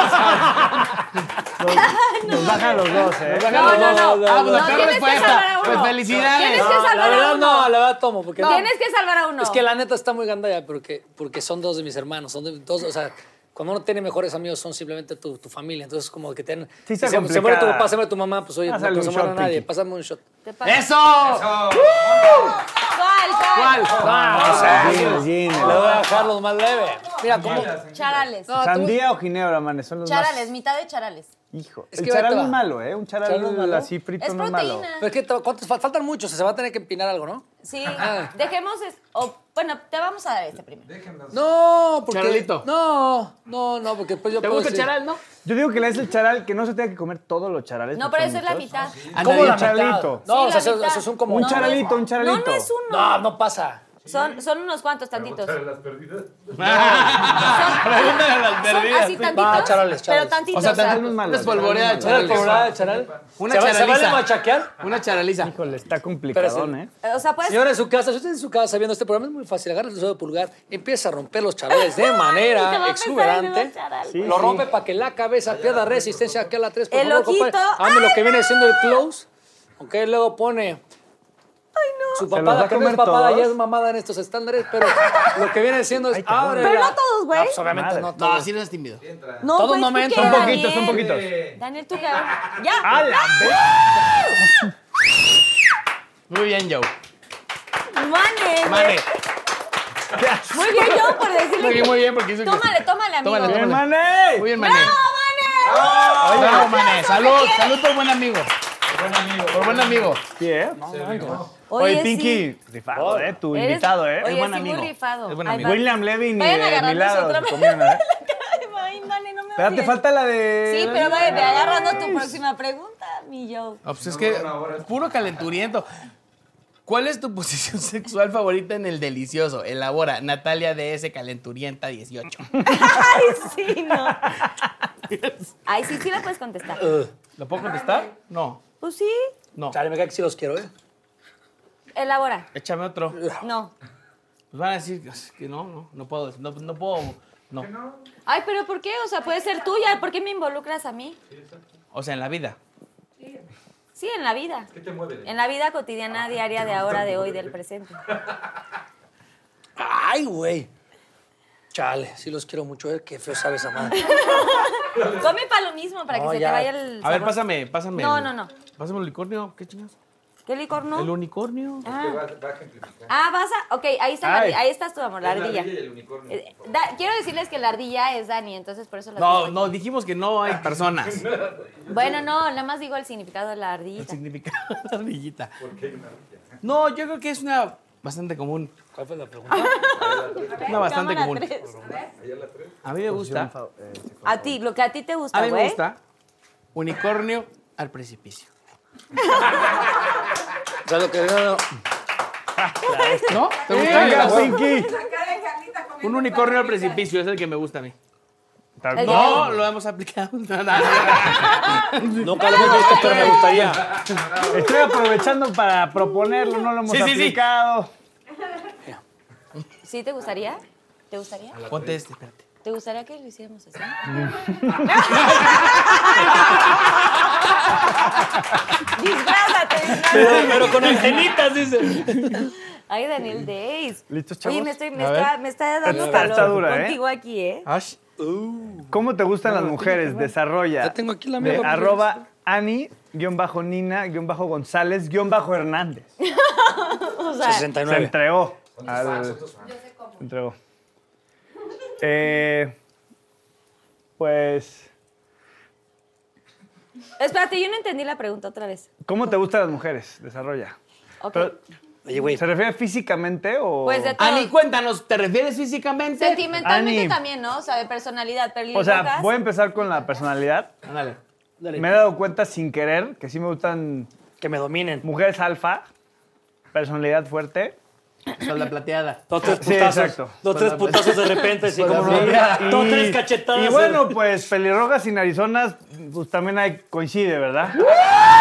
Nos bajan los dos, ¿eh?
No, no, no.
Ah, pues la
No,
peor
tienes que
respuesta.
salvar a uno.
Pues felicidades.
Tienes que
No, la
salvar a
verdad
uno.
no, la verdad tomo. Porque
Tienes que salvar a uno.
Es que la neta está muy gandalla porque, porque son dos de mis hermanos. Son de- dos, o sea, cuando uno tiene mejores amigos son simplemente tu, tu familia. Entonces, como que tienen.
Sí,
si
está
se, se muere tu
complicada.
papá, se muere tu mamá, pues oye, no
Pásale
se
un
muere
shot,
nadie.
Pinky.
Pásame un shot.
Te pasa-
¡Eso!
¿Cuál, cuál?
¿Cuál?
o sea,
Gin, gin.
le voy a dejar los más leve. Mira, como.
Charales.
No, tú-
¿Sandía o ginebra, man? Son los
Charales,
más...
mitad de charales.
Hijo,
Es
el
que ahí te
charal no
va.
es malo, ¿eh? Un charal,
¿Charal no es malo?
así frito
Es
no es malo.
proteína.
Pero es que, te- ¿cuántos fal- faltan muchos? Se va a tener que empinar algo, ¿no?
Sí,
Ajá.
dejemos... es- o, bueno, te vamos a dar este primero.
No, porque.
Charalito.
No, no, no, porque pues yo
¿Te
puedo
gusta el
decir-
charal, no?
Yo digo que le des el charal, que no se tenga que comer todos los charales.
No,
porque
pero
son
eso es la
muchos.
mitad.
Anda
¿Cómo
bien.
la
un charalito.
mitad?
Sí,
No, o
la
sea, eso,
mitad.
eso es un como.
Un
No,
charalito, un
No,
charalito.
no es uno.
No, no pasa.
Son, son unos cuantos tantitos. Son,
Pregúntale a las
son
perdidas.
así tantitos,
Va, charales,
pero
charales.
tantitos.
O sea,
o sea,
tanto
no es malo,
una espolvoreada de
charal
¿Era
charales.
colorada de charal?
Una
¿Se, va- ¿Se vale
charaliza.
machaquear?
Una charaliza.
Híjole, está complicadón, ¿eh?
o sea, puedes...
Señora en su casa, si usted en su casa viendo este programa, es muy fácil. Agarra el dedo de pulgar, empieza a romper los charales de
Te va
manera
a empezar
exuberante.
el charal.
Sí,
Lo
sí.
rompe para que la cabeza pierda resistencia aquí a la tres. Por
El
favor, compadre.
ojito.
Hazme lo que viene siendo el close. Ok, luego pone... Su
¿Se los va
papada,
a
que no es
comer
papada,
todos?
ya es mamada en estos estándares, pero lo que viene siendo es... abre
Pero
la-
no todos, güey.
No, pues obviamente
Madre.
no
No,
todos.
así no es tímido.
No,
Todos
güey,
no
¿tú
me
qué,
entran.
Son
Daniel?
poquitos, son poquitos.
Daniel, tú qué. Ya.
¡A la vez!
Muy bien, Joe.
Mane, güey.
Mane.
Muy bien, yo por decirle.
Muy bien,
que-
muy bien, porque hizo que-
Tómale, tómale, amigo.
Tómale,
¡Bien,
tómale.
Mané!
Muy bien, Mané.
¡Bravo, Mane!
Bravo, Mané. Salud, salud por buen amigo. Por buen amigo.
Sí, ¿eh?
Oye,
Oye, Pinky,
sí.
rifado, ¿eh? Tu
Eres-
invitado, ¿eh?
Oye,
Es buen
sí,
amigo.
muy rifado.
Es buen
Ahí
amigo.
va.
William Levin y
Vayan a
eh,
agarrarnos
Milagros
otra
se
vez.
comieron, ¿eh?
Ay, Dani, no me
Espérate,
odies.
falta la de...
Sí, pero ve, ve agarrando tu próxima pregunta, mi Joe.
Ah, pues es que puro calenturiento. ¿Cuál es tu posición sexual favorita en el delicioso? Elabora, Natalia D S Calenturienta dieciocho.
Ay, sí, no. Ay, sí, sí la puedes contestar.
¿Lo puedo contestar? No,
Pues sí,
no.
Chale, me cae que sí los quiero, ¿eh?
elabora.
Échame otro.
No.
Pues van a decir que no, no, no puedo, no, no puedo, no.
Ay, pero ¿por qué? O sea, puede ser tuya. ¿Por qué me involucras a mí?
O sea, en la vida.
Sí, en la vida. ¿Qué te mueve? En la vida cotidiana, diaria, de ahora, de hoy, del presente.
Ay, güey. Chale, sí los quiero mucho, ¿eh? Qué feo sabe esa madre.
Come para lo mismo, para que
No,
se
ya.
te vaya el
A ver,
sabor.
pásame, pásame.
No,
el-
no, no.
Pásame el unicornio, ¿qué chingas?
¿Qué licor no?
El unicornio.
Ah. Ah, vas a... Ok, ahí, está la
Ay.
ardilla. Ahí estás tú, amor, la ardilla. Eh, da- quiero decirles que la ardilla es Dani, entonces por eso la
No,
tengo
no, dijimos que no hay personas.
aquí. Bueno, no, nada más digo el significado de la
El
ardillita.
significado de la ardillita. ¿Por qué hay una ardilla? No, yo creo que es una bastante común.
¿Cuál fue la pregunta?
Una bastante
Cámara
común.
tres.
A mí me gusta.
A ti, lo que a ti te
A
gusta,
mí me
güey.
gusta unicornio al precipicio.
O sea, lo que... No, no.
¿No? ¿Te gusta?
Venga, Pinky.
Un unicornio al precipicio es el que me gusta a mí.
El
No, lo hemos aplicado. No, no, no.
Nunca lo hemos visto, pero me gustaría.
Estoy aprovechando para proponerlo, no lo hemos
Sí, sí, sí.
aplicado.
¿Sí te gustaría? ¿Te gustaría?
Ponte este, espérate.
¿Te gustaría que lo hiciéramos así? Disfrázate, disfrázate.
Pero, pero con antenitas, dice.
Ay, Daniel Days.
¿Listos, chavos?
Oye, me, estoy, me,
A
está,
ver.
me está dando
Está-
calor
está dura, ¿eh?
contigo aquí, ¿eh?
Ash.
¿Cómo te gustan las mujeres? Desarrolla.
Ya tengo aquí la
De
mía.
arroba Ani, guión bajo Nina, guión bajo González, guión bajo Hernández.
O sea,
sesenta y
Se
nueve.
entregó. al- Se entregó. Eh, pues,
espérate, yo no entendí la pregunta otra vez.
¿cómo te gustan las mujeres? Desarrolla.
Ok.
Pero,
Oye, güey.
¿se refiere físicamente o...?
Pues de todo.
Ani, cuéntanos, ¿te refieres físicamente?
Sentimentalmente
Ani.
también, ¿no? O sea, de personalidad. Pero
O sea,
Lili
voy a empezar con la personalidad.
Ándale.
Dale.
Me he dado cuenta sin querer que sí me gustan
Que me dominen.
mujeres alfa, personalidad fuerte.
Con la plateada.
Dos, tres
Sí,
putazos.
exacto.
Dos, tres putazos de repente, así como
Sí,
no.
y-
Dos, tres cachetadas.
Y bueno, pues pelirrojas y narizonas, pues también hay, coincide, ¿verdad? No,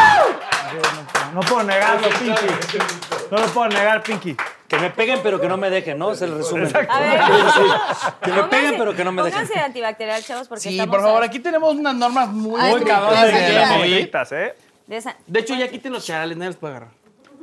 no puedo negarlo, Pinky. No lo puedo negar, Pinky.
Que me peguen, pero que no me dejen, ¿no? Es el resumen.
A ver.
Que me peguen, pero que no me dejen.
Pónganse antibacterial, chavos, porque
Sí,
estamos...
por favor,
a-
aquí tenemos unas normas muy
Ay,
muy
sí,
cabronas
sí,
de
sí,
la
sí.
movida.
Bonitas, ¿eh?
De, esa...
De hecho, ya quiten los charales, nadie los puede agarrar.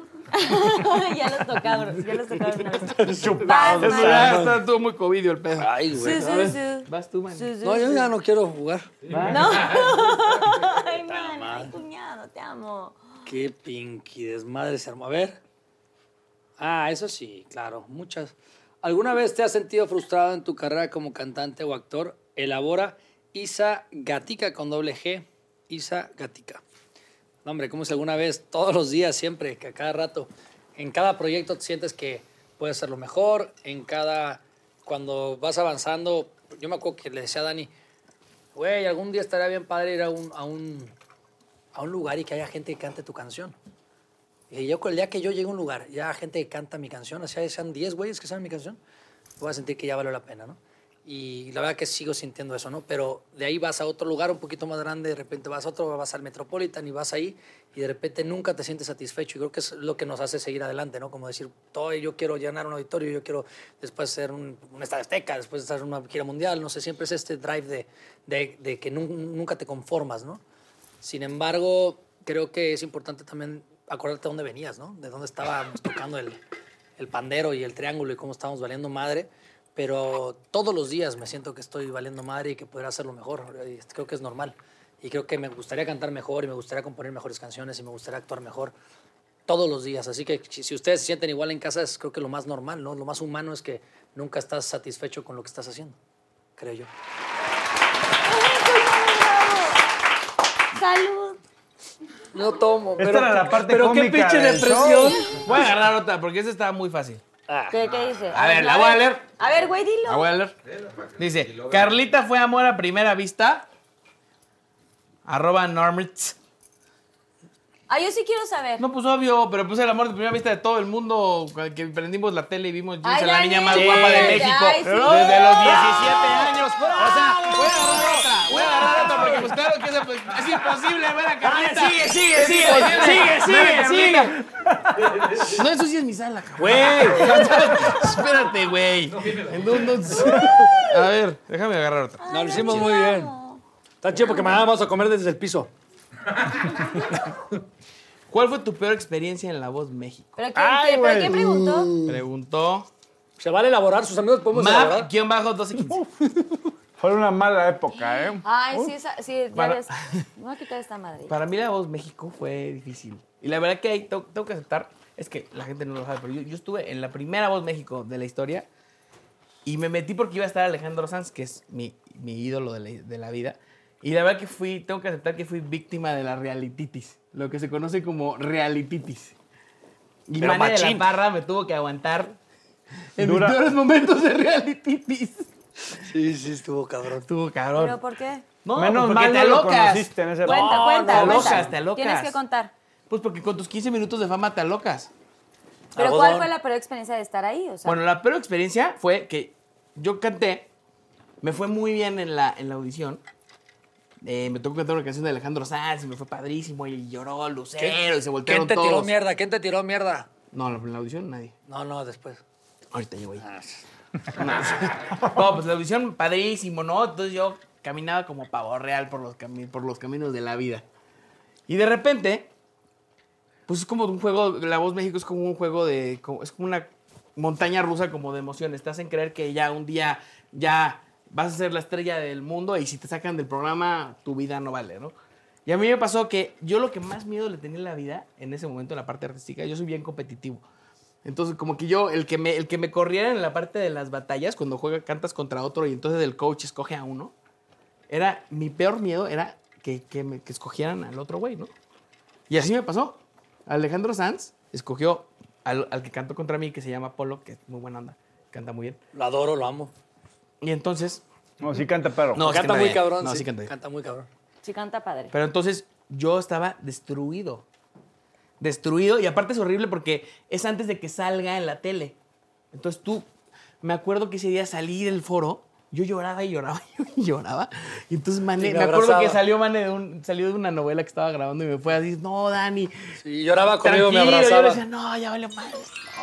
ya los tocaron, ya los tocaron una vez.
Chupados.
Vas,
Eso
man.
ya está todo muy covidio el pedo.
Ay, güey.
Sí, sí, sí.
Vas tú, man.
Sí, sí,
No, yo
sí.
ya no quiero jugar.
No. Ay, man, ay, cuñado, te amo.
Qué pinky desmadre se armó. A ver. Ah, eso sí, claro, muchas. ¿Alguna vez te has sentido frustrado en tu carrera como cantante o actor? Elabora Isa Gatica con doble G. Isa Gatica. No, hombre, como si alguna vez, todos los días, siempre, que a cada rato, en cada proyecto te sientes que puedes hacerlo mejor, en cada, cuando vas avanzando, yo me acuerdo que le decía a Dani, güey, algún día estaría bien padre ir a un, a un, a un lugar y que haya gente que cante tu canción. Y yo, el día que yo llegue a un lugar, ya gente que canta mi canción, o sea, sean diez güeyes que saben mi canción, voy a sentir que ya valió la pena, ¿no? Y la verdad que sigo sintiendo eso, ¿no? Pero de ahí vas a otro lugar un poquito más grande, de repente vas a otro, vas al Metropolitan y vas ahí y de repente nunca te sientes satisfecho. Y creo que es lo que nos hace seguir adelante, ¿no? Como decir, todo, yo quiero llenar un auditorio, yo quiero después hacer un, un estadio Azteca, después hacer una gira mundial, no sé, siempre es este drive de, de, de que nu- nunca te conformas, ¿no? Sin embargo, creo que es importante también acordarte de dónde venías, ¿no? De dónde estábamos tocando el, el pandero y el triángulo y cómo estábamos valiendo madre. Pero todos los días me siento que estoy valiendo madre y que podría hacerlo mejor. Y creo que es normal. Y creo que me gustaría cantar mejor y me gustaría componer mejores canciones y me gustaría actuar mejor todos los días. Así que si si ustedes se sienten igual en casa, es creo que lo más normal, ¿no? Lo más humano es que nunca estás satisfecho con lo que estás haciendo, creo yo.
Salud.
No tomo,
Esta era la parte
pero
cómica
qué pinche
del
depresión.
Voy a agarrar otra porque esta está muy fácil.
Ah,
¿Qué, qué dice?
A ver, la voy a leer.
A ver, güey, dilo.
La voy a leer. Dice, Carlita fue amor a primera vista. Arroba Normitz.
Ah, yo sí quiero saber.
No, pues obvio, pero puse el amor de primera vista de todo el mundo. Que prendimos la tele y vimos
Ay,
Gilsa, la niña más
Daniel,
guapa de
ay,
México.
ay, sí.
Desde los diecisiete años. O sea, voy a agarrar otra. Voy a agarrar otra porque pues claro que es, pues, es imposible ver a Carlita.
sigue, sigue,
Es
sigue,
imposible
sigue,
ver a
sigue,
Carlita.
sigue.
No ensucies mi sala, cabrón.
Güey.
Espérate, güey. No, no, a ver, déjame agarrar otra.
No, lo hicimos muy bien. Está chido porque mañana vamos a comer desde el piso.
¿Cuál fue tu peor experiencia en La Voz México?
¿Pero quién,
Ay,
quién- ¿pero
güey.
quién preguntó?
Preguntó
Se vale elaborar, sus amigos podemos elaborar.
Map, doce quince.
Fue una mala época, ¿eh?
Ay, sí, esa, sí, ya
Para-
ves. Me voy a quitar esta madre.
Para mí La Voz México fue difícil. Y la verdad que hay, tengo, tengo que aceptar, es que la gente no lo sabe, pero yo, yo estuve en la primera Voz México de la historia y me metí porque iba a estar Alejandro Sanz, que es mi, mi ídolo de la, de la vida. Y la verdad que fui, tengo que aceptar que fui víctima de la realitis, lo que se conoce como realitis. Y
Pero
Mane de la
machín.
Parra me tuvo que aguantar en
Dura.
mis peores momentos de realitis.
Sí, sí, estuvo cabrón.
Estuvo cabrón.
¿Pero por qué?
No,
Menos
pues porque
mal
te
no lo
alocas.
conociste en ese
Cuenta,
No,
cuenta,
te
cuenta.
alocas, te alocas.
Tienes que contar.
Pues porque con tus quince minutos de fama te alocas.
Pero
Algodón.
¿cuál fue la peor experiencia de estar ahí? O sea,
Bueno, la peor experiencia fue que yo canté, me fue muy bien en la, en la audición. Eh, me tocó cantar una canción de Alejandro Sanz y me fue padrísimo y lloró Lucero y se voltearon
¿Quién te
todos.
tiró mierda? ¿Quién te tiró mierda?
No, en la audición nadie.
No, no, después.
Ahorita llego ahí.
Ah,
No, no, pues la audición padrísimo, ¿no? Entonces yo caminaba como pavo real por los, cami- por los caminos de la vida. Y de repente, pues es como un juego, La Voz México es como un juego de, como- es como una montaña rusa como de emociones. Te hacen creer que ya un día ya vas a ser la estrella del mundo y si te sacan del programa, tu vida no vale, ¿no? Y a mí me pasó que yo lo que más miedo le tenía en la vida, en ese momento, en la parte artística, yo soy bien competitivo. Entonces, como que yo, el que me, el que me corriera en la parte de las batallas, cuando juega, cantas contra otro y entonces el coach escoge a uno, era, mi peor miedo era que, que, me, que escogieran al otro güey, ¿no? Y así me pasó. Alejandro Sanz escogió al, al que cantó contra mí, que se llama Polo, que es muy buena onda, canta muy bien.
Lo adoro, lo amo.
Y entonces...
No, sí canta perro.
No, sí
canta muy
bien.
cabrón.
No,
sí,
sí canta bien.
Canta muy cabrón.
sí canta padre.
Pero entonces yo estaba destruido. Destruido. Y aparte es horrible porque es antes de que salga en la tele. Entonces tú, me acuerdo que ese día salí del foro, yo lloraba y lloraba y lloraba. Y entonces Mane,
Y
me,
me
acuerdo
abrazaba.
que salió Mane de, un, salió de una novela que estaba grabando y me fue a decir, no, Dani.
Sí, lloraba conmigo, me
tranquilo.
abrazaba.
Yo le decía, no, ya vale madre.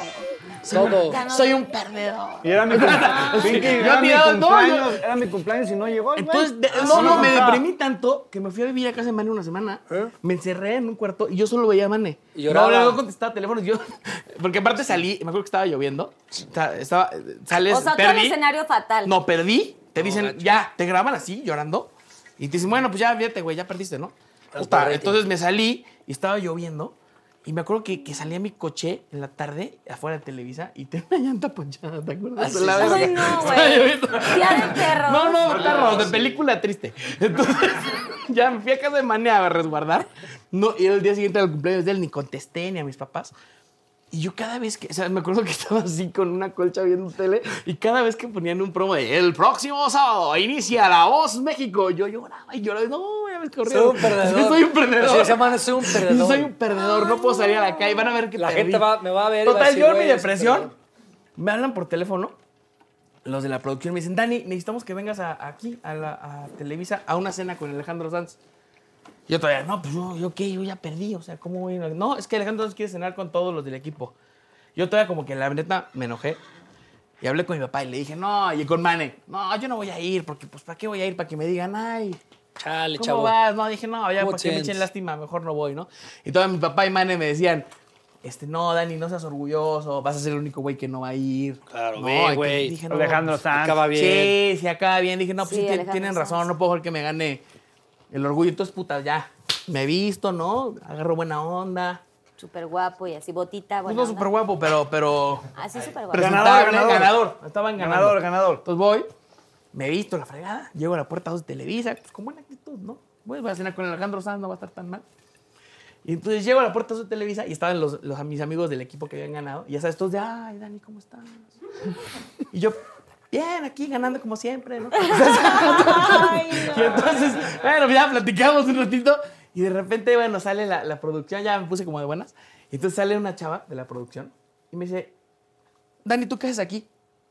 Todo.
Ya no-
Soy un perdedor.
Y era mi cumpleaños. Pinky,
Yo
era mi
tiraba- no,
cumpleaños.
yo-
Era mi cumpleaños y no llegó. el güey.
Entonces, de-
Así
no, no, me
pasaba.
deprimí tanto que me fui a vivir a casa de Mane una semana.
¿Eh?
Me encerré en un cuarto y yo solo veía a Mane.
Y lloraba.
No, no contestaba teléfonos. Yo, porque aparte salí, me acuerdo que estaba lloviendo. O sea, estaba, sales,
O sea, todo el
perdí.
escenario fatal.
No, perdí. Te dicen,
gacho.
ya, te graban así, llorando. Y te dicen, bueno, pues ya, fíjate, güey, ya perdiste, ¿no?
Haz
Puta,
tu rating.
entonces me salí y estaba lloviendo. Y me acuerdo que, que salí a mi coche en la tarde, afuera de Televisa, y tenía una llanta ponchada, ¿te acuerdas?
Ah, sí,
La
sí,
verga.
Ay, no,
Estaba
güey.
lloviendo.
Día del perro.
No, no, perro, de película triste. Entonces, ya me fui a casa de Mane a resguardar. No, y el día siguiente del cumpleaños de él ni contesté ni a mis papás. Y yo cada vez que, o sea, me acuerdo que estaba así con una colcha viendo tele y cada vez que ponían un promo de el próximo sábado inicia La Voz México, yo lloraba y lloraba. No, ya me corrí.
Soy un perdedor.
Soy un perdedor.
Así se llama, soy un perdedor.
Soy un perdedor, no puedo salir a la calle. Van a ver que
La
perdí.
gente va- me va a ver y va a
Total,
decir,
yo en mi
güey, es un
depresión,
perdedor.
me hablan por teléfono. Los de la producción me dicen, Dani, necesitamos que vengas a- aquí, a, la, a Televisa, a una cena con Alejandro Sanz. Yo todavía, no, pues yo, yo qué, yo ya perdí, o sea, ¿cómo voy? a-?" No, es que Alejandro Sanz quiere cenar con todos los del equipo. Yo todavía como que la neta me enojé y hablé con mi papá y le dije, no, y con Mane, no, yo no voy a ir, porque pues ¿para qué voy a ir? Para que me digan, ay,
Chale,
¿cómo
chavo.
vas? No, dije, no, ya
¿Cómo
para que me
sientes?
echen lástima, mejor no voy, ¿no? Y todavía mi papá y Mane me decían, este, no, Dani, no seas orgulloso, vas a ser el único güey que no va a ir.
Claro,
no,
ve,
y que
güey.
dije, no,
Alejandro
pues,
Sanz.
Acaba bien.
Sí, sí, acaba bien. Dije, no, pues
Sí,
sí, tien-
Alejandro
tienen
Sanz.
razón, no puedo dejar que me gane el orgullo. Entonces, puta, ya, me he visto, ¿no? Agarro buena onda.
Súper guapo y así, botita,
Pues
bueno.
no súper guapo, pero, pero
Así súper guapo.
presentable,
Ganador, ganador.
ganador. Estaban ganando.
Ganador, ganador.
Entonces voy, me he visto la fregada, llego a la puerta dos de Televisa, pues con buena actitud, ¿no? Voy a cenar con Alejandro Sanz, no va a estar tan mal. Y entonces llego a la puerta dos de Televisa y estaban los, los, mis amigos del equipo que habían ganado. Y ya sabes, todos de, ay, Dani, ¿cómo estás? Y yo, bien, aquí ganando como siempre, ¿no? Y entonces, bueno, ya platicamos un ratito y de repente, bueno, sale la, la producción, ya me puse como de buenas. Y entonces sale una chava de la producción y me dice, Dani, ¿tú qué haces aquí?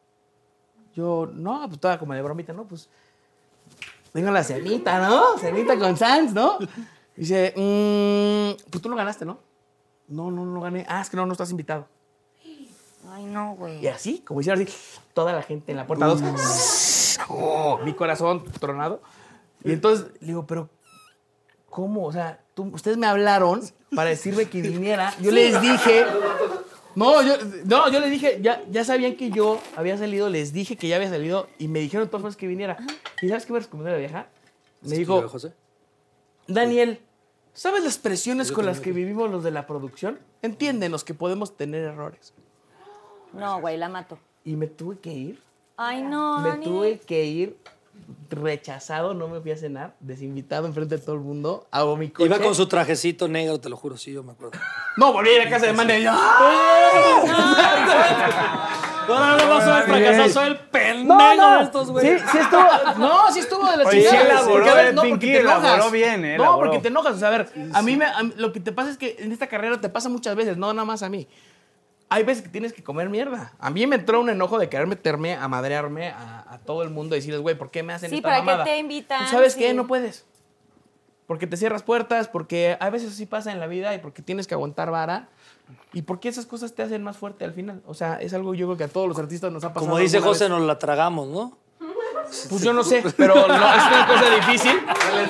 Yo, no, pues toda como de bromita, ¿no? Pues vengo a la cenita, ¿no? Cenita con Sanz, ¿no? Y dice, mmm, pues tú no ganaste, ¿no? No, no, no gané. Ah, es que no, no estás invitado.
Ay, no, güey.
Y así, como hicieron así, toda la gente en la puerta dos. Oh, mi corazón tronado. Y entonces le digo, pero ¿cómo? O sea, tú- ustedes me hablaron para decirme que viniera. Yo les dije. No, yo, no, yo les dije, ya, ya sabían que yo había salido, les dije que ya había salido y me dijeron todas veces que viniera. ¿Y sabes qué me recomendó la vieja? Me dijo,
José?
Daniel, ¿sabes las presiones con las que vivimos los de la producción? Entiéndenos que podemos tener errores.
No, güey, la mato.
Y me tuve que ir.
Ay, no,
Me
Dani.
tuve que ir rechazado, no me fui a cenar, desinvitado enfrente de todo el mundo. Hago mi coche.
Iba con su trajecito negro, te lo juro, sí, yo me acuerdo.
No, volví a ir a casa de Mane. y yo,
No, no, no, no soy el fracasado, soy el pendejo
No, no.
de estos, güey.
Sí, sí estuvo. No, sí estuvo de la
Oye,
chingada.
sí elaboró,
Porque, a ver,
eh,
no, porque
Pinky
te enojas.
elaboró bien, eh,
No,
elaboró.
porque te enojas. O sea, a ver, a mí, me, a mí- lo que te pasa es que en esta carrera te pasa muchas veces, no nada más a mí. Hay veces que tienes que comer mierda. A mí me entró un enojo de querer meterme a madrearme a, a todo el mundo y decirles, güey, ¿por qué me hacen
Sí,
esta
¿para qué
mamada?
te invitan?
¿Tú ¿Sabes
Sí.
qué? No puedes. Porque te cierras puertas, porque a veces así pasa en la vida y porque tienes que aguantar vara. Y porque esas cosas te hacen más fuerte al final. O sea, es algo yo creo que a todos los artistas nos ha pasado.
Como dice
alguna
José,
vez.
nos la tragamos, ¿no?
Pues yo no sé, pero no, es una cosa difícil.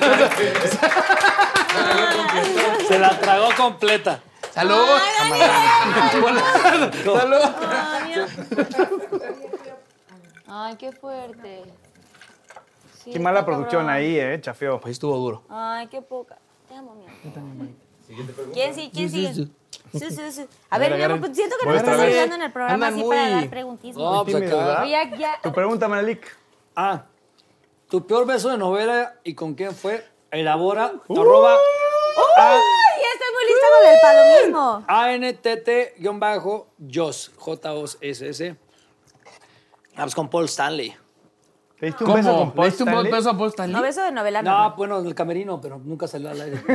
Se la tragó completa.
¡Salud! ¡Salud!
Ay, qué fuerte. Sí,
Qué mala
está
producción
cabrón.
ahí, eh, chafeo.
Pues estuvo duro.
Ay, qué poca. Te amo, mi amor. ¿Quién sí? ¿Quién
Sí, sí,
sigue?
sí.
Sí, sí, sí. A ver, mi amor, pues siento que no
Voy
estás
otra vez.
ayudando en el programa
Andan
así para
muy-
dar preguntismo.
No, pues
tímido,
acá.
¿verdad?
Oye, ya, ya.
Tu pregunta, Manelik.
Ah, tu peor beso de novela y con quién fue. Elabora, arroba, a,
Ay, ya estoy muy lista con el palomismo.
A N T T guión bajo Jos, J O S S. Ah, pues con Paul Stanley.
¿Te diste un beso con
¿Cómo?
Paul
¿Le diste un
Stanley?
beso a Paul Stanley?
No, beso de novela,
No,
no.
bueno, en el camerino, pero nunca salió al aire.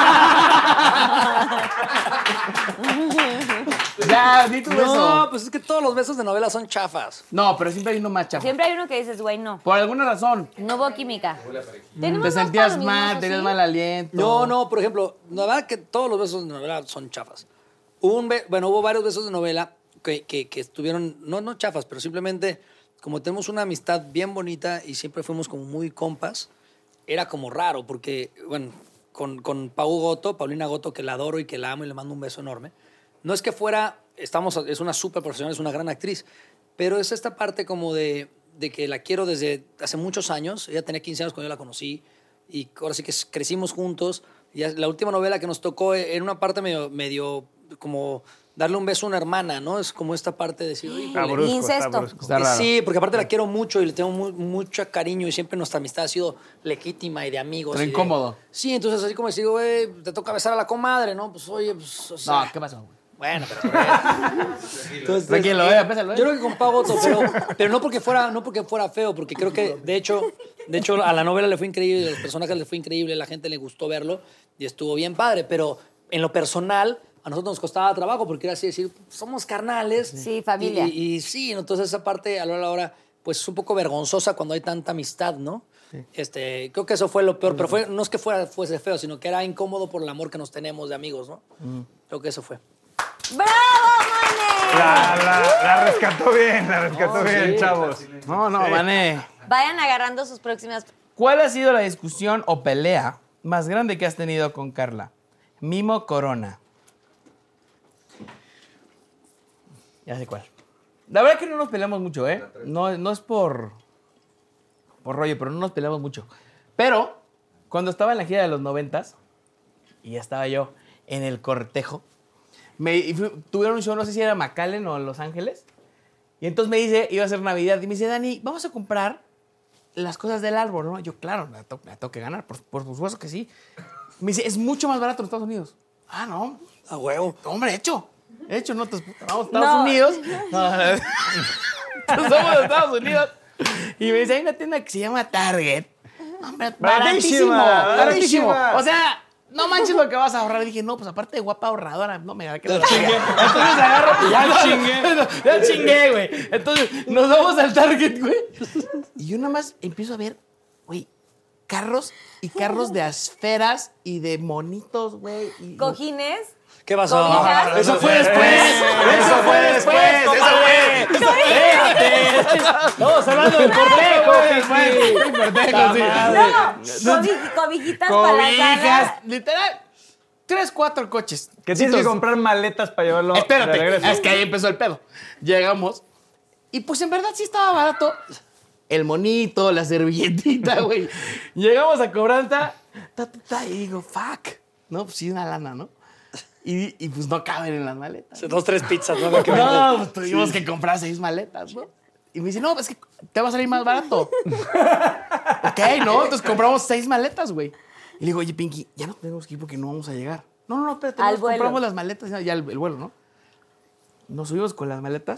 Ya, di tu
No,
beso.
pues es que todos los besos de novela son chafas.
No, pero siempre hay uno más chafa.
Siempre hay uno que dices, güey, no.
Por alguna razón.
No hubo química. ¿Tenemos
Te
más
sentías
palomizmos
mal,
así?
tenías mal aliento.
No, no, por ejemplo, la verdad que todos los besos de novela son chafas. Hubo un be- bueno, hubo varios besos de novela que, que, que estuvieron, no, no chafas, pero simplemente como tenemos una amistad bien bonita y siempre fuimos como muy compas, era como raro porque, bueno, con, con Pau Goto, Paulina Goto, que la adoro y que la amo y le mando un beso enorme. No es que fuera, estamos, es una súper profesional, es una gran actriz, pero es esta parte como de, de que la quiero desde hace muchos años. Ella tenía quince años cuando yo la conocí y ahora sí que crecimos juntos. Y la última novela que nos tocó era una parte medio, medio como darle un beso a una hermana, ¿no? Es como esta parte de decir, "Oye,
Está
híjole".
brusco,
Incesto.
está brusco.
Está
Y
raro.
sí, porque aparte la quiero mucho y le tengo mu- mucho cariño y siempre nuestra amistad ha sido legítima y de amigos.
Pero
y de-
incómodo.
Sí, entonces así como decir, güey, te toca besar a la comadre, ¿no? Pues oye, pues, o sea,
No, ¿qué pasó, güey?
bueno, pero... por ahí. Entonces,
Tranquilo,
eh,
eh, pésalo, eh.
Yo creo que con Pau Goto, pero, pero no porque fuera, no porque fuera feo, porque creo que, de hecho, de hecho, a la novela le fue increíble, a los personajes le fue increíble, la gente le gustó verlo y estuvo bien padre, pero en lo personal, a nosotros nos costaba trabajo porque era así decir, somos carnales.
Sí, familia.
Y, y sí, entonces esa parte, a la hora de la hora, pues es un poco vergonzosa cuando hay tanta amistad, ¿no? Este, creo que eso fue lo peor, pero fue, no es que fuera, fuese feo, sino que era incómodo por el amor que nos tenemos de amigos, ¿no? Creo que eso fue.
¡Bravo, Mane!
La, la, la rescató bien, la rescató
No,
bien,
sí.
chavos.
No, no, Vané.
Vayan agarrando sus próximas...
¿Cuál ha sido la discusión o pelea más grande que has tenido con Carla? Mimo Corona. Ya sé cuál. La verdad que no nos peleamos mucho, ¿eh? No, no es por, por rollo, pero no nos peleamos mucho. Pero cuando estaba en la gira de los noventas, y ya estaba yo en el cortejo, me, y fui- tuvieron un show, no sé si era McAllen o Los Ángeles, y entonces me dice, iba a ser Navidad, y me dice, Dani, vamos a comprar las cosas del árbol, ¿no? Yo, claro, la, to- la tengo que ganar, por, por supuesto que sí. Me dice, es mucho más barato en Estados Unidos. Ah, no,
A huevo.
hombre, hecho. Hecho, no, entonces, vamos a Estados
No.
Unidos. No, entonces somos de Estados Unidos. Y me dice, hay una tienda que se llama Target. Hombre, baratísimo,
Baratísima,
baratísimo.
baratísima.
O sea, no manches lo que vas a ahorrar. Y dije, no, pues aparte de guapa ahorradora, no me da que la chingue. Entonces agarro. Ya chingué. Ya chingué, güey. Entonces nos vamos al Target, güey. Y yo nada más empiezo a ver, güey, carros y carros de esferas y de monitos, güey. y-
¿Cojines?
¿Qué pasó?
¿Cobijas?
Eso fue después.
Eso fue después, eso fue.
Estamos hablando del cortejo,
El cortejo, sí.
No, cobi- cobijitas para la
Cobijas,
sala.
literal. Tres, cuatro coches.
Que tienes que
Entonces,
comprar maletas para llevarlo de
Espérate,
regreso.
es que ahí empezó el pedo. Llegamos y pues en verdad sí estaba barato. El monito, la servilletita, güey. Llegamos a cobranza ta, ta, ta, y digo, fuck. No, pues sí, una lana, ¿no? Y, y pues no caben en las maletas.
Dos, tres pizzas, ¿no? Lo que venden.
No, pues tuvimos que comprar seis maletas, ¿no? Y me dice, no, es que te va a salir más barato. Ok, ¿no? Entonces compramos seis maletas, güey. Y le digo, oye, Pinky, ya no tenemos que ir porque no vamos a llegar. No, no, no, espérate,
Al
nos
vuelo.
compramos las maletas, ya el, el vuelo, ¿no? Nos subimos con las maletas.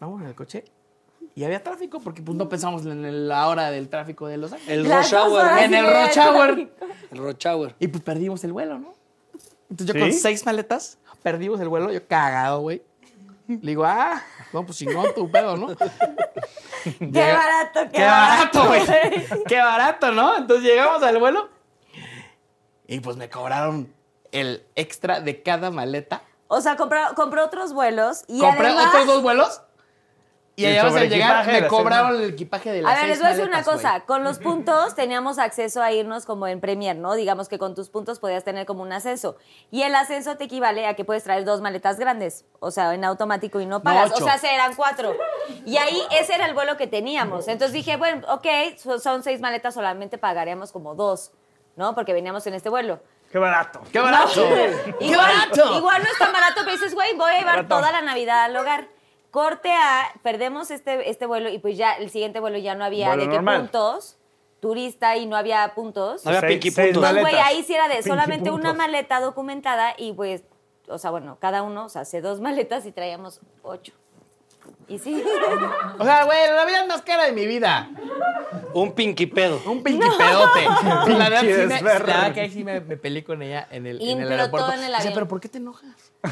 vamos en el coche y había tráfico porque pues no pensamos en el- la hora del tráfico de Los Ángeles.
El
Las
rush
dos
hour.
horas
En
y
el
media
rush
de
hour.
tráfico.
El rush hour.
Y pues perdimos el vuelo, ¿no? Entonces yo
¿Sí?
con seis maletas perdimos el vuelo, yo cagado, güey. Le digo, ah, no, pues chingón tu pedo, ¿no?
Qué barato, qué,
Qué barato, güey. Qué barato, ¿no? Entonces llegamos al vuelo y pues me cobraron el extra de cada maleta.
O sea, compró, compró otros vuelos y
Compré
además...
otros dos vuelos y
Y el
allá al llegar
sobreequipaje de
me
las
cobraron
seis
el equipaje de las
A ver,
seis
les voy a decir una
maletas,
cosa.
güey.
Con los puntos teníamos acceso a irnos como en Premier, ¿no? Digamos que con tus puntos podías tener como un ascenso. Y el ascenso te equivale a que puedes traer dos maletas grandes. O sea, en automático y no pagas.
ocho.
O sea, se eran cuatro. Y ahí ese era el vuelo que teníamos. Entonces dije, bueno, ok, so- son seis maletas, solamente pagaríamos como dos, ¿no? Porque veníamos en este vuelo.
¡Qué barato!
¡Qué barato! ¡Qué
Igual,
barato!
igual no es tan barato, pero dices, güey, voy a llevar toda la Navidad al hogar. Corte A, perdemos este, este vuelo y pues ya el siguiente vuelo ya no había
Vuelo
de qué
normal.
puntos, turista y no había puntos.
No había
Seis-
pinky
seis
puntos.
Entonces, güey,
maletas.
ahí sí era de
Pinky
solamente una
puntos.
maleta documentada y pues, o sea, bueno, cada uno, o sea, hace dos maletas y traíamos ocho. Y sí.
O sea, güey, la vida más cara de mi vida.
Un pinky pedo.
Un pinche pedote. La verdad, sí me, la
desverre.
verdad que ahí sí me, me peleé con ella en el, en el
Implotó
aeropuerto.
en el
Dice,
avión.
pero ¿por qué te enojas?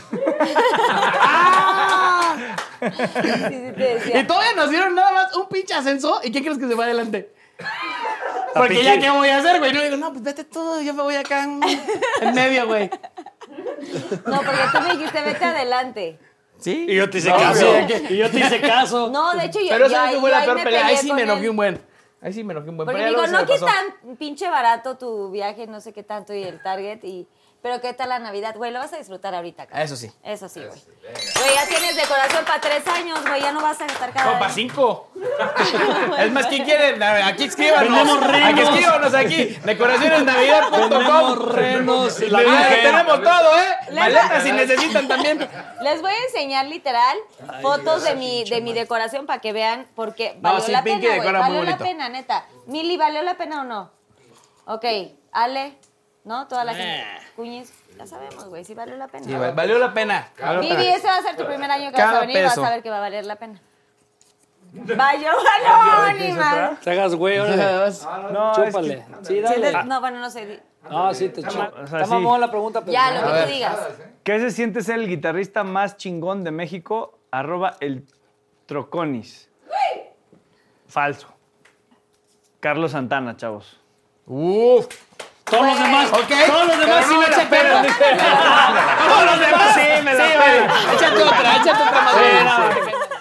Sí, sí te decía.
Y todavía nos dieron nada más un pinche ascenso. ¿Y qué crees que se va adelante? Porque ya, ¿qué voy a hacer, güey? No, digo, no, pues vete tú, yo me voy acá en, en medio, güey.
No, porque tú me dijiste, vete adelante.
¿Sí?
Y yo te hice
No,
caso.
sí.
Y yo te hice caso.
No, de hecho, yo,
Pero
yo,
esa no
yo
fue la
ahí
peor
me
pelea. Ahí
peleé
sí
con
me enojé
él.
un buen. Ahí sí me enojé un buen.
Porque
Pero ya
digo,
luego
no
se
que
me pasó.
tan pinche barato tu viaje, no sé qué tanto, y el Target, y... Pero ¿qué tal la Navidad? Güey, lo vas a disfrutar ahorita, cabrón.
Eso sí.
Eso sí, güey. Güey, ya tienes decoración para tres años, güey, ya no vas a gastar cada
No, para
vez.
cinco. Es más, ¿quién quiere? Aquí escríbanos.
Vendemos renos.
Aquí escríbanos aquí. decoraciones navidad punto com.
Tenemos renos. La
Ahí
Virgen.
tenemos todo, ¿eh?
Les-
Maletas si necesitan también.
Les voy a enseñar literal fotos de mi, de mi decoración para que vean porque
No,
valió
sí,
la
Pinky
pena, güey.
decora muy
Valió la
bonito.
pena, neta. Mili, ¿valió la pena o no? Ok, Ale, ¿no? Toda la gente. Cuñiz, ya sabemos, güey, si valió la pena.
Sí, güey, valió la pena.
Vivi, ese va a ser tu primer año que vas
Cada
a venir y vas
peso.
a ver que va a valer la pena. Vaya, no, ni mal.
Te hagas güey, órale.
No, es
Chúpale.
que-
Sí,
Sí,
dale.
te- no, bueno, no sé.
No, sí, te chupo.
o sea,
Está
sí.
mamón la pregunta, pero...
Ya, lo que
ver.
tú digas.
¿Qué se siente ser el guitarrista más chingón de México? Arroba el Troconis. Falso. Carlos Santana, chavos.
Uf.
Todos los demás,
Ok.
todos los demás sí
Pero
me
no,
chequean.
Todos los demás sí, me la sí, échate otra, échate otra madera.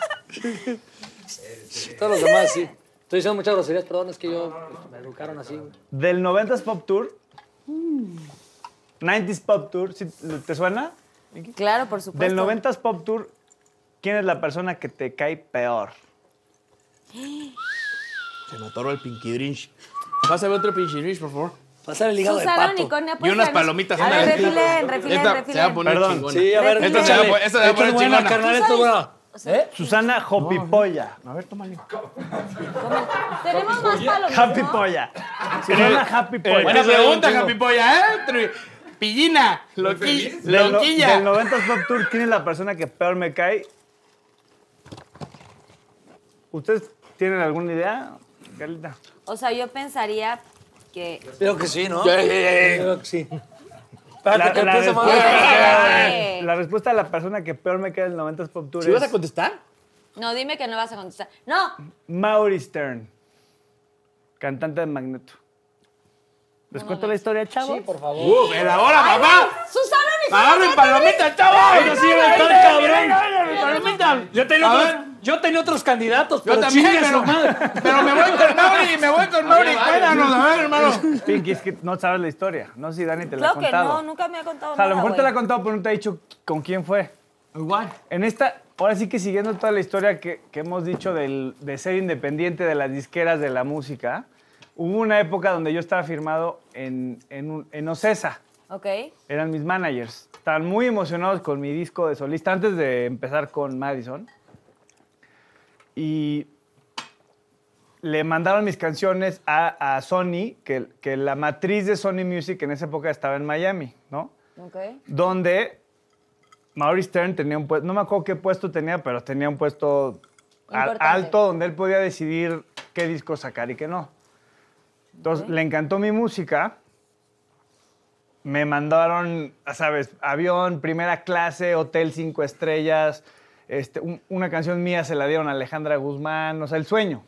Todos los demás sí. Estoy diciendo muchas groserías, perdón, es que yo pues, me educaron así, güey.
Del noventas Pop Tour. nineties Pop Tour. ¿sí ¿Te suena?
Claro, por supuesto.
Del noventas Pop Tour, ¿quién es la persona que te cae peor?
Se me atoró el Pinky Drinch. Pásame otro Pinky Drinch, por favor.
Pasar el hígado de
Susana
pato.
Unicornia,
Y unas
pues,
palomitas.
A ver,
ándale.
refilen, refilen,
Esta se va a
refilen.
poner
Perdón.
chingona.
Sí, a ver,
Esta
échale.
se va a poner- esta se va a
Esta
poner
es buena,
chingona.
carnal, esta es buena. ¿Eh?
Susana Jopipolla.
A ver, tómale.
Tenemos más palomitas,
Happy
¿no?
Polla. Susana Happy Polla.
Buena
Ese es
pregunta,
un chingo.
Happy Polla, ¿eh? Tri- Pillina, loquilla.
Del, no-
Loquilla.
del noventas Pop Tour, ¿quién es la persona que peor me cae? ¿Ustedes tienen alguna idea, Carlita?
O sea, yo pensaría que...
Creo que sí, ¿no?
Ya, ya, ya, ya.
Creo que sí.
La,
Espérate, que
la
empiece más.
respuesta,
Eh.
la respuesta de la persona que peor me cae del noventas Pop Tour
¿Sí vas a
es
contestar?
No, dime que no vas a contestar. No,
Mauri Stern, cantante de Magneto. ¿Les cuento la historia, chavos?
Sí, por favor.
¡Uh, elabora, papá!
Susana Unicornia.
¡Agarren palomitas, chavos!
Eso sí va a estar cabrón.
¡Palomitas!
Yo tenía,
A
otros,
ver.
yo tenía otros candidatos,
Yo
pero
también,
chingue
pero,
su madre.
pero me voy con Mauri, me voy con Mauri. Cuéntanos, a ver, hermano.
Pinky, es que no sabes la historia. No sé si Dani te la ha
Claro que
contado.
no, nunca me ha contado
O sea, a lo
nada,
mejor te la ha
güey.
contado, pero no te ha dicho con quién fue.
Igual.
En esta, ahora sí que siguiendo toda la historia que, que hemos dicho del- de ser independiente de las disqueras de la música, hubo una época donde yo estaba firmado en, en, un- en Ocesa.
Ok.
Eran mis managers. Estaban muy emocionados con mi disco de solista antes de empezar con Madison. Y le mandaron mis canciones a, a Sony, que, que la matriz de Sony Music en esa época estaba en Miami, ¿no?
Ok.
Donde Mauri Stern tenía un puesto, no me acuerdo qué puesto tenía, pero tenía un puesto al-
Importante.
alto donde él podía decidir qué disco sacar y qué no. Entonces, le encantó mi música. Me mandaron, ¿sabes? Avión, primera clase, hotel cinco estrellas. Este, un- una canción mía se la dieron a Alejandra Guzmán. O sea, el sueño.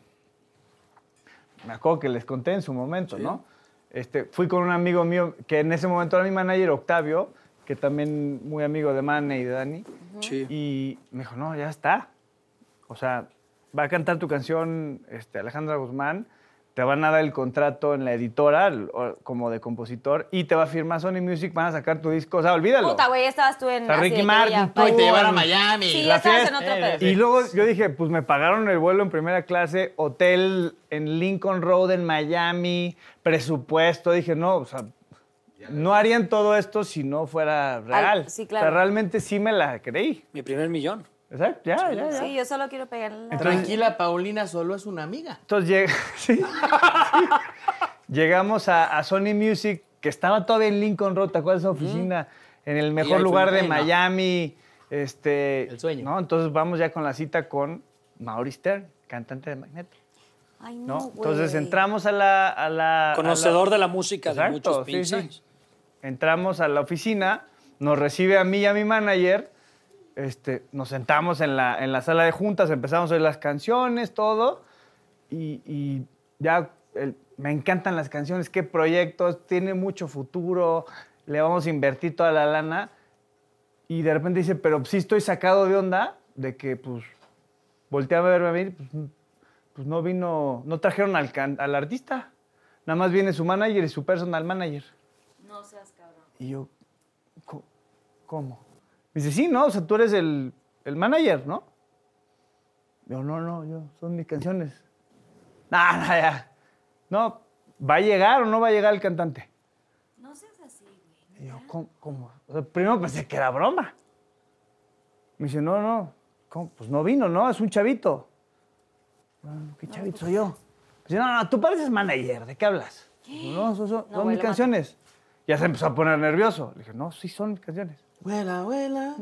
Me acuerdo que les conté en su momento, ¿no? Este, fui con un amigo mío, que en ese momento era mi manager, Octavio, que también muy amigo de Mane y de Dani.
Sí.
Y me dijo, no, ya está. O sea, va a cantar tu canción este, Alejandra Guzmán, te van a dar el contrato en la editora el- o- como de compositor y te va a firmar Sony Music, van a sacar tu disco. O sea, olvídalo.
Puta, güey, ya estabas tú en...
O sea,
así
Ricky
de que
Martin,
ya-
tú
No, y te
en-
llevaron a Miami.
Sí,
la
ya estabas en
fiesta.
otro pedo.
Y luego yo dije, pues me pagaron el vuelo en primera clase, hotel en Lincoln Road en Miami, presupuesto. Dije, no, o sea, no harían todo esto si no fuera real.
sí, claro.
O sea, realmente sí me la creí.
Mi primer millón.
Exacto, ya, ya, ya.
Sí, yo solo quiero pegarle la...
Tranquila, Paulina solo es una amiga.
Entonces lleg- sí, sí. llegamos a, a Sony Music, que estaba todavía en Lincoln Road, ¿te acuerdas de esa oficina? En el mejor
ahí
lugar
fue-
de
ahí no.
Miami. Este,
El sueño.
¿no? Entonces vamos ya con la cita con Mauri Stern, cantante de Magneto.
Ay,
¿no?
no, güey.
Entonces entramos a la... a la- a
Conocedor
la-
de la música de
Exacto,
muchos
sí,
pinches
sí.
años.
Entramos a la oficina, nos recibe a mí y a mi manager, este, nos sentamos en la, en la sala de juntas, empezamos a oír las canciones, todo, y, y ya el- me encantan las canciones, qué proyectos, tiene mucho futuro, le vamos a invertir toda la lana, y de repente dice, pero sí estoy sacado de onda, de que pues volteé a verme a mí, pues, pues no vino, no trajeron al, can- al artista, nada más viene su manager y su personal manager.
No seas cabrón.
Y yo, "¿Cómo- ¿cómo? Me dice, sí, ¿no? O sea, tú eres el, el manager, ¿no? Yo, no, no, yo, son mis canciones. No, no, ya. No, ¿va a llegar o no va a llegar el cantante?
No seas así, güey.
Y yo, ¿cómo? cómo? O sea, primero pensé que era broma. Me dice, no, no, ¿cómo? Pues no vino, ¿no? Es un chavito. "Ah, ¿qué chavito soy yo? Dice, no, no, tú pareces manager, ¿de qué hablas? No, son, son-
No,
son
güey,
mis
lo
canciones. Ya se empezó a poner nervioso. Le dije, no, sí son mis canciones.
Vuela, vuela.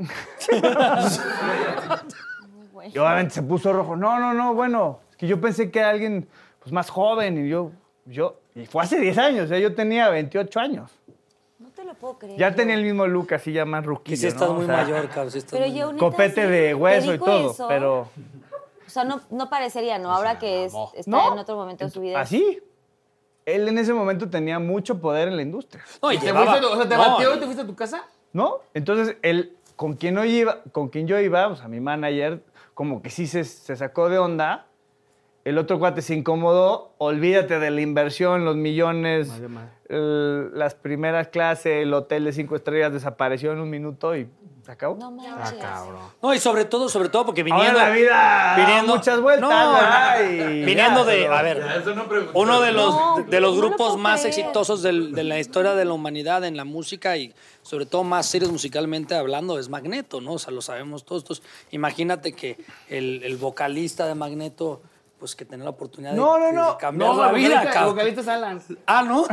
Y obviamente se puso rojo. No, no, no, bueno, es que yo pensé que era alguien pues, más joven y yo, yo, y fue hace diez años, ¿eh? Yo tenía veintiocho años.
No te lo puedo creer.
Ya tenía el mismo look, así ya más ruquillo,
Que si estás
¿no?
muy
O sea,
mayor, cabrón. Sí estás
Pero
muy
yo,
mayor.
neta,
Copete
sí,
de
te
hueso y
dijo
todo,
eso.
pero...
O sea, no, no parecería, ¿no? Ahora que es, está
¿No?
en otro momento de su vida.
Así. Él en ese momento tenía mucho poder en la industria,
No, y
¿Y te
llevaba-
fuiste, o sea, te
no,
batió y te fuiste a tu casa?
¿no? Entonces, él, con quien, yo iba, con quien yo iba, o sea, mi manager, como que sí se, se sacó de onda. El otro cuate se incomodó. Olvídate de la inversión, los millones,
Madre, madre.
el- las primeras clases, el hotel de cinco estrellas desapareció en un minuto y se acabó.
No
Ah,
manches.
cabrón.
No, y sobre todo, sobre todo porque
Ahora
viniendo...
la vida da
viniendo,
muchas vueltas,
No,
¿verdad? Y
viniendo
ya,
de...
pero-
A ver, uno de los,
No,
de los
no lo
grupos
puedo
más
creer.
exitosos del- de la historia de la humanidad en la música y sobre todo más serios musicalmente hablando es Magneto, ¿no? O sea, lo sabemos todos. Entonces, imagínate que el, el vocalista de Magneto, pues que tenía la oportunidad
No,
de,
no, no.
de cambiar
No,
la
el
vida,
vocalista, el
cabrón.
vocalista es Alan.
Ah, ¿no?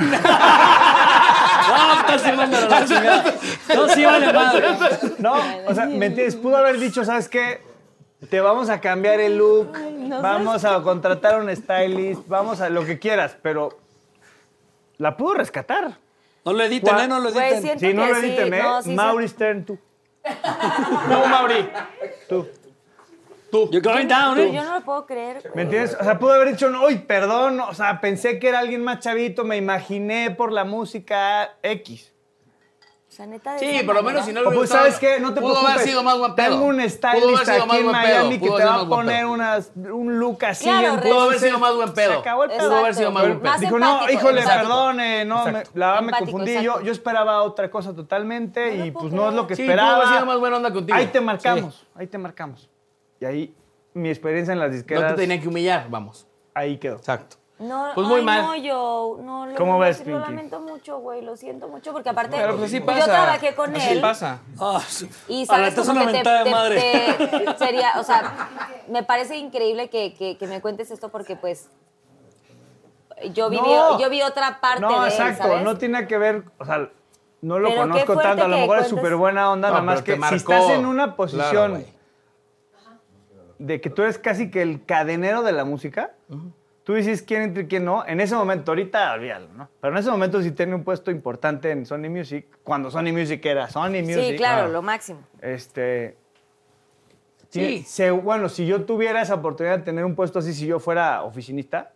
No, entonces mándalo a la chingada. No, sí vale madre.
No, o sea, ¿me entiendes? Pudo haber dicho, ¿sabes qué? Te vamos a cambiar el look,
no
vamos a contratar a un stylist, vamos a lo que quieras, pero la pudo rescatar.
No lo editen,
Gua-
¿eh? No lo
Güey,
editen.
siento
Si no
que
lo
sí,
editen, ¿eh?
no, sí,
Mauri Stern, tú.
No, Mauri.
Tú.
Tú.
You're going down,
Yo
¿eh?
no lo puedo creer.
¿Me
güey.
entiendes? O sea, pudo haber dicho, no, uy, perdón, o sea, pensé que era alguien más chavito, me imaginé por la música X.
O sea, neta de
Sí,
esa
por lo
manera.
menos si no
O
lo
pues,
hubiera
¿sabes
estado-
qué? No te
Pudo
preocupes.
haber sido más buen pedo.
Tengo un
Pudo haber
stylist
sido más
aquí en
buen
Miami
pedo.
que
Pudo
te
haber
va
sido
a
más buen
poner
pedo.
unas, un look así.
Claro,
entonces,
Pudo haber sido más buen pedo.
Se acabó el pedo.
Pudo haber sido más buen
Exacto.
pedo.
Dijo, no,
empático,
híjole,
empático.
perdone, no, me,
Exacto.
la verdad me
Empático,
confundí. Yo,
exacto.
yo esperaba otra cosa totalmente
No lo
y
puedo
pues no es lo que
Sí, pudo
esperaba.
haber sido más buena onda contigo.
Ahí te marcamos, ahí te marcamos. Y ahí mi experiencia en las
No
disqueras,
te tenía que humillar, vamos.
ahí quedó.
Exacto.
No,
Pues muy
ay,
mal.
No, yo, no, lo,
¿Cómo
lo-
ves,
Lo
Pinky?
lamento mucho, güey, lo siento mucho, porque aparte
Pero pues así
yo
pasa.
trabajé con
Así
él.
pasa.
Ah, sí.
Y
A la
sabes
neta es
como
una
que te,
mentada de
te-
madre.
te- sería, o sea, me parece increíble que, que, que me cuentes esto porque pues yo viví,
No.
yo vi otra parte
No,
de él,
exacto,
¿sabes?
no tiene que ver, o sea, no lo
Pero qué
conozco
fuerte
tanto, a lo
que
mejor es
cuentes-
súper buena onda,
No,
nada más
pero
que
te
si
marcó.
estás en una
Claro,
posición
güey.
de que tú eres casi que el cadenero de la música. Uh-huh. Tú dices quién entra y quién no. En ese momento, ahorita, olvídalo, ¿no? Pero en ese momento sí tenía un puesto importante en Sony Music, cuando Sony Music era Sony Music.
Sí, claro,
ah,
lo máximo.
Este...
Sí.
Se, bueno, si yo tuviera esa oportunidad de tener un puesto así, si yo fuera oficinista,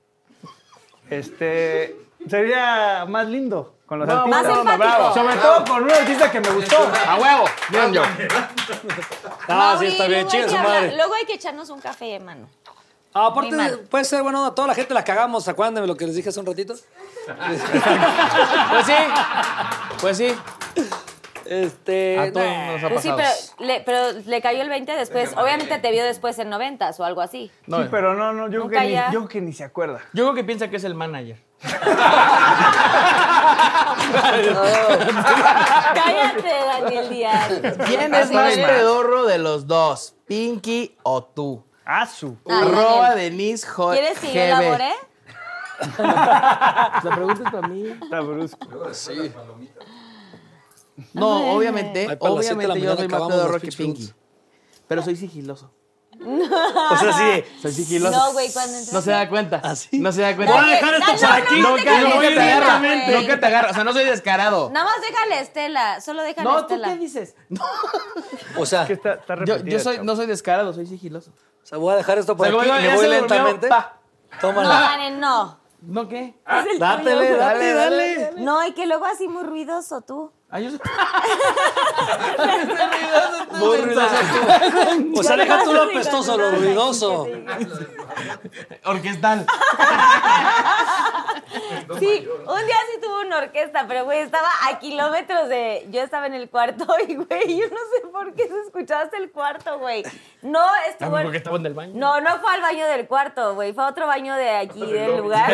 este, sería más lindo con los
No,
artistas.
más empático.
Bravo. Sobre todo con un artista que me gustó.
¡A huevo! Bien, yo.
Ah,
Mauri,
sí, está bien,
luego hay
chinga
que
su
hablar-
madre.
Luego hay que echarnos un café, mano.
Ah, aparte,
Muy mal.
puede ser, bueno, a toda la gente la cagamos. ¿Se acuerdan de lo que les dije hace un ratito?
Pues sí. Pues sí.
Este.
A todos
nah.
nos ha
Pues sí,
pasado.
pero le, pero le cayó el veinte después. Obviamente te vio después en noventas o algo así.
No,
Sí, pero no, no, yo creo,
Nunca
que ni,
ya.
yo creo que ni se acuerda.
Yo creo que piensa que es el manager.
Cállate, Daniel Díaz.
¿Quién es más pedorro de los dos? ¿Pinky o tú?
Asu.
Ah,
Arroba
Daniel.
Denise J.
¿Quieres que yo elabore?
La pregunta es para mí.
Está brusco.
No, obviamente,
Ay, para las siete de la
obviamente yo
mañana
soy más
acabamos
pedorro
los
que
Pitch
Pinky.
Fruits.
Pero soy sigiloso.
O sea, sí.
Soy sigiloso.
No, güey, cuando entras-
No se da cuenta.
¿Ah, sí?
No se da cuenta.
Voy a dejar esto
No,
por
no,
aquí.
no,
Nunca,
déjale
nunca te
Estela,
agarra.
güey.
Nunca te agarra. O sea, no soy descarado.
Nada más déjale a Estela. Solo déjale a
No, ¿tú
Estela.
qué dices? No.
O sea,
Es que está, está
Yo,
repetida,
yo soy,
chavo.
no soy descarado, soy sigiloso.
o sea, voy a dejar esto por
O sea,
aquí.
como digo,
Me
ya
voy
se durmió,
lentamente.
pa.
No,
Tómala.
Dani, no.
¿No qué?
Dátele, dale, dale.
No, y que luego así muy ruidoso tú.
Ah, yo soy...
Muy ruidoso tú. O sea, deja tú lo apestoso, lo ruidoso.
Orquestal.
Sí, un día sí tuve una orquesta, pero güey, estaba a kilómetros de... Yo estaba en el cuarto y güey, yo no sé por qué se escuchaba hasta el cuarto, güey. No estuvo...
Porque estaban del baño.
No, no fue al baño del cuarto, güey. Fue a otro baño de aquí, del lugar.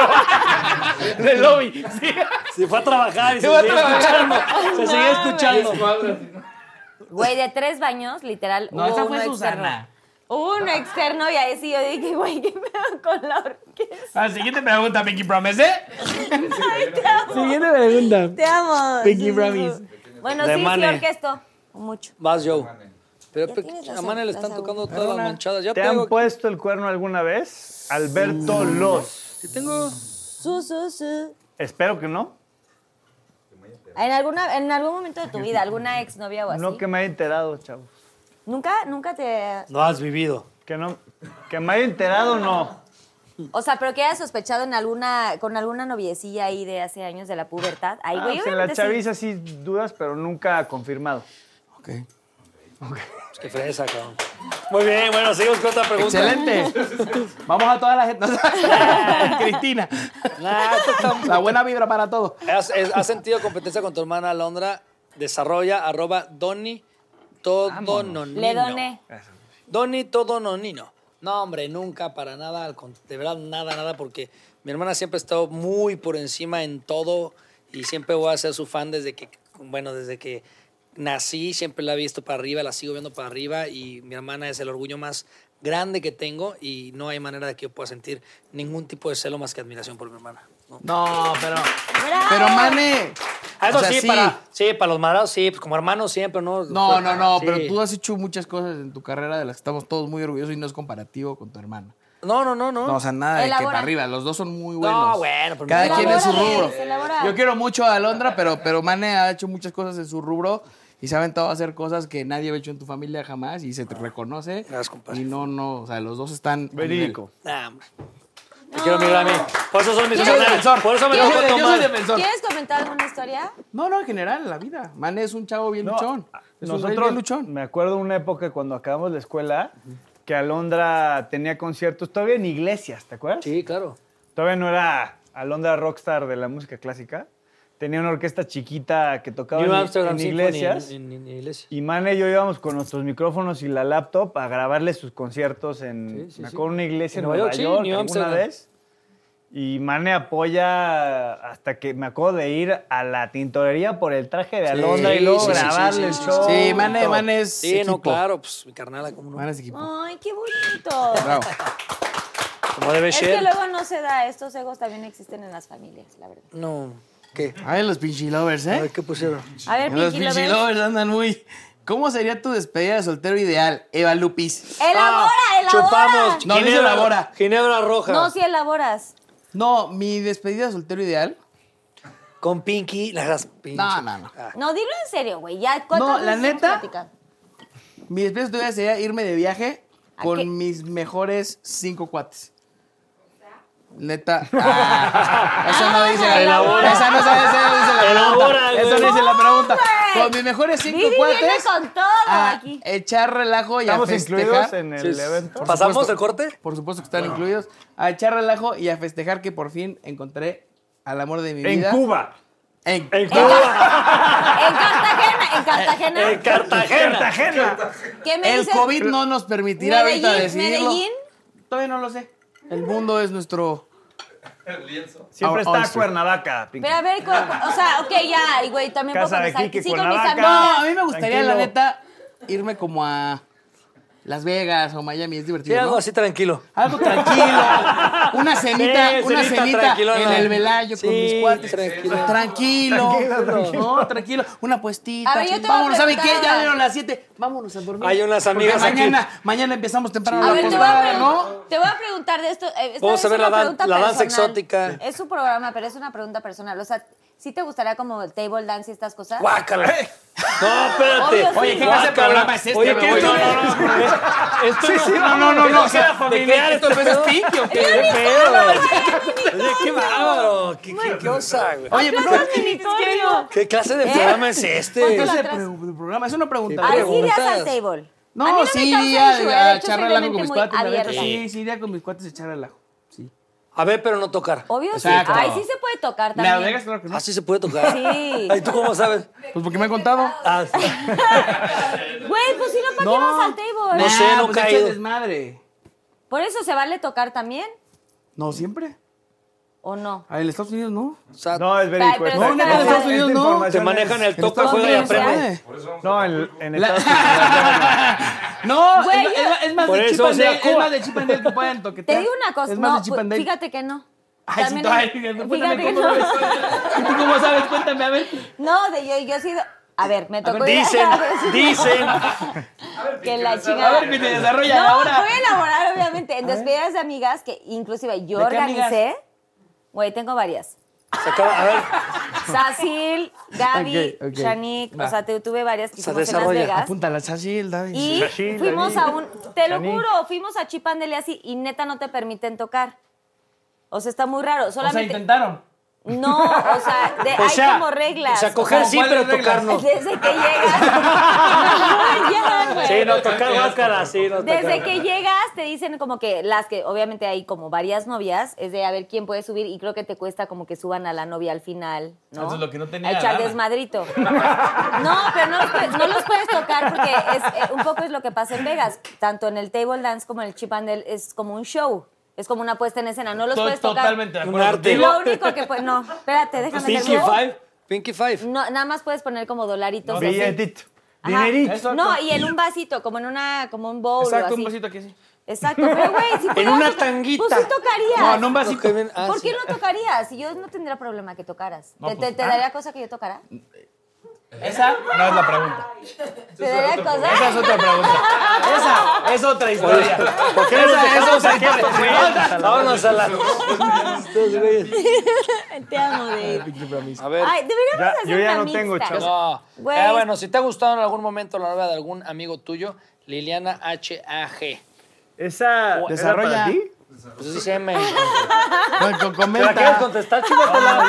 Del lobby. Sí.
Se fue a trabajar y se
fue a
sigue
trabajar.
escuchando. Se sigue escuchando.
Güey, de tres baños, literal.
No,
hubo
esa
uno
fue
externo.
Susana.
Hubo uno externo y ahí sí yo dije, güey, ¿qué pedo con la orquesta?
Ah, siguiente pregunta, Pinky Promise, ¿eh?
Ay, te amo.
Siguiente pregunta.
Te amo.
Pinky
Sí,
Promise.
sí. Bueno,
De
sí,
Mane.
sí, orquesto. Mucho.
Vas, Joe. Pero
Ya
pe-
tienes
a
las-
Mane le
las
están
agu-
tocando todas las manchadas. Ya
¿Te
tengo.
han puesto el cuerno alguna vez? Alberto Los.
Sí tengo.
Su, su, su.
Espero que no.
En, alguna, en algún momento de tu vida, alguna exnovia o así.
No que me haya enterado, chavos.
¿Nunca, nunca te...
No has vivido.
Que no, que me haya enterado, no.
O sea, pero que hayas sospechado en alguna, con alguna noviecilla ahí de hace años de la pubertad. Ay,
Ah,
güey,
pues en la
obviamente sí.
chaviza sí dudas, pero nunca confirmado.
Ok.
Pues qué fresa, cabrón. Muy bien, bueno, seguimos con otra pregunta.
Excelente. Vamos a toda la gente. Cristina.
Nah, esto está-
La buena vibra para todos.
¿Has, es- has sentido competencia con tu hermana Alondra? Desarrolla arroba Doni todo nonino.
Le doné.
Doni todo nonino. No, hombre, nunca, para nada, al con- de verdad, nada, nada, porque mi hermana siempre ha estado muy por encima en todo y siempre voy a ser su fan desde que, bueno, desde que nací, siempre la he visto para arriba, la sigo viendo para arriba y mi hermana es el orgullo más grande que tengo y no hay manera de que yo pueda sentir ningún tipo de celo más que admiración por mi hermana. ¿no?
No, pero.
¡Bravo!
Pero, Mane.
Ah, Eso
o sea,
sí, para, sí, para los madrados, sí, pues como hermanos siempre, ¿no?
No, no, no,
Sí.
pero tú has hecho muchas cosas en tu carrera de las que estamos todos muy orgullosos y no es comparativo con tu hermana.
No, no, no, no.
No, o sea, nada de que
Elabora.
para arriba, los dos son muy buenos.
No, bueno, pero
Cada
me-
quien en su
Elabora,
rubro.
Luis, elabora.
Yo quiero mucho a Alondra, pero, pero Mane ha hecho muchas cosas en su rubro y se ha aventado a hacer cosas que nadie ha hecho en tu familia jamás y se te reconoce.
Gracias, compadre.
Y no, no, o sea, los dos están. a
Verídico.
Nah, hombre. Te quiero mi Grammy. Por eso son mis
¿Quieres-
canales. Por eso me
Yo
tocó
soy, de- yo soy
tomar.
defensor.
¿Quieres comentar alguna historia?
No, no, en general, en la vida. Mane es un chavo bien
No,
luchón. Es un güey
nosotros,
bien luchón.
me acuerdo una época cuando acabamos la escuela, que Alondra tenía conciertos todavía en iglesias, ¿te acuerdas?
Sí, claro.
Todavía no era Alondra rockstar de la música clásica. Tenía una orquesta chiquita que tocaba
New
en,
Amsterdam
en
Symphony
iglesias.
En, en- en iglesia.
Y Mane y yo íbamos con nuestros micrófonos y la laptop a grabarle sus conciertos en,
Sí, sí,
me
sí.
acuerdo, una iglesia
En
en
Nueva
Nueva
York, sí,
York,
New
alguna
Amsterdam.
vez. Y Mane apoya hasta que me acuerdo de ir a la tintorería por el traje de Alondra y luego
sí, sí, sí,
grabarle
sí,
el
sí,
show.
Sí,
y
Mane,
todo.
Mane es.
Sí, no,
equipo.
claro. Pues mi carnal, como no.
Mane es equipo.
Ay, qué bonito.
Bravo.
Como debe
Es que
ser.
luego no se da, estos egos también existen en las familias, la verdad.
No. ¿Qué?
Ay, los pinche lovers,
A
¿eh?
ver, ¿qué pusieron?
A ver,
Los
Pinky
pinche
Lovers.
lovers andan muy. ¿Cómo sería tu despedida de soltero ideal, Eva Lupis?
Elabora, elabora.
Chupamos.
No, dice
Ginebra,
elabora.
Ginebra roja.
No, sí elaboras.
No, mi despedida de soltero ideal.
Con Pinky, la hagas pinche.
No, no, no.
No, dilo en serio, güey. Ya, ¿cuántas
No, la
veces hemos
neta.
platicado?
Mi despedida de soltero ideal sería irme de viaje
¿A
con
qué?
mis mejores cinco cuates. Neta. Ah, eso no dice la
Elabora.
Esa no sabe, esa no dice la
Elabora,
pregunta.
güey.
Eso no dice la pregunta.
güey.
Con mis mejores cinco
Vivi
cuates.
viene con todo
a
aquí.
echar relajo y
¿Estamos
a festejar.
incluidos en el
Sí,
evento?
¿Pasamos
supuesto.
el corte?
Por supuesto que están incluidos. A echar relajo y a festejar que por fin encontré al amor de mi
En
vida.
Cuba.
En
En
En Cartagena, en Cartagena.
En Cartagena.
Cartagena.
¿Qué me
El
dices?
COVID no nos permitirá ahorita
Medellín,
decidirlo.
Medellín.
Todavía no lo sé. El mundo es nuestro...
Siempre
Our
está
oyster.
Cuernavaca, Pinky.
Pero a ver, cu- o sea, ok, ya, y güey, también
Casa
puedo
de
comenzar.
Quique,
Sí, con mis
Cuernavaca.
No,
amigas.
a mí me gustaría,
Tranquilo.
la neta, irme como a Las Vegas o Miami. Es
Sí,
divertido,
algo
¿no?
así tranquilo.
Algo tranquilo. Una cenita,
Sí,
una
cenita
cenita
tranquilona.
en el Velayo con
Sí,
mis cuates.
tranquilo.
Tranquilo.
Tranquilo, tranquilo.
No, tranquilo. Una puestita.
A ver, yo te voy a
Vámonos, ¿saben qué?
preguntar
Ya
ahora.
dieron las siete. Vámonos a dormir.
Hay unas
Porque
amigas aquí.
mañana, mañana empezamos temprano
A
la
ver, te voy a,
posada,
pregun-
¿no?
te voy a preguntar de esto. eh, esta
Vamos
vez
a ver
es una
la dan-
pregunta
la danza
personal.
exótica.
Es su programa, pero es una pregunta personal. O sea, ¿sí te gustaría como el table dance y estas cosas?
Guácala. No, espérate.
Obvio, sí.
Oye, ¿qué clase de
Guácala.
programa es este,
Oye,
güey?
¿qué? No,
Oye.
no, no. Esto
Sí, sí, no, no, no, no. O sea,
¿De qué eres
¿esto es Pinky o qué?
¿Qué pedo? Oye, qué bárbaro. ¿Qué, qué, qué osa, güey?
Oye, pero
Aplausos de unicornio.
¿Qué clase de programa es este?
Ponte
¿qué
la
clase de
atrás.
pre- programa? Es una pregunta.
Ahí
preguntas.
sí irías al table.
No,
A mí me
sí
causa
iría
issue, ¿eh? De
a
hecho,
echar
soy
relajo
de
con
mente
mis
muy
cuates. la neta.
abierta.
Sí, sí iría con mis cuates a echar relajo. Sí.
A ver, pero no tocar.
Obvio
Exacto.
sí. Ay, sí se puede tocar
¿Me
también.
alegas? Claro que no.
Así se puede tocar.
Sí.
Ay, ¿tú cómo sabes?
Pues porque me han contado.
Ah, sí.
Güey, pues si no, ¿para qué vas al table?
No sé, no
pues
caído.
echa desmadre.
¿Por eso se vale tocar también?
No, siempre.
¿O no?
Ah, en Estados Unidos no.
O sea,
No, es verídico.
Ay, pero
esta-
sí está-
esta-
en Estados
esta
Unidos no.
información
te manejan el
es-
toque,
Estados
juega y
Unidos,
aprende.
No, en, en
La-
Estados Unidos.
No,
Güey,
es, es- es más
Por
de
eso,
chip and
o sea,
Dale, es
Cuba.
más de chip and Dale que pueden toquetear.
Te digo una cosa,
Es más
no,
de chip and Dale.
fíjate que no.
Ay, sí,
También
tú,
es-
ay, cuéntame
fíjate que
cómo
no.
sabes. ¿Y tú cómo sabes? Cuéntame, a ver.
No, de yo, yo he sido... A ver, me tocó ir
Dicen,
a-
dicen.
que la
A
chingada.
ver, que te desarrolla
No,
ahora.
voy a elaborar, obviamente, en despedidas de amigas, que inclusive yo
¿De qué amigas?
organicé. Güey, tengo varias.
Se acaba, a ver,
Sacil, Gaby,
Ok, ok.
Shanique,
Va.
o sea, te- tuve varias que
Se
hicimos en Las
desarrolla.
Vegas.
Apúntala, Shashil, David.
Y
Shashil,
fuimos
David.
a un, te lo
Shanique.
juro, fuimos a Chip and Dale así y neta no te permiten tocar. O sea, está muy raro.
O sea,
Solamente.
intentaron.
No, o sea, de-
o
hay
sea,
como reglas.
o sea, coger
¿Cómo
sí,
cuáles
pero
reglas?
tocar no.
Desde que llegas. No, ya, güey.
Sí, no, tocar guácala, sí, no tocar.
Desde que llegas te dicen como que las que obviamente hay como varias novias, es de a ver quién puede subir y creo que te cuesta como que suban a la novia al final, ¿no?
Entonces, lo que no tenía
A echar
lana.
desmadrito. No, pero no los, puedes, no los puedes tocar porque es, eh, un poco es lo que pasa en Vegas. Tanto en el table dance como en el chip and Dale es como un show. Es como una puesta en escena. No los
To-
puedes tocar.
Totalmente de
Un
acuerdo
arte.
contigo.
Lo único que puedes... No, espérate, déjame
Pinky
terminar.
Five. Pinky Five.
No, nada más puedes poner como dolaritos. así.
Billetito.
Ajá.
Dinerito.
Eso.
No, y en un vasito, como en una, como un bowl o
Exacto,
así.
un vasito aquí, sí.
Exacto, pero güey, si
En
pudiera
una
tocar-
tanguita.
Pues sí tocarías.
No, en un vasito.
Ok, ven, ah,
¿Por
sí.
qué no tocarías? Si yo no tendría problema que tocaras.
No,
¿Te,
pues,
te- te
ah.
daría cosa que yo tocara?
Esa no es la pregunta.
¿Te daría cosa?
Esa es otra pregunta. Esa es otra historia.
¿Por qué no
Esa
nos
es
dejamos
otra
aquí a estos
historia.
güeyes? Vámonos a la... Estos güeyes.
Te amo, Dave.
A ver.
Ay, deberíamos
Ya-
hacer
yo ya
una
no tengo,
mixta.
chavos.
No.
Güey.
Eh, bueno, si te ha gustado en algún momento la novia de algún amigo tuyo, Liliana H A G.
Esa. ¿era
Desarrolla.
para ti?
Pues dice M.
Con- con-
¿Te la
Comenta.
quieres contestar? Chúgatela.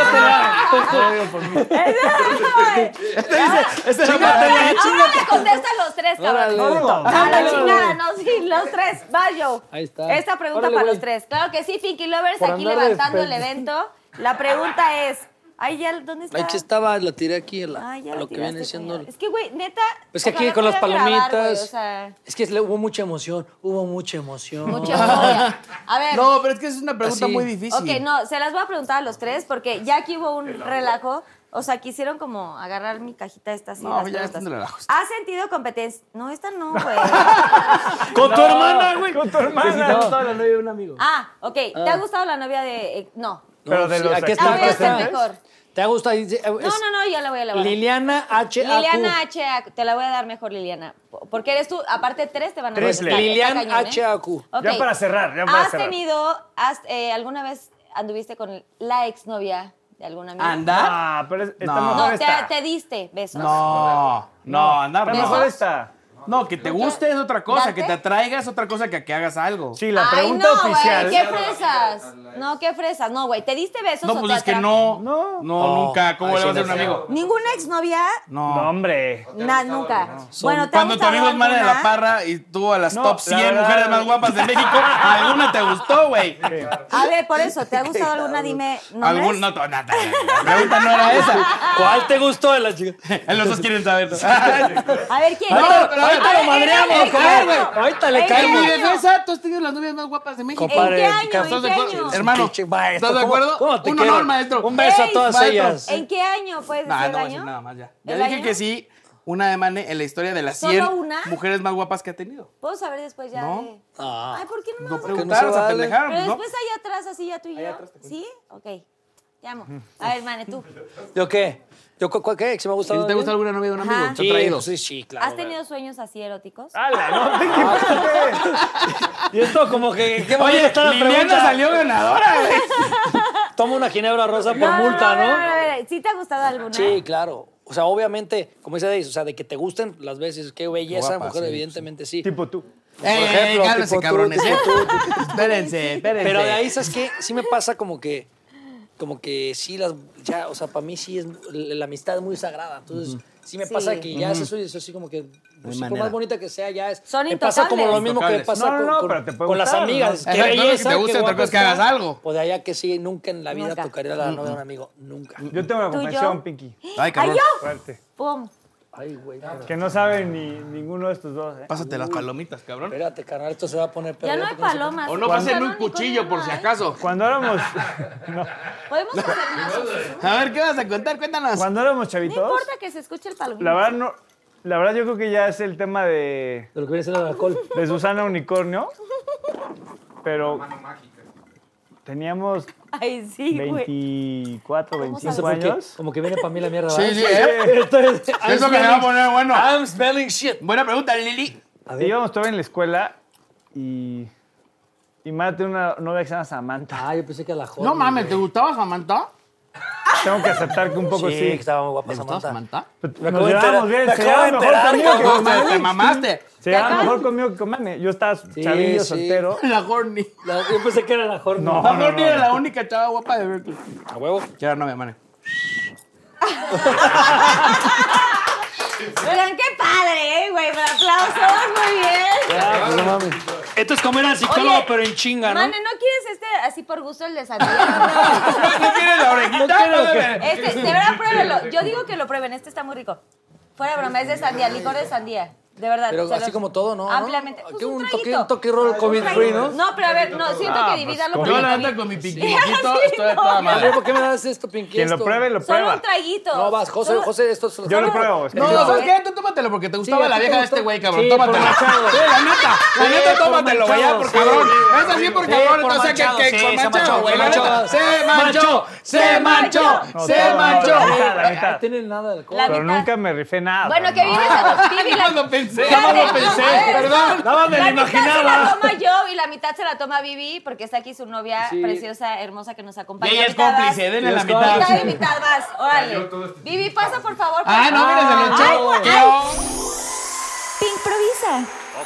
Chúgatela.
Esta es la
Ahora le contestan los tres, cabrón.
Órale.
A la chingada, no, sí, los tres. Va, yo.
Ahí está.
Esta pregunta
Órale,
para
güey.
los tres. Claro que sí, Pinky Lovers,
Por
aquí
andar de
levantando el
espe-
evento. La pregunta es, ay, ya, ¿dónde está?
Aquí estaba, la tiré aquí a, la-
Ay, ya
a
la
lo que
tiraste,
viene siendo...
coño. Es que, güey, neta.
Pues que aquí
ojalá
con las
pudiera grabar,
palomitas...
güey, o sea,
Es que le- hubo mucha emoción, hubo mucha emoción.
mucha euforia. A ver.
No, pero es que es una pregunta
Así.
muy difícil.
Ok, no, se las voy a preguntar a los tres porque ya aquí hubo un relajo. O sea, quisieron como agarrar mi cajita esta así.
No,
las
ya
preguntas.
están de relajo.
¿Has sentido competencia? No, esta no, güey.
Con tu hermana, güey.
Con tu hermana.
Estamos toda la novia de un amigo.
Ah, ok. ¿Te ha gustado la novia de...? eh, no,
Pero de
sí,
los
aquí
Ah,
está,
voy
aquí
a hacer
está.
mejor.
¿Te gusta? Es
No, no, no, yo la voy a elaborar.
Liliana H. A Q.
Liliana H. A Q. Te la voy a dar mejor, Liliana. Porque eres tú, aparte tres te van a dar.
Triple.
Está- está
Lilian
cañón, ¿eh?
H. A Q.
Ok.
Ya para cerrar, ya para
¿Has
cerrar.
tenido, has, eh, alguna vez anduviste con la exnovia de alguna amiga?
¿Anda?
Ah, pero es- está
No.
mejor
No, te,
esta.
te diste besos.
No, no, andar
Está
no.
mejor esta.
No, que te guste es otra cosa,
¿Darte?
que te atraiga es otra cosa que que hagas algo.
Sí, la
Ay,
pregunta
no,
oficial.
güey, qué fresas. No, qué fresas. No, güey, ¿te diste besos
No,
o
pues
te
es que
atra-
no.
No.
No, nunca. ¿Cómo
Ay,
le va a
sí,
hacer un
no sé.
amigo?
¿Ninguna exnovia?
No.
No, hombre.
Na- nunca. Bueno, ¿te ha
Cuando tu
gustado
amigo es Mane de la
alguna?
Parra y tuvo a las
No,
top
la
cien
verdad-
mujeres más guapas de México, ¿alguna te gustó, güey?
A ver, por eso, ¿te ha gustado alguna? Dime nombres.
¿Algún? No, to- nada, nada. La pregunta no era esa.
¿Cuál te gustó de la chica?
Los dos quieren saber.
A ver, ¿quién?
No,
¿quién?
pero
A
ahorita
ver,
lo
eh,
madreamos,
eh, eh,
compadre.
eh,
Ahorita le
¿En
cae
qué
En mi
muy
año?
defensa, tú has tenido las novias más guapas de México.
¿En qué año?
¿Estás
¿En
de
qué
acuerdo?
año?
Hermano,
Pinche maestro,
¿estás de
¿cómo-
acuerdo?
cómo te
Uno
quiero?
no, maestro.
Un beso a
Ey,
todas
maestro.
ellas.
¿En qué año puedes
Nah,
decir
no
el
voy a decir
año?
nada más ya. Ya
¿El
dije
año?
que sí, una de Mane en la historia de las
¿Solo
cien
una?
mujeres más guapas que ha tenido.
¿Puedo saber después ya
No.
de...?
Ah.
Ay, ¿por qué no me
No
vas a
preguntar, o sea,
vale.
pendejaron,
Pero
pues, ¿no?
después allá atrás, así ya tú y yo. ¿Sí? Ok. Te amo. A ver, Mane, tú.
¿Yo qué? ¿Yo cu- cu- qué? ¿Si me gusta?
¿Te gusta alguna novia de un amigo?
Ajá.
¿Te ha
Sí,
traído?
pues sí, sí, claro.
¿Has tenido sueños así eróticos?
¡Hala! ¡No te equivoques!
Y esto como que... ¿qué
Oye,
momento está la
Liliana
pregunta?
salió ganadora, güey.
Toma una ginebra rosa por
No, no,
multa,
no,
¿no?
no, no, no. ¿Sí te ha gustado alguna?
Sí, claro. O sea, obviamente, como dice Deis, o sea, de que te gusten las veces, qué belleza,
Guapa,
mujer,
sí,
evidentemente sí.
Tipo tú.
Eh,
ejemplo,
cálmense,
tipo tú,
cabrones.
tipo
¿eh?
tú, tipo
Espérense, espérense.
Pero de ahí, ¿sabes qué? Sí me pasa como que, como que sí, las, ya, o sea, para mí sí es, la amistad es muy sagrada. Entonces, sí me
Sí.
pasa que ya es eso y es así como que, pues, sí, por
manera.
más bonita que sea, ya es.
Son
me pasa como lo
intocables.
mismo que
Intocables.
pasa
No, no,
con,
no,
con-
pero te puede
con las
gustar,
amigas.
¿no?
Qué
Exacto,
belleza,
que te guste,
qué
otra
guapa
cosa es que hagas
está.
algo.
Pues de allá que sí, nunca en la vida
Nunca.
tocaría la novia de un amigo. Nunca.
Yo tengo una
¿Tú y
confesión,
yo?
Pinky.
Ay,
¡Ay,
cabrón.
yo!
Fuerte.
¡Pum!
Ay, güey. pero-
Que no sabe ni ninguno de estos dos, ¿eh?
Pásate las palomitas, cabrón.
Espérate, carnal, esto se va a poner peor.
Ya no hay
porque se-
palomas.
O no
Cuando-
pasen un
ni con
cuchillo por
una,
si
¿eh?
acaso.
Cuando éramos... no.
¿Podemos hacer más? No
A ver, ¿qué vas a contar? Cuéntanos.
Cuando éramos chavitos...
importa que se escuche el palomino.
La verdad, no... La verdad, yo creo que ya es el tema de...
De lo que viene siendo el alcohol.
de Susana Unicornio. Pero... Teníamos
Ay, sí, güey.
veinticuatro, veinticinco
sabes?
años.
Como que viene para mí la mierda.
Sí,
¿verdad?
sí, ¿eh?
Entonces, I'm
Eso que se va a poner bueno.
I'm smelling shit.
Buena pregunta, Lili.
Íbamos todavía en la escuela y... Y Mara tiene una novia que se llama Samantha.
Ah, yo pensé que a la joven.
No mames, ¿te gustaba Samantha?
Tengo que aceptar que un poco
Sí,
sí.
que estaba muy guapa
¿Te gustaba
Samantha.
Samantha?
Me
Nos
acabo de
llevábamos
enterar-
bien,
me
se
acabo de
llevaba mejor
enterar,
conmigo que
cabrón.
con Mane.
Te mamaste.
Se llevaba
acabas-
mejor conmigo que con Mane. Yo estaba
Sí,
chavillo,
sí.
soltero.
La horny.
La- Yo pensé que era la joven.
No.
La horny era la única chava guapa de Berkeley.
A huevo.
Ya no me mane.
Oigan, qué padre, ¿eh, güey? Aplausos, muy bien.
Ya, pues no mames. Esto es como ir al psicólogo,
Oye,
pero en chinga, ¿no?
Mane, ¿no quieres este así por gusto el de Santiago?
¿No quieres la orejita?
Este, de verdad, pruébenlo. Yo digo que lo prueben, este está muy rico. Fuera de broma, es de sandía, licor de sandía. De verdad.
Pero
se
así
los-
como todo, ¿no?
Ampliamente.
¿No?
Pues
Que
un
un toque,
traguito.
un toque roll COVID free, ¿no?
No, pero a ver, no, siento
Ah,
que
pues,
dividirlo
con-
porque
Yo la
lo
neta
vi-
con mi pinky
Sí,
mojito
así,
estoy a
no,
toda
ya.
madre.
¿Por qué me das esto, Pinky?
Quien lo
esto?
pruebe, lo
Solo
prueba.
un traguito.
No, vas, José,
Solo-
José, esto es...
Yo lo pruebo. es que
No,
yo-
¿sabes qué? Tú tómatelo porque te gustaba
¿a
la
ti te
vieja de
gustó?
este güey, cabrón.
Sí,
Tómatelo.
por manchado.
Sí, la neta. La
Sí,
neta,
por
tómatelo, güey, ya,
manchado,
por
sí.
cabrón. Es así por
Sí,
cabrón.
por
O sea, que
manchado,
que
sí,
con
se
manchado,
manchó,
güey.
se
La neta.
manchó.
Se manchó. Se manchó.
No,
Se
todo,
manchó.
la mitad, la mitad.
No tiene nada de alcohol.
La
Pero
mitad.
nunca me rifé nada.
Bueno,
¿no?
que vienes a Vivi, la-
No lo pensé.
Espérate,
No lo pensé.
a ver,
Perdón.
Nada más me
La
lo
mitad se la
imaginaba.
toma yo y la mitad se la toma Vivi, porque está aquí su novia
Sí.
preciosa, hermosa, que nos
Y
acompaña.
ella es
Mitad vas.
cómplice, denle
Y
la
es
mitad.
Mitad y mitad vas, órale. Vivi, pasa por favor.
Ah, no, mira, se lo
Ay,
echó.
ay.
Qué
Improvisa.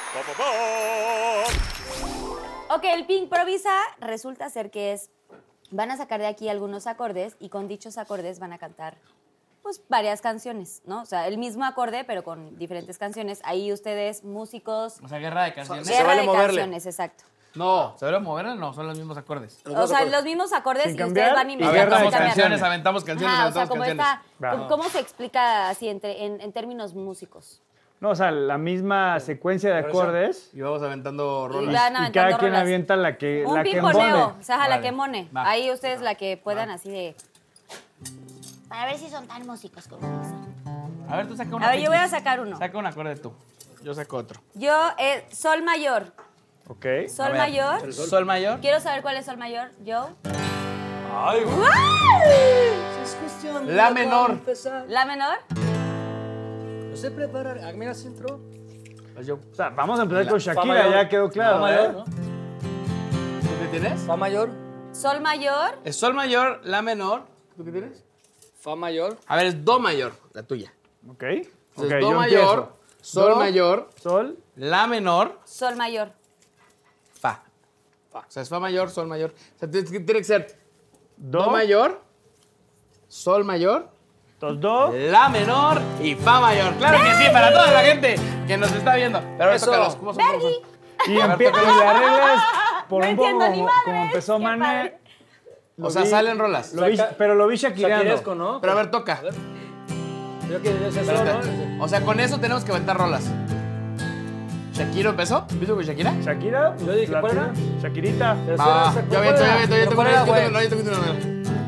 Ok, el Improvisa resulta ser que es, van a sacar de aquí algunos acordes y con dichos acordes van a cantar pues varias canciones, ¿no? O sea, el mismo acorde pero con diferentes canciones. Ahí ustedes, músicos,
O sea, guerra de canciones.
se
guerra
vale
de
moverle.
canciones, exacto.
No, ¿se vale moverla? No, son los mismos acordes.
O sea, los mismos acordes
Sin
y
cambiar,
ustedes van
y
investigando
Aventamos
sin cambiar.
canciones, aventamos canciones,
Ajá, o sea,
aventamos
como
canciones.
esta, ¿cómo, cómo se explica así entre, en, en términos músicos?
No, o sea, la misma secuencia de acordes.
Y vamos aventando
Y
rolas.
van
Y
aventando
cada quien
avienta
avienta la que,
Un
la que
pimponeo,
embone.
o sea, a la
Vale,
que mone.
va.
Ahí ustedes la que puedan así de... Para ver si son tan músicos como dicen.
A ver, tú saca una.
A ver, yo voy a
Pinky.
sacar uno.
Saca un acorde tú. Yo saco otro.
Yo, eh, sol mayor.
Ok.
Sol
A ver,
mayor.
Sol mayor.
Quiero saber cuál es sol mayor. Yo.
Ay, güey.
Es cuestión de
La menor.
confesar.
¿La menor?
No sé preparar. Ah, mira, sí entró.
Pues yo.
O sea, vamos a empezar con
Fa
Shakira,
mayor.
ya quedó claro.
Fa mayor,
¿eh?
¿no?
¿Tú qué tienes?
Fa mayor.
¿Sol mayor?
Es sol mayor, la menor. ¿Tú qué tienes?
Fa mayor.
A ver, es do mayor, la tuya.
Ok.
Entonces,
Ok,
do
yo
mayor,
empiezo.
sol
Do,
mayor,
Sol.
la menor,
Sol mayor.
fa.
Fa.
O sea, es fa mayor, sol mayor. O sea, tiene, tiene que ser
Do.
do mayor, sol mayor,
Entonces, do.
la menor y fa mayor. Claro que sí, para toda la gente que nos está viendo. Pero ahora
Eso.
toca los cubos.
Bergi.
Y, empie- y la regla es por
No
un poco
entiendo ni
como,
madres,
como empezó
qué
Mané.
padre.
O sea, salen rolas.
Lo vi- pero lo vi shakirando.
Shakiresco, ¿no?
Pero a ver, toca.
Yo que es eso,
Espérate.
¿no?
O sea, con eso tenemos que aventar rolas. ¿Shakira empezó? ¿Empiezo con Shakira?
Shakira.
Yo dije, ¿cuál era?
Shakirita.
Pero
Ah,
sí,
yo
¿cuál
aviento, yo
era?
aviento, yo
¿Pero
tengo
cuál
una,
era,
yo tengo
güey?
una, yo tengo una.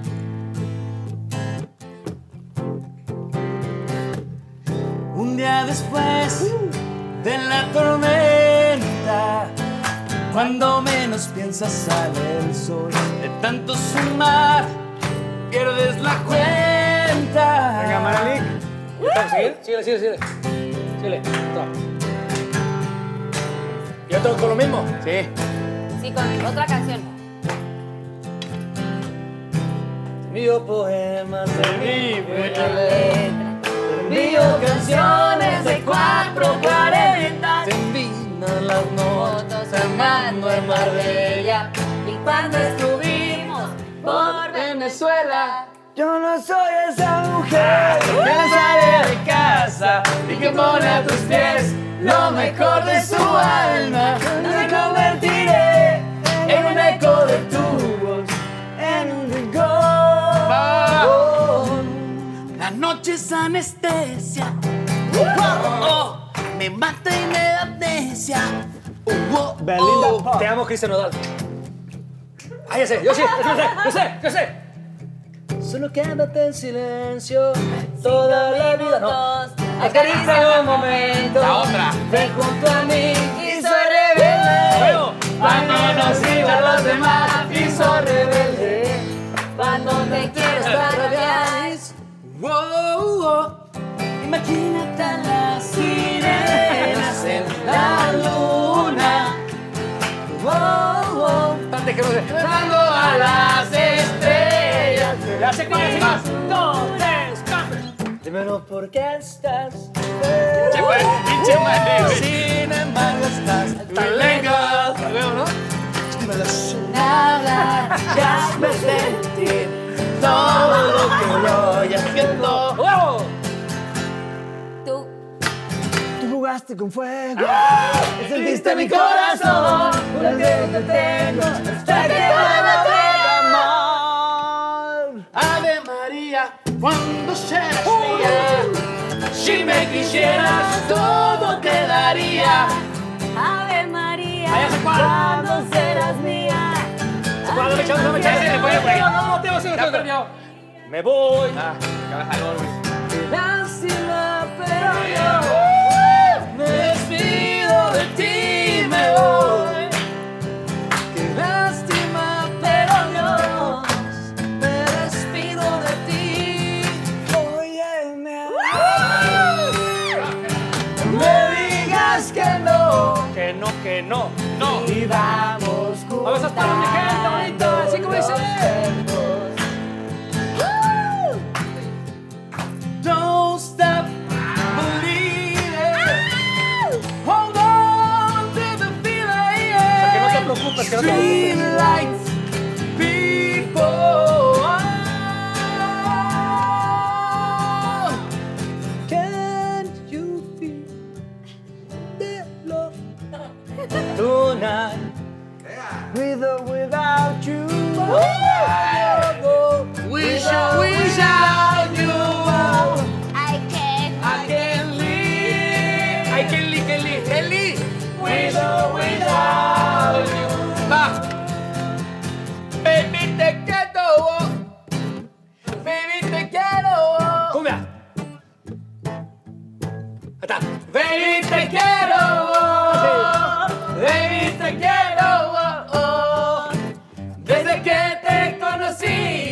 Un día después de la tormenta, cuando menos piensas sale el sol. De tanto sumar, pierdes la cuenta.
Venga, Manelik.
¿Estamos seguir? Síguele, síguele, síguele. Síguele. Otra. Yo tengo con lo mismo.
Sí.
Sí, con otra canción.
Envío poemas de mi buena
Letra.
Envío canciones de cuatro cuarenta. Te envinan las noches
Fotos
amando en Marbella.
Y cuando estuvimos por
Venezuela.
Yo no soy esa mujer.
Que no sale de casa y que pone a tus pies lo mejor de su alma. No me convertiré en un eco de tu voz, en un rincón.
La noche es anestesia. Oh, oh, me mata y me da amnesia. Oh, oh,
Belinda
oh.
Pop.
Te amo, Cristian Nodal. Ah, ya sé, yo sí, yo sé, yo sé, yo sé. Solo quédate en silencio toda la vida. No.
dos.
Acaricia un momento.
La otra.
Ven junto a mí y soy rebelde. Cuando no sigan los demás y soy rebelde.
Cuando te quiero extrañar.
Oh, oh, oh.
Imagínate a las sirenas en la luna. Oh, oh. Tante que no sé. Cantando a las estrellas. Ya sé cuál es más. Dos, tres, cuatro. Dímelo por qué estás.
Pinche man- pinche mané, güey.
Sin embargo estás tan lejos. ¿Lo veo, no? Nada, ya me sentí todo lo que voy haciendo. ¡Wow!
Tú.
Tú jugaste con fuego.
Sentiste mi corazón, una vez que te tengo, hasta que vuelva amor. Ave María, cuando serás mía, si me quisieras todo te daría.
Ave María.
Vaya, se cuadra.
Cuando serás mía.
Cuando me echamos, no me echamos, se fue, güey. No, no, tengo que
Ya perdió.
Me voy.
Ah, cada jalón, güey.
Lástima, pero yo me despido de ti, me voy. Qué lástima, pero yo me despido de ti. Óyeme, me digas que no, que no, que no, no. Y vamos juntos. Vamos a estar mi gente bonita, así como dice. Don't stop believing. Hold on to the feeling. O sea, que no te preocupes, que no te preocupes. Lights, people. Can't you feel the love tonight? With or without you. We shall, we shall you.
I can't.
I can live. I can live, can live, can live. With or without you. Va. Baby, te quiero. Baby, te quiero. Cumbia. Ahí está. Baby, te quiero. Baby, te quiero. Desde que te conocí.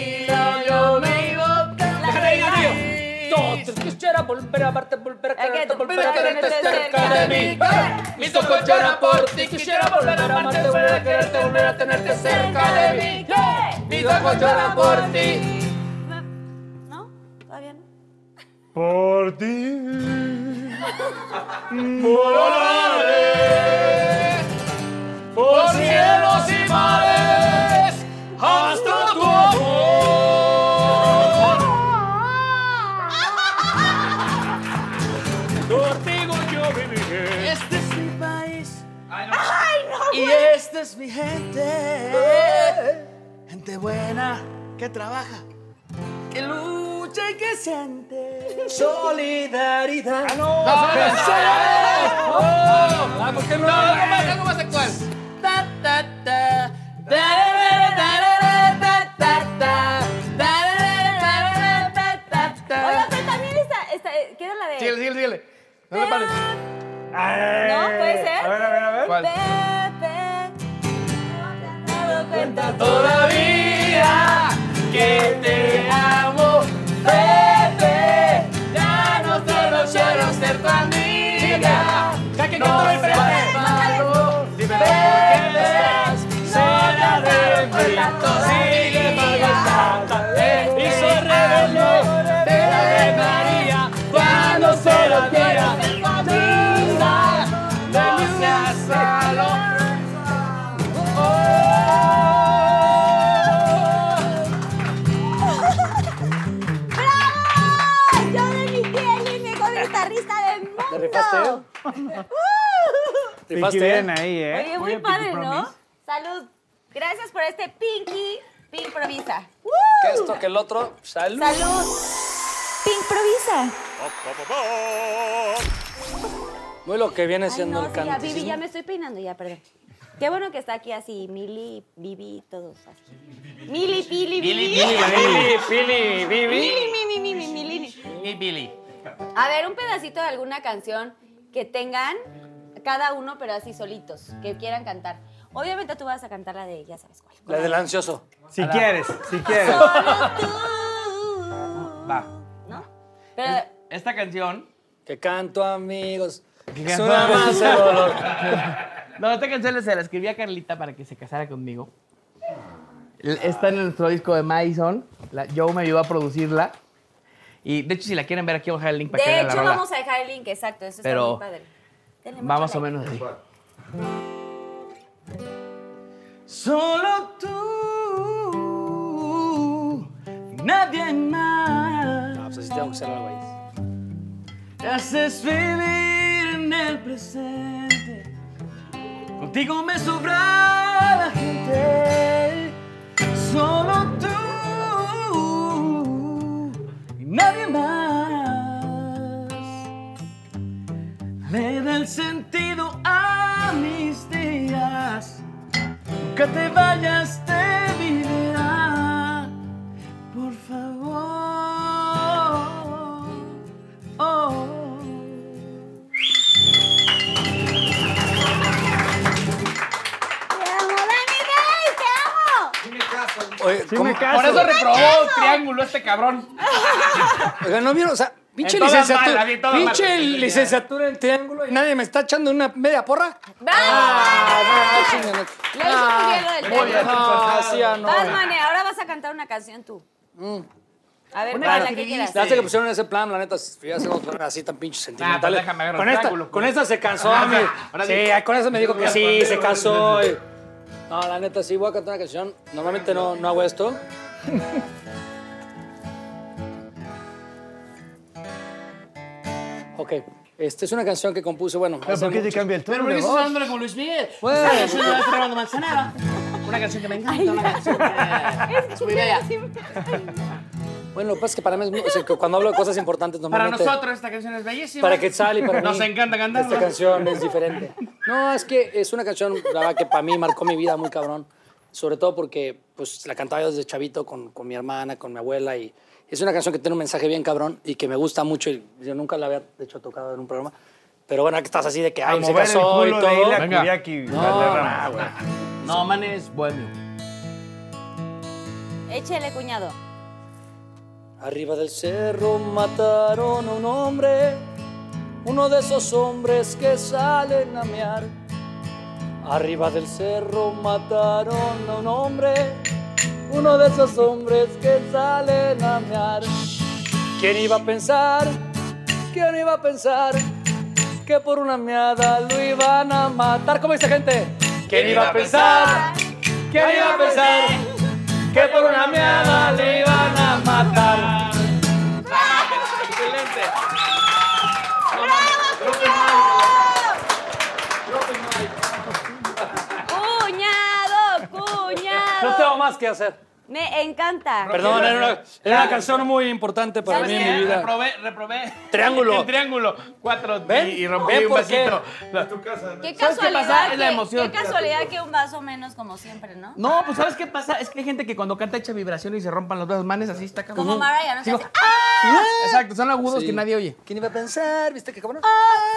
volver a amarte, volver a
Hay que
quererte, volver a
volver a
tenerte
tenerte
cerca de mí. Mis ojos lloran por ti, quisiera volver a amarte, volver a quererte, volver a tenerte cerca de mí. Mis ojos lloran por ti.
¿No? ¿Todavía no?
Por ti.
Volaré por cielos y mares hasta tu amor. Contigo yo viviré.
Este es mi país. Y esta es mi gente. Gente buena que trabaja, que lucha y que siente solidaridad.
¡Ah, no! ¡Ah, por qué no!
Algo más, algo más actual. Ta, ta, ta. Ta, ta, ta, ta, ta, ta, ta, ta.
Oiga, pero también esta, esta, eh, ¿qué era la de?
Síguele, síguele, síguele. No me pares.
¿No? ¿Puede ser?
A ver, a ver, a ver.
¿Cuál?
Pepe, no te has dado cuenta
Todavía que te amo, Pepe. Ya no solo quiero ser tu amiga.
Ya que
No
canto el
seas
frente.
malo, dime por qué estás sola de mí. Sigue malgastándote y soy rebelde de la de María. Cuando solo quiero ser tu amiga, no seas malo.
¡Bravo! Yo de mi piel y mi mejor guitarrista del mundo.
¿Te rifaste?
Pinky
¿Rifaste?
bien ahí, ¿eh?
Oye, muy
bien,
padre,
Pinky
¿no?
Promise.
Salud. Gracias por este Pinky Pimprovisa.
Que esto, que el otro. ¡Salud!
Salud. Pimprovisa.
Muy lo que viene
Ay,
siendo
no,
el
sí, ya,
canto.
Vivi, ya me estoy peinando, ya, perdón. Qué bueno que está aquí así, Mili, Vivi, todos así. Mili, Pili, Vivi.
Pili, Pili, Vivi.
Mili, Mimi, Mimi, Mili.
Y Billy.
A ver, un pedacito de alguna canción que tengan cada uno, pero así solitos, que quieran cantar. Obviamente tú vas a cantar la de, ya sabes cuál.
La del ansioso.
Si quieres, si quieres.
Solo tú.
Va.
¿No? Pero,
Esta canción.
Que canto, amigos. Es
canto,
una
amigos?
más de dolor.
No, esta canción se la escribí a Carlita para que se casara conmigo. Está en nuestro disco de Madison. La, Joe me ayudó a producirla. Y de hecho, si la quieren ver, aquí voy a dejar el link para que
de
vean la
hecho,
rola.
vamos a dejar el link, exacto, eso está
Pero
muy padre. Denle mucho
Va más o
like.
menos así. Solo tú, nadie más.
No, pues así tengo que ser algo ahí.
Te haces vivir en el presente. Contigo me sobra la gente. Solo tú y nadie más. Le da el sentido a mis días. Nunca te vayas de mi vida, por favor. Oh.
¡Te amo, Dani Day! ¡Te amo!
Oye,
Sí
¿cómo?
me caso.
Por eso reprobó triángulo este cabrón.
Oiga, ¿no vieron? O sea, pinche
En todas
licenciatura.
mal, en todas
pinche
mal.
licenciatura en triángulo y nadie me está echando una media porra.
¡Bravo!
Ah, no, chinga, no.
Lo hizo muy bien lo del
muy bien.
tema.
No, así ya no.
Vas, Mane, ahora vas a cantar una canción tú. A ver,
Una
¿cuál la
que
que quieras?
escribiste.
Ya sé que pusieron ese plan, la neta, ya se nos ponen así tan pinches sentimentales.
déjame agarrar
con
el
esta,
triángulo,
con
pues.
esta se cansó,
Ajá,
mi-
ahora
Sí,
sí.
con esta me dijo que sí, se casó. y- No, la neta, sí, voy a cantar una canción. Normalmente no, no hago esto. Ok, esta es una canción que compuse, bueno,
¿Pero
hace
por qué te
mucho-
cambia el tono
Pero
de
¿por qué estás
voz?
hablando como Luis Miguel?
Bueno.
Esta canción de Fernando Manzanera. Una canción que me encanta, una canción que es muy bella.
Bueno, lo que pasa es que para mí es muy- o sea, que cuando hablo de cosas importantes
Para
normalmente...
nosotros esta canción es bellísima.
Para Quetzal y para mí.
Nos encanta cantarla.
Esta canción es diferente. No, es que es una canción, la verdad, que para mí marcó mi vida muy cabrón. Sobre todo porque pues, la cantaba yo desde chavito con, con mi hermana, con mi abuela. Y es una canción que tiene un mensaje bien cabrón y que me gusta mucho. Y yo nunca la había, de hecho, tocado en un programa. Pero bueno, que estás así de que,
A
ay, se
mover el
casó y
culo de
todo.
Ilia
Venga.
Kuriaki,
No,
Valderrama.
no, güey.
No, man, es bohemio.
Échele, cuñado.
Arriba del cerro mataron a un hombre, uno de esos hombres que salen a mear. Arriba del cerro mataron a un hombre, uno de esos hombres que salen a mear. ¿Quién iba a pensar? ¿Quién iba a pensar que por una meada lo iban a matar? ¿Cómo dice gente? ¿Quién iba a pensar? ¿Quién iba a pensar que por una meada le iban a matar? Excelente.
¡Cuñado! ¡Cuñado!
No tengo más que hacer.
Me encanta.
Perdón, era una, era una canción muy importante para mí en mi vida.
Reprobé, reprobé.
Triángulo.
El triángulo. Cuatro.
¿Ven?
Y, y rompí
¿Ven
un
por qué?
vasito.
Qué
¿Sabes qué
casualidad,
pasa? Es la
que-
emoción.
qué casualidad que un vaso menos como siempre, ¿no?
No, pues ¿sabes qué pasa? Es que hay gente que cuando canta echa vibración y se rompan los brazos. Manes así está cabrón.
Como Mariah, ¿no? Se
Digo,
hace, ¡ah!
Exacto, son agudos
Sí.
que nadie oye.
¿Quién iba a pensar? ¿Viste qué cabrón?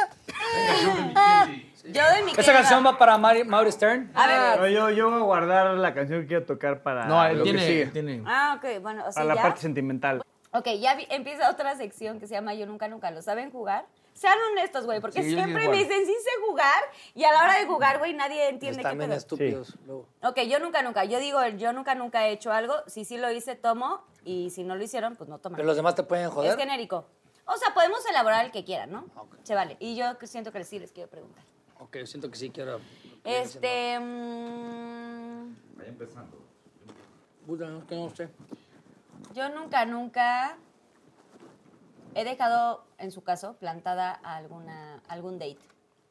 Yo doy mi
Esa
queja.
canción va para Mari- Mauri Stern.
A ver.
No, yo, yo voy a guardar la canción que quiero tocar para
No, él
lo que
tiene,
sigue.
tiene.
Ah, ok, bueno, o sea,
Para la
ya.
parte sentimental.
Ok, ya vi- empieza otra sección que se llama Yo Nunca Nunca. ¿Lo saben jugar? Sean honestos, güey, porque
Sí, yo sí
siempre
sé
me
jugar.
dicen sí sé jugar y a la hora de jugar, güey, nadie entiende qué
Están bien
pedo.
estúpidos. luego.
Ok, yo nunca, nunca. Yo digo, el yo nunca, nunca he hecho algo. Si sí lo hice, tomo. Y si no lo hicieron, pues no toman.
Pero los demás te pueden joder.
Es genérico. O sea, podemos elaborar el que quieran, ¿no? Se vale. Y yo siento que sí les quiero preguntar.
Ok, siento que sí quiero.
Este... mm,
Puta, no, que no sé.
yo nunca, nunca he dejado, en su caso, plantada a alguna, algún date.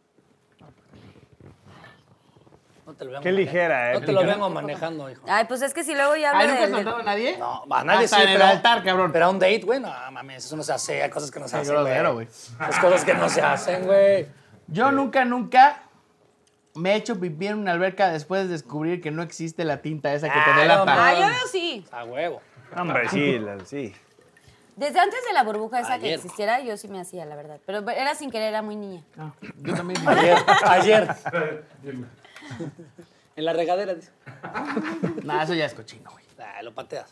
No te lo vengo
Qué
manejando.
ligera, ¿eh?
No te lo
Ligera.
vengo manejando, hijo.
Ay, pues es que si luego ya hablo
¿Ay, nunca has
del- del-
plantado a nadie?
No, a nadie
Hasta
sí,
en el
pero-
altar, cabrón.
Pero a un date, güey, no mames, eso no se hace. Hay cosas que no se
Qué
hacen,
grosero,
güey.
güey.
Es cosas que no se hacen, güey.
Yo nunca, nunca me he hecho pipí en una alberca después de descubrir que no existe la tinta esa que te
Ah, no,
delata.
ma.
Ah, yo veo sí.
A huevo.
Hombre, sí, la- sí.
Desde antes de la burbuja esa que
Ayer.
existiera, yo sí me hacía, la verdad. Pero era sin querer, era muy niña.
Ah, yo también.
Ayer, ayer. En la regadera, dice.
Nah, eso ya es cochino, güey.
Ah, lo pateas.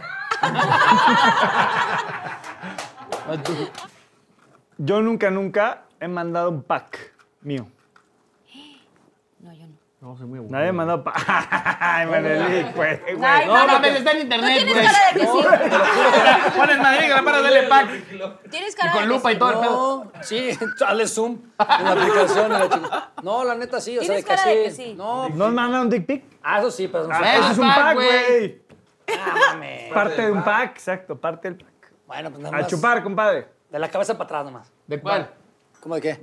Yo nunca, nunca he mandado un pack mío.
No, yo no.
No, soy muy aburrido.
Nadie me ha mandado pack. Ay, Manelik, güey.
Ay,
güey.
No, mames, está en internet,
Tienes
güey.
cara de que sí.
Pones Madrid, la para dale pack.
Tienes
Y
cara
con
de que
lupa
sí.
y todo el pedo.
No, sí, dale zoom en la aplicación. y la chica- No, la neta sí, o sea, de
Tienes
que
cara de
sí.
que sí.
No,
¿No me mandaron un dick pic?
ah, eso sí, pero no
Ah,
sé.
eso es un pack,
güey.
güey.
Ah, mames.
Parte de un pack, exacto, parte del pack.
Bueno, pues nada
A
más.
chupar, compadre.
De la cabeza para atrás nomás.
¿De cuál?
¿Cómo de qué?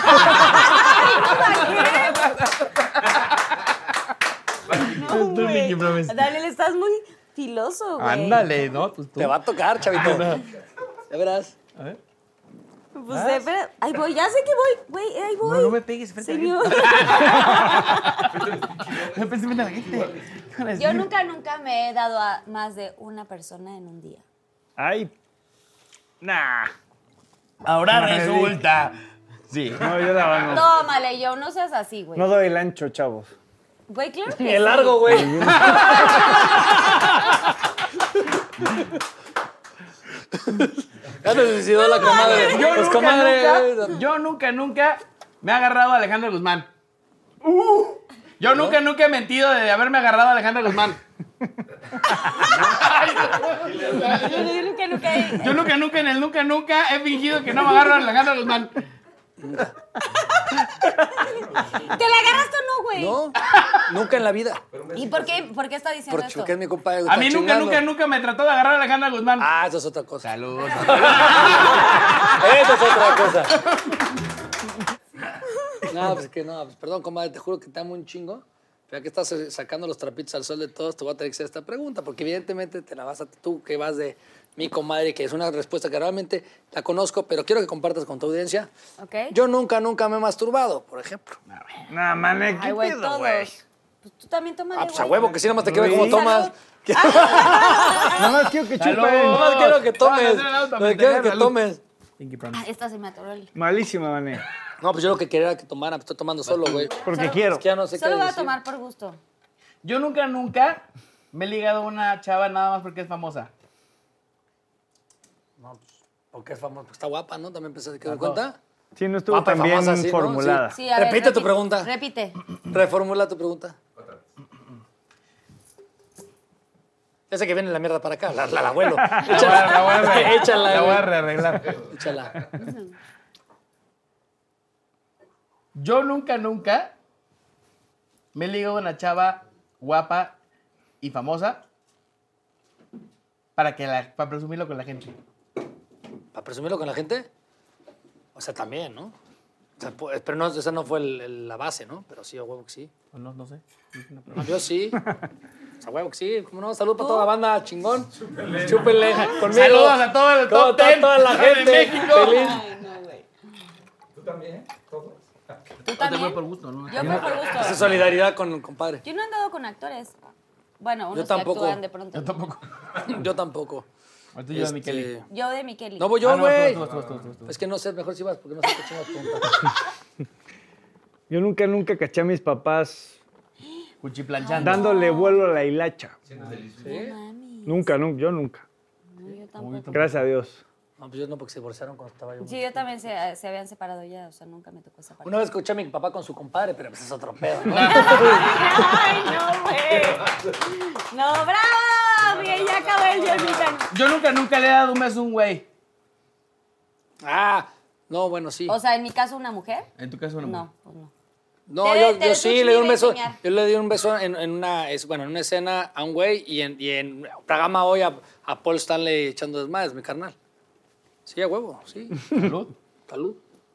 No, güey. Daniel, estás muy filoso, güey.
Ándale, ¿no? Pues tú.
Te va a tocar, chavito. Ya verás.
Pues, eh, espera. Ahí voy, ya sé que voy. Güey, ahí voy.
No, no me pegues frente a la
Señor.
gente. No pensé frente a la gente.
Yo nunca, nunca me he dado a más de una persona en un día.
Ay. Nah.
Ahora
Madrid.
resulta. Sí.
No, yo la verdad no.
Tómale, yo, no seas así, güey.
No doy el ancho, chavos.
Güey, claro que
Ni el
sí.
largo, güey. Ya te suicidó la comadre.
Yo
Pues,
nunca,
comadre.
nunca, yo nunca, nunca me he agarrado a Alejandra Guzmán. Yo nunca, nunca he mentido de haberme agarrado a Alejandra Guzmán.
Yo, yo nunca, nunca he...
Yo nunca, nunca, en el nunca, nunca he fingido que no me agarro a Alejandra Guzmán.
¿Te la agarraste o no, güey?
No, nunca en la vida.
¿Y por qué, por qué está diciendo
Porque,
esto?
porque es mi compadre.
A mí nunca, nunca, nunca me trató de agarrar a Alejandra Guzmán.
Ah, eso es otra cosa.
Salud.
Eso es otra cosa. No, pues que no, pues perdón, comadre, te juro que te amo un chingo. Ya que estás eh, sacando los trapitos al sol de todos, te voy a tener que hacer esta pregunta, porque evidentemente te la vas a tú, que vas de mi comadre, que es una respuesta que realmente la conozco, pero quiero que compartas con tu audiencia.
¿Ok?
Yo nunca, nunca me he masturbado, por ejemplo.
Nah, mané, ¿qué
Ay, güey,
pedo,
todos.
güey?
Pues tú también tomas.
Ah, pues a huevo, que sí, nada más te quiero ver cómo
Luis.
tomas.
Nada más quiero que
Salud.
chupen.
Nada más quiero que tomes.
Vamos a hacer el auto,
Nada más quiero que
salud.
tomes.
Pinky promise.
Ah, esta se me atoró el...
Malísima, mané.
No, pues yo lo que quería era que tomara, pues estoy tomando solo, güey.
Porque
Solo-
quiero.
Es que ya no sé
Solo
qué
voy a
decir.
tomar por gusto.
Yo nunca, nunca me he ligado a una chava nada más porque es famosa.
Porque es famosa, está guapa, ¿no? También pensé, ¿te das cuenta?
Sí, no estuvo
Guapa y
tan bien
famosa, sí, ¿no?
formulada.
Sí, a ver,
Repite tu
repi-
pregunta.
Repite.
Reformula tu pregunta. Ya sé que viene la mierda para acá, la, la, la abuelo. Échala,
La voy a re-
échala,
la voy a
güey.
rearreglar.
Échala.
Yo nunca, nunca me he ligado a una chava guapa y famosa para, que la, para presumirlo con la gente.
¿Para presumirlo con la gente? O sea, también, ¿no? O sea, pu- pero no, esa no fue el- el- la base, ¿no? Pero sí, a huevo que sí.
O no, no sé.
No, yo sí. O sea, huevo que sí. ¿Cómo no? Salud para toda la banda, chingón. Chúpenle. Conmigo.
Saludos a todo el
Toda-
top
toda-
ten
toda la
de
gente.
México.
Feliz.
¿Tú
Te
también?
fue por gusto, ¿no?
Yo fue por
Esa
gusto.
solidaridad con el compadre.
Yo no he andado con actores. Bueno, unos
tampoco.
que actúan de pronto.
Yo tampoco.
Yo tampoco.
Ahorita yo a mi
Este,
Kelly.
Yo de Miqueli.
No voy yo,
Ah, no,
güey.
tú vas, tú vas, tú vas, tú vas, tú vas.
Es que no sé, mejor si vas, porque no sé qué chingados preguntar.
Yo nunca, nunca caché a mis papás
Cuchiplanchando.
dándole vuelo a la hilacha.
¿Sí?
Nunca, nunca, yo nunca.
No, yo tampoco.
Gracias a Dios.
No, pues yo no, porque se divorciaron cuando estaba yo.
Sí, yo también se, se habían separado ya, o sea, nunca me tocó esa parte.
Una vez escuché a mi papá con su compadre, pero pues es otro pedo, ¿no?
¡Ay, no, güey! ¡No, bravo! Bien, ya acabó el Jonathan.
Yo nunca, nunca le he dado un beso a un güey.
Ah, no, bueno, sí.
O sea, en mi caso, ¿una mujer?
En tu caso, una mujer.
No, pues no.
No,
Te-
yo,
te-
yo
tú
sí
sí
le di
me
un
iba a
beso.
enseñar.
Yo le di un beso en, en una, es, bueno, en una escena a un güey y en, y en programa hoy a, a Paul Stanley echando desmadres, mi carnal. Sí, a huevo, sí.
Salud.
Salud.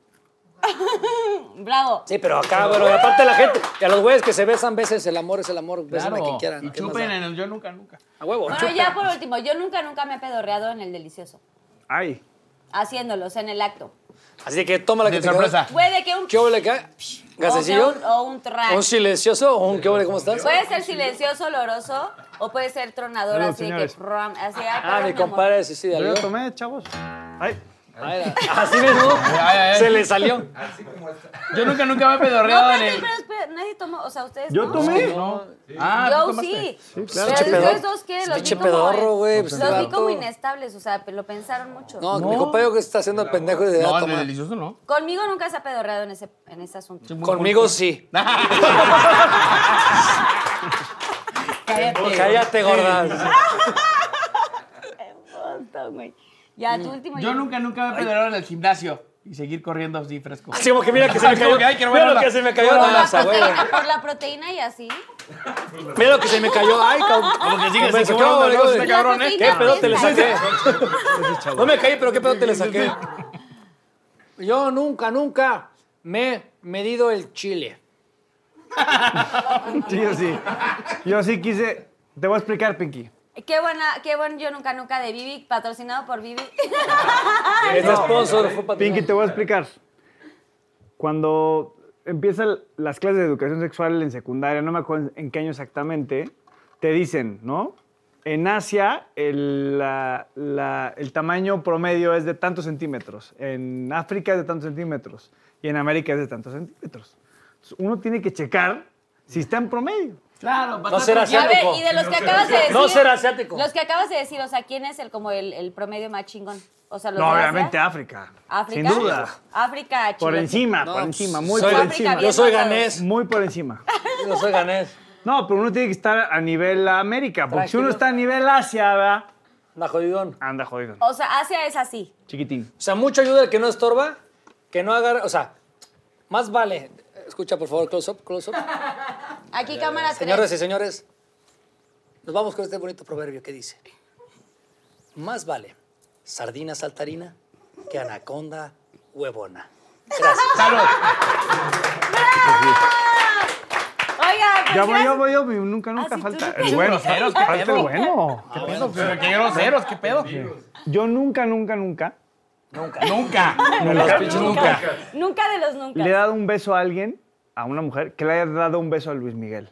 Bravo.
Sí, pero acá, bueno, y aparte la gente, y a los güeyes que se besan, veces el amor es el amor, besan a quien
Claro.
quieran.
Y
¿qué más
chupen
da?
en el yo nunca, nunca.
A huevo,
Bueno,
chupen.
ya por último, yo nunca, nunca me he pedorreado en el delicioso.
Ay.
Haciéndolo, o sea, en el acto.
Así que toma la que
De
te
sorpresa.
Puede que un...
¿Qué huele acá? ¿Gasecillo?
O, que un, o un track.
¿Un silencioso o un qué huele? ¿Cómo estás?
Puede ser silencioso, oloroso o puede ser tronador,
Salud,
así de
señores.
que... prum, así, ay,
Ah,
perdón,
mi
amor.
compadre, sí, sí, de
Yo
algo.
ya tomé, chavos. Ay.
Ah, era- Así mismo.
ay, ay.
Se le salió.
Yo nunca, nunca me he
No,
pedorreado en
espérate,
el...
pero, espera, nadie tomó, o sea, ustedes
Yo
no.
tomé.
No. Ah, ¿tú
Yo
tomaste?
sí.
Sí, claro.
Pero
Pinche
ustedes
pedorro.
dos, ¿qué? Los
Pinche
vi como,
pedorro, güey,
eh,
pues,
Los
este
vi
vato.
como inestables, o sea, lo pensaron mucho.
No, mi compadre que está haciendo el pendejo y de
No,
ah,
en el
toma.
delicioso no.
Conmigo nunca se ha pedorreado en ese, en ese asunto.
Sí, muy
Conmigo sí.
Cállate.
Cállate, gorda.
Ya, tu último.
Yo nunca, nunca me he pedorreado en el gimnasio y seguir corriendo así fresco.
Así como que mira que se me
Como
cayó.
que, ay, qué
Mira
buena
lo
onda.
que se me cayó
por,
la
la
masa, güey.
proteína, por la proteína y así.
Mira lo que se me cayó. Ay, cabrón.
Como que sigue
Me
así,
sacó,
qué buena onda,
güey,
¿no?
güey.
Está cabrón, ¿eh?
¿Qué pedo te le
pesa.
saqué? No me caí, pero ¿qué pedo te le saqué? Yo nunca, nunca me he medido el chile.
Sí, yo sí. Yo sí quise. Te voy a explicar, Pinky.
Qué buena, qué buen Yo Nunca Nunca de Vivi, patrocinado por Vivi.
Este sponsor fue patrocinado.
Pinky, te voy a explicar. Cuando empiezan las clases de educación sexual en secundaria, no me acuerdo en qué año exactamente, te dicen, ¿no? En Asia el, la- la- el tamaño promedio es de tantos centímetros, en África es de tantos centímetros y en América es de tantos centímetros. Entonces, uno tiene que checar si está en promedio.
Claro,
No será
A ver,
asiático.
y de los que acabas de decir.
No será asiático.
Los que acabas de decir, o sea, ¿quién es el como el, el promedio más chingón? O sea, los
No,
de Asia.
obviamente África.
África.
Sin duda.
África,
Por
Chile.
encima,
No,
por encima, muy
soy-
por
África
encima.
bien
Yo soy
marcados.
ganés.
Muy por encima.
Yo soy ganés.
No, pero uno tiene que estar a nivel América, porque si uno
Tranquilo.
está a nivel Asia, ¿verdad?
La jodidón.
Anda jodido.
O sea, Asia es así.
Chiquitín.
O sea, mucho ayuda el que no estorba, que no agarra, o sea, más vale. Escucha, por favor, close up, close up.
Aquí cámara tres.
Señores y señores, nos vamos con este bonito proverbio que dice: más vale sardina saltarina que anaconda huevona. Gracias.
Salud.
Oiga, pues
Ya voy
gracias.
yo, voy yo, nunca, nunca
Ah, sí,
falta.
tú-
El bueno,
groseros, qué
falta
pedo.
el bueno.
¿Qué pedo? Pero qué groseros, qué pedo.
Yo nunca, nunca, nunca
Nunca.
Nunca.
Los pinches nunca.
Nunca de los nunca.
le he dado un beso a alguien, a una mujer, que le haya dado un beso a Luis Miguel.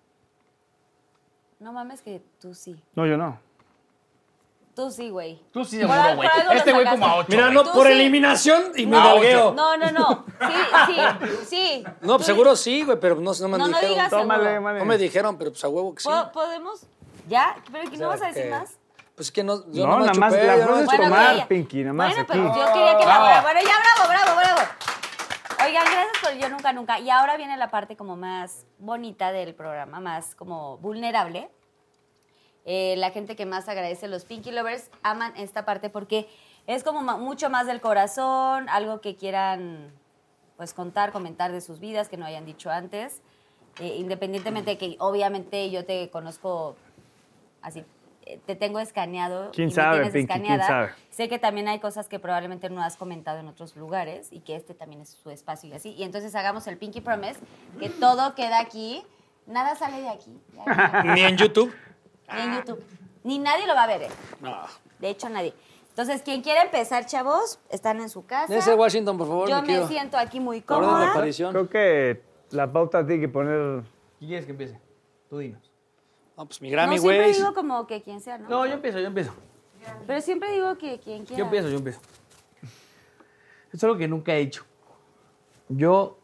No mames que tú sí.
No, yo no.
Tú sí, güey.
Tú sí,
Por
seguro,
al-
güey.
por algo lo
Este güey
sacaste.
como a ocho.
Mira,
güey.
no,
Tú
por
sí.
eliminación y me
Ah,
nalgueo.
No, no, no. Sí, sí, sí.
No, pues seguro sí, güey, pero no, no me
No, no
dijeron.
digas
Tómale,
seguro.
mane.
No me dijeron, pero pues a huevo que sí.
¿Po- ¿Podemos? ¿Ya? ¿Pero que no
O
vas
sea,
a decir
que-
más?
Pues que no, yo
No,
no me
nada más
chupé,
la
yo no
cosa
me
es
chupé.
tomar,
ya.
Pinky, nada más
Bueno,
aquí.
pero yo quería que la fuera. Bueno, ya, bravo, bravo, bravo. Oigan, gracias por Yo Nunca Nunca. Y ahora viene la parte como más bonita del programa, más como vulnerable. Eh, la gente que más agradece, los Pinky Lovers, aman esta parte porque es como ma- mucho más del corazón, algo que quieran pues contar, comentar de sus vidas, que no hayan dicho antes. Eh, independientemente de que obviamente yo te conozco así, eh, te tengo escaneado.
¿Quién
y me
sabe,
tienes
Pinky? ¿Quién
escaneada.
sabe?
Sé que también hay cosas que probablemente no has comentado en otros lugares y que este también es su espacio y así. Y entonces hagamos el Pinky Promise, que todo queda aquí, nada sale de aquí. Ya,
Ni en YouTube.
ni en YouTube. Ni nadie lo va a ver, eh.
No.
De hecho, nadie. Entonces, quien quiera empezar, chavos, están en su casa.
Dense Washington, por favor.
Yo
mi
me
querido.
siento aquí muy
Orden de
cómoda.
aparición.
Creo que la pauta tiene que poner...
¿Quién quieres que empiece? Tú dinos.
No, pues mi
No,
Grammy,
siempre
güey.
digo como que quien sea, ¿no?
No, yo empiezo, yo empiezo.
Pero siempre digo que quien quiera.
Yo empiezo, yo empiezo. Es algo que nunca he hecho. Yo.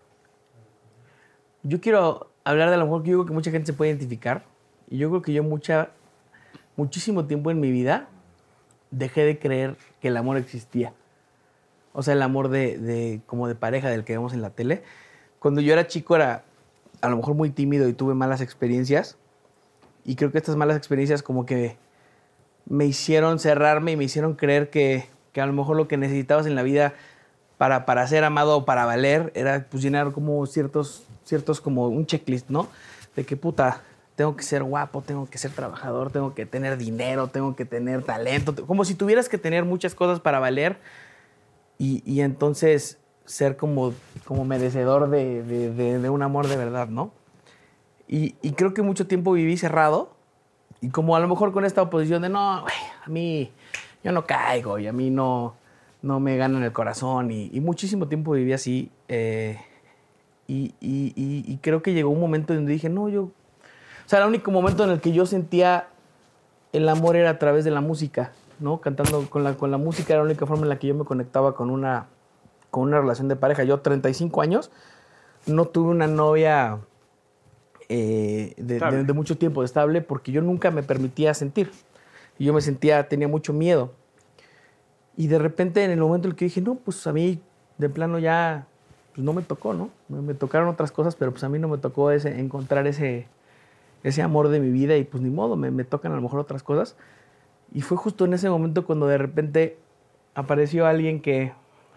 Yo quiero hablar de a lo mejor que yo creo que mucha gente se puede identificar. Y yo creo que yo mucha, muchísimo tiempo en mi vida dejé de creer que el amor existía. O sea, el amor de, de como de pareja del que vemos en la tele. Cuando yo era chico era a lo mejor muy tímido y tuve malas experiencias. Y creo que estas malas experiencias como que me hicieron cerrarme y me hicieron creer que, que a lo mejor lo que necesitabas en la vida para, para ser amado o para valer era pues llenar como ciertos, ciertos como un checklist, ¿no? De que puta, tengo que ser guapo, tengo que ser trabajador, tengo que tener dinero, tengo que tener talento. Como si tuvieras que tener muchas cosas para valer y, y entonces ser como, como merecedor de, de, de, de un amor de verdad, ¿no? Y, y creo que mucho tiempo viví cerrado y como a lo mejor con esta oposición de no, güey, a mí yo no caigo y a mí no, no me ganan el corazón y, y muchísimo tiempo viví así eh, y, y, y, y creo que llegó un momento donde dije, no, yo... O sea, el único momento en el que yo sentía el amor era a través de la música, ¿no? Cantando con la, con la música era la única forma en la que yo me conectaba con una, con una relación de pareja. Yo, treinta y cinco años, no tuve una novia... Eh, de, de, de mucho tiempo de estable porque yo nunca me permitía sentir y yo me sentía, tenía mucho miedo y de repente en el momento en el que dije no, pues a mí de plano ya pues no me tocó, ¿no? Me, me tocaron otras cosas, pero pues a mí no me tocó ese, encontrar ese, ese amor de mi vida y pues ni modo, me, me tocan a lo mejor otras cosas y fue justo en ese momento cuando de repente apareció alguien que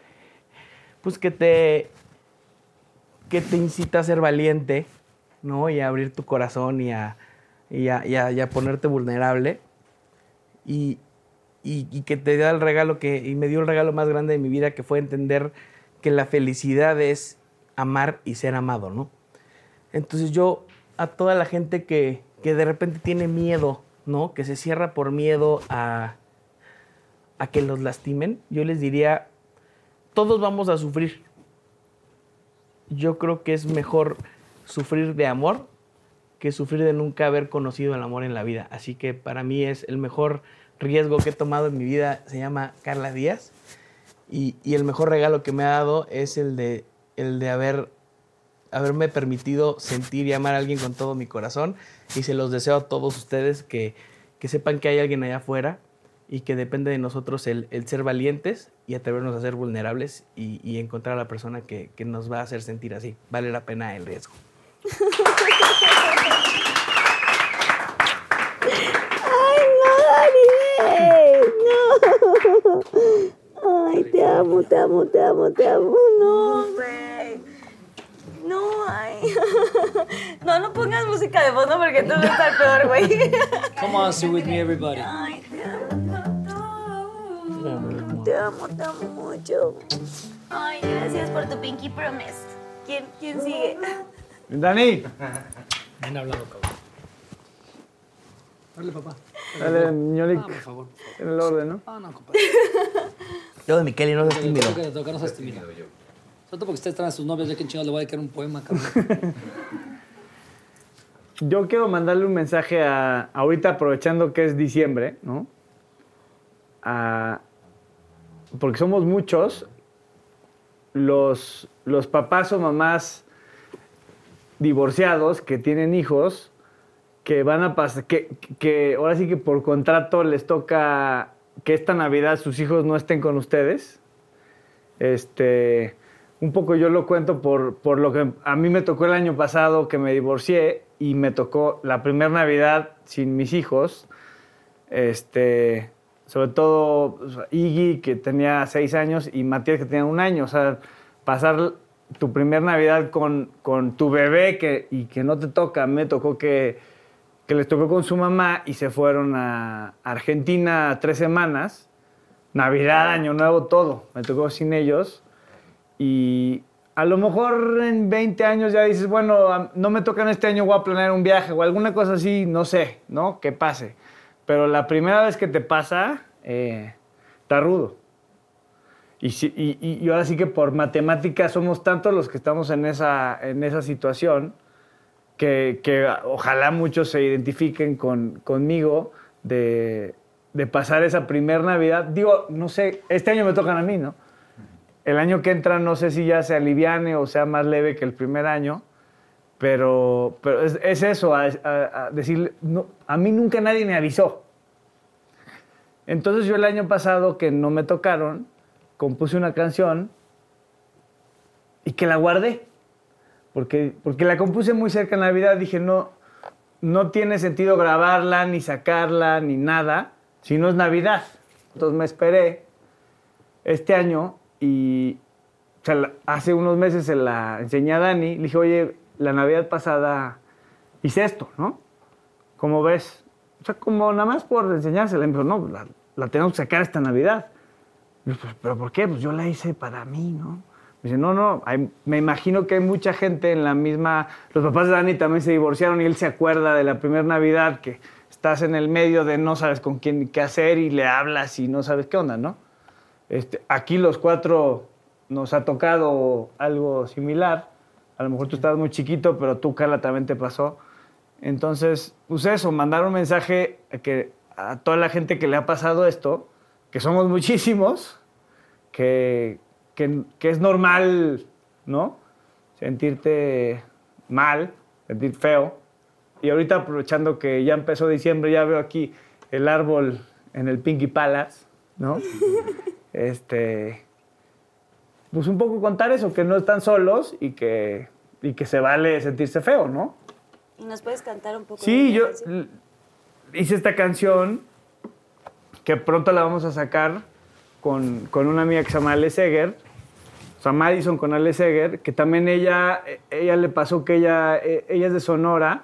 pues que te que te incita a ser valiente, ¿no? Y a abrir tu corazón y a, y a, y a, y a ponerte vulnerable. Y, y, y que te da el regalo que, y me dio el regalo más grande de mi vida, que fue entender que la felicidad es amar y ser amado, ¿no? Entonces yo, a toda la gente que, que de repente tiene miedo, ¿no? Que se cierra por miedo a, a que los lastimen, yo les diría, todos vamos a sufrir. Yo creo que es mejor sufrir de amor que sufrir de nunca haber conocido el amor en la vida. Así que para mí es el mejor riesgo que he tomado en mi vida, se llama Carla Díaz. Y, y el mejor regalo que me ha dado es el de, el de haber, haberme permitido sentir y amar a alguien con todo mi corazón. Y se los deseo a todos ustedes que, que sepan que hay alguien allá afuera y que depende de nosotros el, el ser valientes y atrevernos a ser vulnerables y, y encontrar a la persona que, que nos va a hacer sentir así. Vale la pena el riesgo.
¡Ay, no, Daniel! ¡No! ¡Ay, te amo, te amo, te amo, te amo! ¡No, güey! No, ay. No, no pongas música de fondo porque tú vas a estar peor, güey.
Come on, sing with me, everybody.
Ay, te amo. Te amo, te amo mucho. Ay, gracias por tu Pinky Promise. ¿Quién, quién sigue?
Dani.
Bien hablado, cabrón. Dale, papá.
Dale, ñolic.
Ah, por favor.
En el orden, ¿no?
Ah, no, compadre.
Yo de Miquel y no seas tímido.
Que te toca, no seas tímido. Sobre todo porque ustedes traen a sus novias, ya que en chingados le voy a dedicar un poema, cabrón.
Yo quiero mandarle un mensaje a, ahorita aprovechando que es diciembre, ¿no? A, porque somos muchos, los, los papás o mamás divorciados que tienen hijos que van a pasar, que, que ahora sí que por contrato les toca que esta Navidad sus hijos no estén con ustedes. Este, un poco yo lo cuento por, por lo que a mí me tocó el año pasado, que me divorcié y me tocó la primera Navidad sin mis hijos. Este, sobre todo Iggy, que tenía seis años, y Matías, que tenía un año. O sea, pasar tu primer Navidad con, con tu bebé que, y que no te toca. Me tocó que, que les tocó con su mamá y se fueron a Argentina tres semanas. Navidad, Año Nuevo, todo. Me tocó sin ellos. Y a lo mejor en veinte años ya dices, bueno, no me tocan este año, voy a planear un viaje o alguna cosa así, no sé, ¿no? Que pase. Pero la primera vez que te pasa, eh, está rudo. Y, si, y, y ahora sí que por matemáticas somos tantos los que estamos en esa, en esa situación que, que ojalá muchos se identifiquen con, conmigo de, de pasar esa primer Navidad. Digo, no sé, este año me tocan a mí, ¿no? El año que entra no sé si ya se aliviane o sea más leve que el primer año, pero, pero es, es eso, a, a, a decir, no, a mí nunca nadie me avisó. Entonces yo el año pasado que no me tocaron, compuse una canción y que la guardé, porque, porque la compuse muy cerca de Navidad. Dije, no, no tiene sentido grabarla, ni sacarla, ni nada, si no es Navidad. Entonces me esperé este año y o sea, hace unos meses se la enseñé a Dani. Le dije, oye, la Navidad pasada hice esto, ¿no? ¿Cómo ves? O sea, como nada más por enseñársela. Me dijo, no, la, la tenemos que sacar esta Navidad. Y yo, pues, ¿pero por qué? Pues yo la hice para mí, ¿no? Me dice, no, no, hay, me imagino que hay mucha gente en la misma... Los papás de Dani también se divorciaron y él se acuerda de la primera Navidad que estás en el medio de no sabes con quién qué hacer y le hablas y no sabes qué onda, ¿no? Este, aquí los cuatro nos ha tocado algo similar. A lo mejor tú estabas muy chiquito, pero tú, Carla, también te pasó. Entonces, pues eso, mandar un mensaje a, que, a toda la gente que le ha pasado esto, que somos muchísimos, que, que, que es normal, ¿no? Sentirte mal, sentir feo. Y ahorita, aprovechando que ya empezó diciembre, ya veo aquí el árbol en el Pinky Palace, ¿no? Este, pues un poco contar eso, que no están solos y que, y que se vale sentirse feo, ¿no?
¿Y nos puedes cantar un poco?
Sí,
de
yo
canción?
hice esta canción que pronto la vamos a sacar con, con una amiga que se llama Ale Seger, o sea, Madison con Ale Seger, que también ella, ella le pasó que ella, ella es de Sonora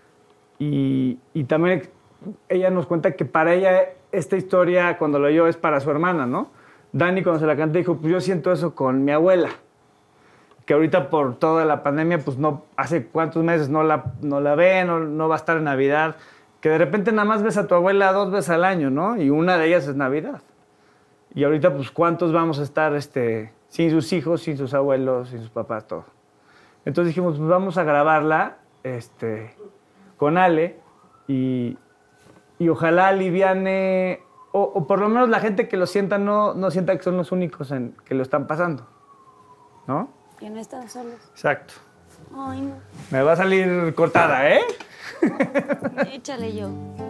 y, y también ella nos cuenta que para ella esta historia, cuando lo oyó, es para su hermana, ¿no? Dani, cuando se la canté, dijo, pues yo siento eso con mi abuela, que ahorita por toda la pandemia, pues no, hace cuántos meses no la, no la ve, no, no va a estar en Navidad, que de repente nada más ves a tu abuela dos veces al año, ¿no? Y una de ellas es Navidad. Y ahorita, pues, ¿cuántos vamos a estar este, sin sus hijos, sin sus abuelos, sin sus papás, todo? Entonces dijimos, pues vamos a grabarla este, con Ale y, y ojalá aliviane... O, o por lo menos la gente que lo sienta no, no sienta que son los únicos en, que lo están pasando, ¿no?
Que no están solos.
Exacto.
Ay, no.
Me va a salir cortada, ¿eh?
Échale yo.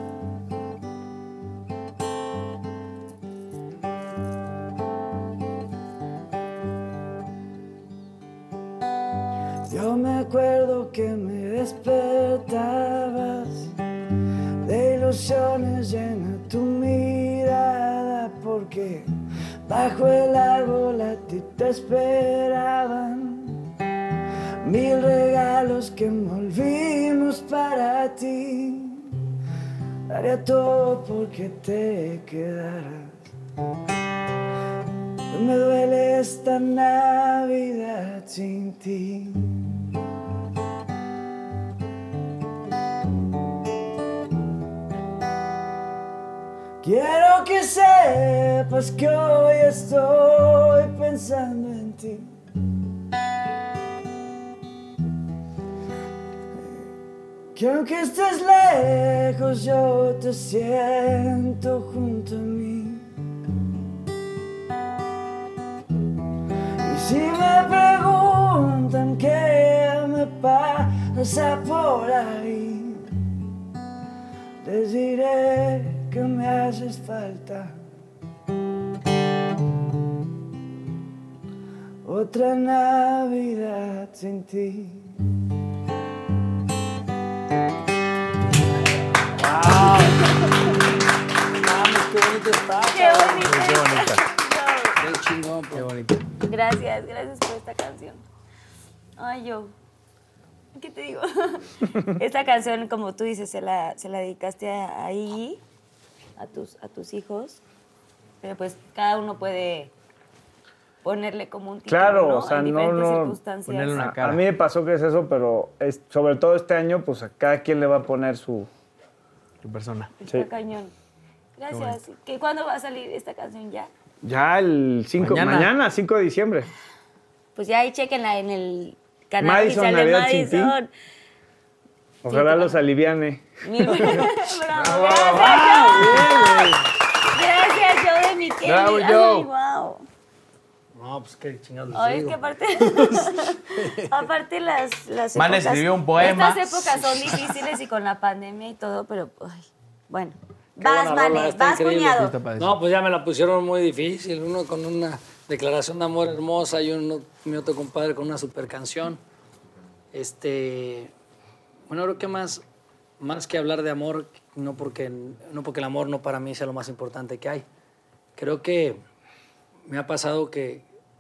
Yo me acuerdo que me despertabas de ilusiones llena tu mirada, porque bajo el árbol a ti te esperaban mil regalos que envolvimos para ti. Daría todo porque te quedaras. Me duele esta Navidad sin ti. Quiero que sepas que hoy estoy pensando en ti. Que aunque estés lejos, yo te siento junto a mí. Y si me preguntan qué me pasa por ahí, les diré que me haces falta. Otra Navidad sin ti.
Vamos, qué bonito está.
¡Qué bonito!
Qué bonita.
Qué chingón.
Qué bonito.
Gracias, gracias por esta canción. Ay, yo. ¿Qué te digo? Esta canción, como tú dices, se la, se la dedicaste a, a Iggy, a tus, a tus hijos. Pero pues cada uno puede ponerle como un título,
Claro,
¿no?
o sea,
en
no,
diferentes
no,
circunstancias.
ponerle una cara.
A mí me pasó que es eso, pero es, sobre todo este año, pues a cada quien le va a poner su...
Tu persona.
Está
Sí.
cañón. Gracias. ¿Qué, ¿Cuándo va a salir esta canción ya?
Ya el cinco,
Mañana.
mañana, cinco de diciembre.
Pues ya ahí chequenla en el canal
Madison,
oficial de
Navidad sin ti.
Madison.
Ojalá
Sí,
los aliviane.
Mil gracias, Joe. Gracias, Joe de mi Kelly.
Bravo,
Ay,
Joe.
wow.
No, pues qué chingados les
Ay, es
digo.
que aparte, aparte las, las
Man
épocas,
escribió un poema.
Estas épocas son difíciles y con la pandemia y todo, pero ay, bueno.
Qué
Vas,
buena rola,
Mane,
está
vas,
increíble.
cuñado.
Está padre.
No, pues ya me la pusieron muy difícil. Uno con una declaración de amor hermosa y uno, mi otro compadre con una super canción. Este, bueno, creo que más, más que hablar de amor, no porque, no porque el amor no para mí sea lo más importante que hay. Creo que me ha pasado que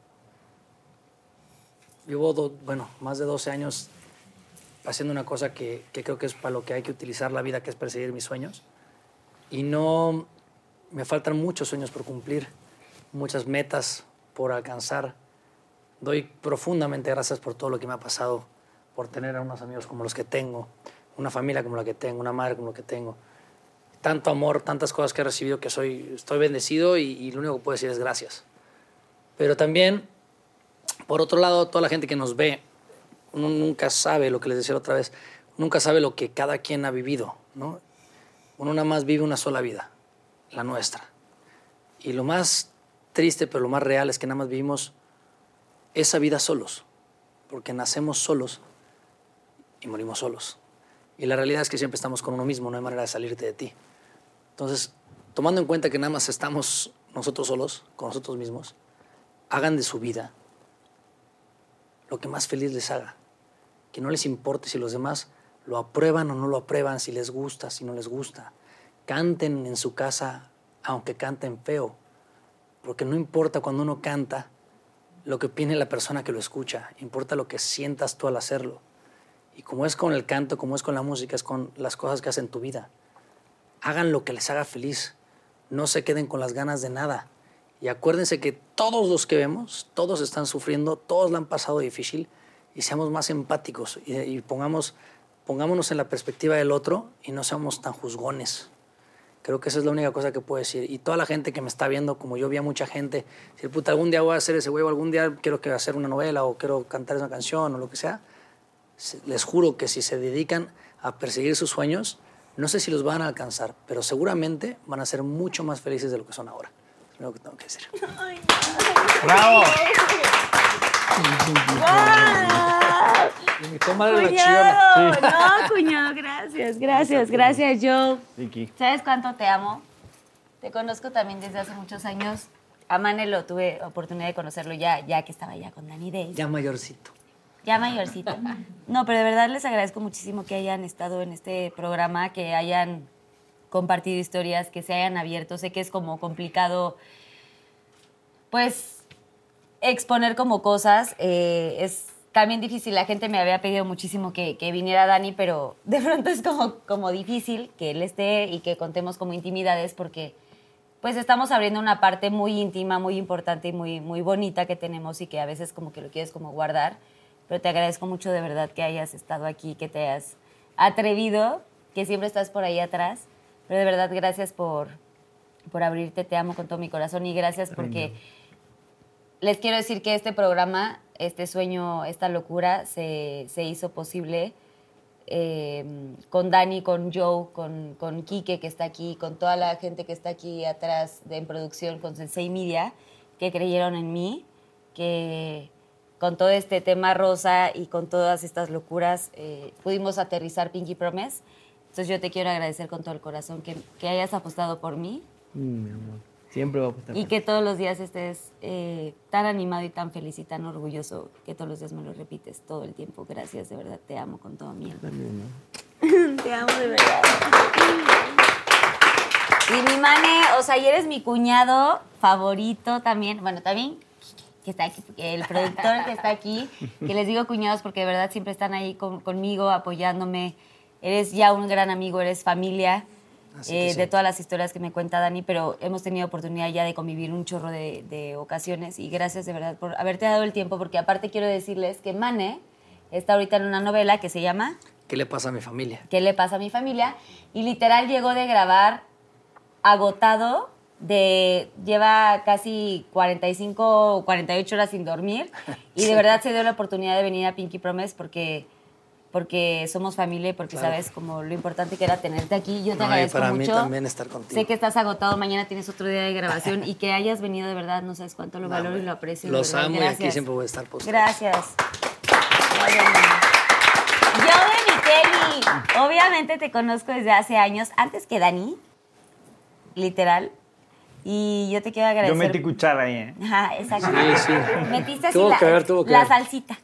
llevo, do- bueno, más de doce años haciendo una cosa que, que creo que es para lo que hay que utilizar la vida, que es perseguir mis sueños. Y no, me faltan muchos sueños por cumplir, muchas metas por alcanzar. Doy profundamente gracias por todo lo que me ha pasado, por tener a unos amigos como los que tengo, una familia como la que tengo, una madre como la que tengo. Tanto amor, tantas cosas que he recibido que soy, estoy bendecido y, y lo único que puedo decir es gracias. Pero también, por otro lado, toda la gente que nos ve, uno nunca sabe, lo que les decía la otra vez, nunca sabe lo que cada quien ha vivido, ¿no? Uno nada más vive una sola vida, la nuestra. Y lo más triste, pero lo más real, es que nada más vivimos esa vida solos, porque nacemos solos y morimos solos. Y la realidad es que siempre estamos con uno mismo, no hay manera de salirte de ti. Entonces, tomando en cuenta que nada más estamos nosotros solos, con nosotros mismos, hagan de su vida lo que más feliz les haga. Que no les importe si los demás lo aprueban o no lo aprueban, si les gusta, si no les gusta. Canten en su casa, aunque canten feo, porque no importa cuando uno canta lo que opine la persona que lo escucha, importa lo que sientas tú al hacerlo. Y como es con el canto, como es con la música, es con las cosas que hacen tu vida. Hagan lo que les haga feliz, no se queden con las ganas de nada. Y acuérdense que todos los que vemos, todos están sufriendo, todos la han pasado difícil, y seamos más empáticos y, y pongamos, pongámonos en la perspectiva del otro y no seamos tan juzgones. Creo que esa es la única cosa que puedo decir. Y toda la gente que me está viendo, como yo vi a mucha gente, decir, puta, algún día voy a hacer ese huevo, algún día quiero que hacer una novela o quiero cantar esa canción o lo que sea, les juro que si se dedican a perseguir sus sueños, no sé si los van a alcanzar, pero seguramente van a ser mucho más felices de lo que son ahora. Es lo que tengo que decir.
¡Bravo!
Y mi comadre la
Cuñado,
chillona.
no, cuñado, gracias, gracias, gracias, Joe.
Vicky.
¿Sabes cuánto te amo? Te conozco también desde hace muchos años. A Mane lo tuve oportunidad de conocerlo ya, ya que estaba ya con Danny Day.
Ya mayorcito.
Ya mayorcito. No, pero de verdad les agradezco muchísimo que hayan estado en este programa, que hayan compartido historias, que se hayan abierto. Sé que es como complicado, pues, exponer como cosas. Eh, es también difícil. La gente me había pedido muchísimo que, que viniera Dani, pero de pronto es como, como difícil que él esté y que contemos como intimidades porque pues estamos abriendo una parte muy íntima, muy importante y muy, muy bonita que tenemos y que a veces como que lo quieres como guardar. Pero te agradezco mucho de verdad que hayas estado aquí, que te hayas atrevido, que siempre estás por ahí atrás. Pero de verdad, gracias por, por abrirte. Te amo con todo mi corazón y gracias porque les quiero decir que este programa, este sueño, esta locura se, se hizo posible eh, con Dani, con Joe, con, con Quique que está aquí, con toda la gente que está aquí atrás de, en producción, con Sensei Media, que creyeron en mí, que con todo este tema rosa y con todas estas locuras eh, pudimos aterrizar Pinky Promise. Entonces yo te quiero agradecer con todo el corazón que, que hayas apostado por mí.
Mm, mi amor. Siempre voy a apostar.
Y que todos los días estés eh, tan animado y tan feliz y tan orgulloso que todos los días me lo repites todo el tiempo. Gracias, de verdad, te amo con toda mi alma. Te amo de verdad. Y mi mane, o sea, y eres mi cuñado favorito también. Bueno, también que está aquí, el productor que está aquí, que les digo cuñados porque de verdad siempre están ahí con, conmigo, apoyándome. Eres ya un gran amigo, eres familia. Eh, sí. De todas las historias que me cuenta Dani, pero hemos tenido oportunidad ya de convivir un chorro de, de ocasiones y gracias de verdad por haberte dado el tiempo, porque aparte quiero decirles que Mane está ahorita en una novela que se llama
¿Qué le pasa a mi familia?
¿Qué le pasa a mi familia? Y literal llegó de grabar agotado, de lleva casi cuarenta y cinco o cuarenta y ocho horas sin dormir y de verdad se dio la oportunidad de venir a Pinky Promise porque... porque somos familia y porque claro. sabes como lo importante que era tenerte aquí. Yo te no, agradezco
para
mucho.
Para mí también estar contigo.
Sé que estás agotado, mañana tienes otro día de grabación y que hayas venido de verdad, no sabes cuánto lo valoro no, y lo aprecio.
Los
verdad.
amo
Gracias.
y aquí siempre voy a estar por
Gracias. Yo de mi Kelly, obviamente te conozco desde hace años, antes que Dani, literal. Y yo te quiero agradecer.
Yo metí cuchara ahí, ¿eh?
Ajá, exacto.
Sí, sí.
Metiste así
tuvo
la,
que ver, tuvo que
la
ver.
salsita.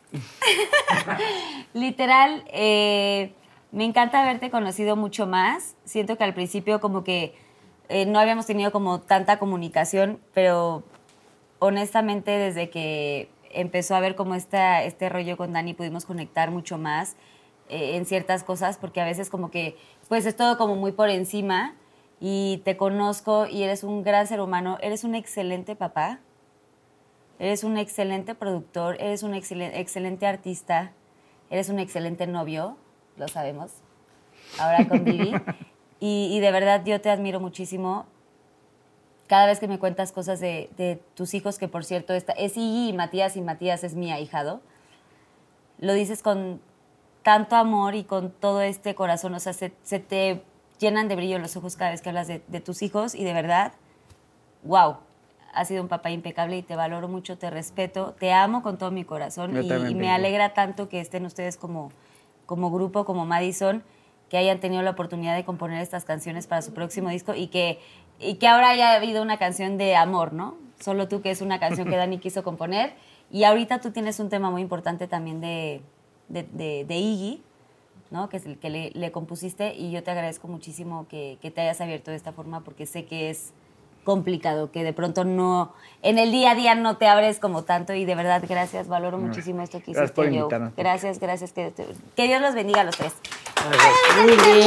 Literal, eh, me encanta haberte conocido mucho más. Siento que al principio como que eh, no habíamos tenido como tanta comunicación, pero honestamente desde que empezó a haber como esta, este rollo con Dani pudimos conectar mucho más eh, en ciertas cosas, porque a veces como que pues es todo como muy por encima. Y te conozco y eres un gran ser humano, eres un excelente papá, eres un excelente productor, eres un excelente, excelente artista, eres un excelente novio, lo sabemos, ahora con Vivi. y, y de verdad yo te admiro muchísimo. Cada vez que me cuentas cosas de, de tus hijos, que por cierto esta, es Iggy y Matías, y Matías es mi ahijado, lo dices con tanto amor y con todo este corazón, o sea, se, se te... llenan de brillo los ojos cada vez que hablas de, de tus hijos y de verdad, wow, has sido un papá impecable y te valoro mucho, te respeto, te amo con todo mi corazón y, y me alegra tanto que estén ustedes como, como grupo, como Madison, que hayan tenido la oportunidad de componer estas canciones para su próximo disco y que, y que ahora haya habido una canción de amor, ¿no? Solo tú, que es una canción que Dani quiso componer y ahorita tú tienes un tema muy importante también de, de, de, de Iggy, ¿no? Que es el que le, le compusiste y yo te agradezco muchísimo que, que te hayas abierto de esta forma porque sé que es complicado, que de pronto no, en el día a día no te abres como tanto y de verdad gracias, valoro no, muchísimo esto que
gracias
hiciste
por
yo.
invitarnos.
Gracias, gracias, que, te, que Dios los bendiga a los tres.
Gracias.
Muy bien.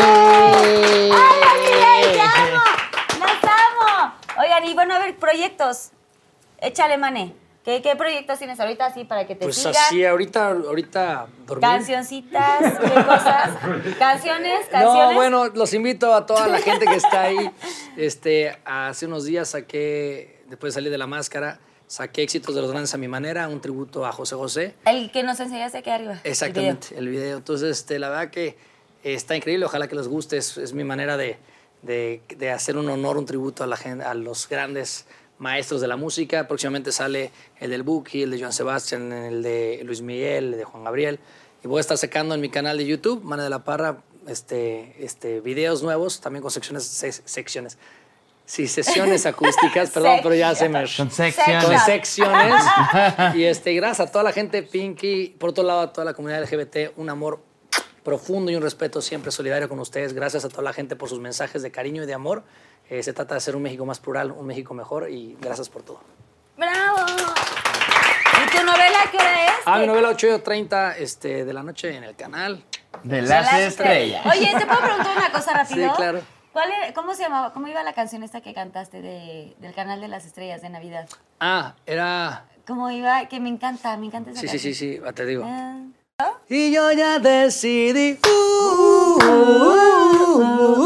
¡Ay, te amo! ¡Las amo! Oigan, y bueno, a ver, proyectos. Échale, Mané. ¿Qué, ¿Qué proyectos tienes ahorita así para que te
pues
sigan?
Pues así, ahorita, ahorita dormir.
Cancioncitas, ¿qué cosas? ¿Canciones? ¿Canciones?
No, bueno, los invito a toda la gente que está ahí. Este, hace unos días saqué, después de salir de La Máscara, saqué Éxitos de los Grandes a mi manera, un tributo a José José.
El que nos enseñaste aquí arriba.
Exactamente, el video. El video. Entonces, este, la verdad que está increíble, ojalá que les guste. Es, es mi manera de, de, de hacer un honor, un tributo a, la gente, a los grandes maestros de la música. Próximamente sale el del Buki, el de Joan Sebastián, el de Luis Miguel, el de Juan Gabriel. Y voy a estar sacando en mi canal de YouTube, Mane de la Parra, este, este, videos nuevos, también con secciones, se, secciones, sí, sesiones acústicas, perdón, pero ya se me...
Con secciones.
Con secciones. Y este, gracias a toda la gente Pinky, por otro lado a toda la comunidad L G B T, un amor profundo y un respeto siempre solidario con ustedes. Gracias a toda la gente por sus mensajes de cariño y de amor. Eh, se trata de hacer un México más plural, un México mejor y gracias por todo.
¡Bravo! ¿Y tu novela qué hora es?
Ah, mi novela ocho treinta este, de la noche en el canal.
De las, las estrellas.
Oye, ¿te puedo preguntar una cosa rápido?
Sí, claro.
¿Cuál era, ¿Cómo se llamaba? ¿Cómo iba la canción esta que cantaste de, del canal de las estrellas de Navidad?
Ah, era...
¿Cómo iba? Que me encanta, me encanta esa
sí,
canción.
Sí, sí, sí, te digo.
Ah.
Y yo ya decidí... Uh, uh, uh, uh,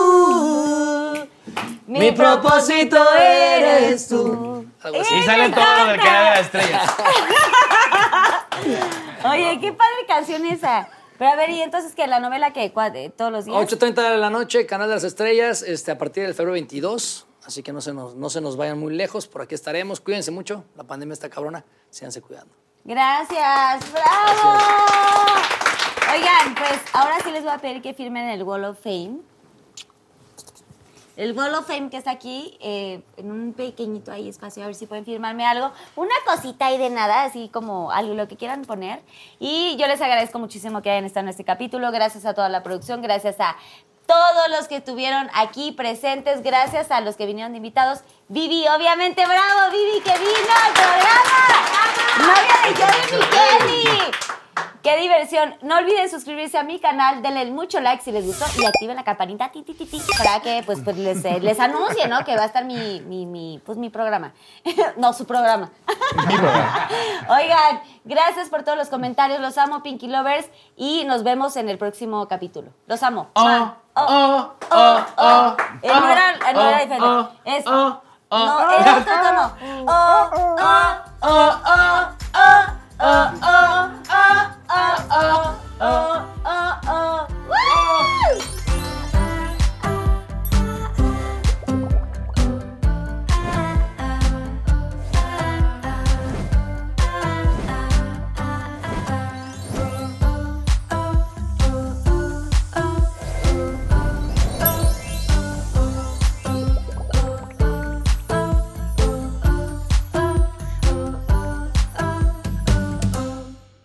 uh,
Mi,
mi propósito eres tú.
Algo así. Y sale todo del canal de las estrellas.
Oye, qué padre canción esa. Pero a ver, ¿y entonces qué? ¿La novela qué? ¿Todos los días?
ocho treinta de la noche, Canal de las Estrellas, este, a partir del febrero veintidós. Así que no se, nos, no se nos vayan muy lejos. Por aquí estaremos. Cuídense mucho. La pandemia está cabrona. Síganse cuidando.
Gracias. ¡Bravo! Gracias. Oigan, pues ahora sí les voy a pedir que firmen el Wall of Fame. El Wall of Fame que está aquí, eh, en un pequeñito ahí espacio, a ver si pueden firmarme algo. Una cosita ahí de nada, así como algo, lo que quieran poner. Y yo les agradezco muchísimo que hayan estado en este capítulo. Gracias a toda la producción, gracias a todos los que estuvieron aquí presentes, gracias a los que vinieron de invitados. Vivi, obviamente, bravo, Vivi, que vino al programa. Novia de Jordi y Kelly. ¡Qué diversión! No olviden suscribirse a mi canal, denle mucho like si les gustó y activen la campanita ti, ti, ti, ti, para que pues, pues les, eh, les anuncie, ¿no? Que va a estar mi, mi, mi, pues, mi programa. No, su programa.
Mi programa.
Oigan, gracias por todos los comentarios. Los amo, Pinky Lovers. Y nos vemos en el próximo capítulo. Los amo.
Oh,
¡Mua!
oh, oh, oh,
Eh, no era, eh, no era
oh,
diferente.
oh,
Es...
oh, oh,
No, es otro tono. Oh, oh, oh, oh, oh, oh, oh.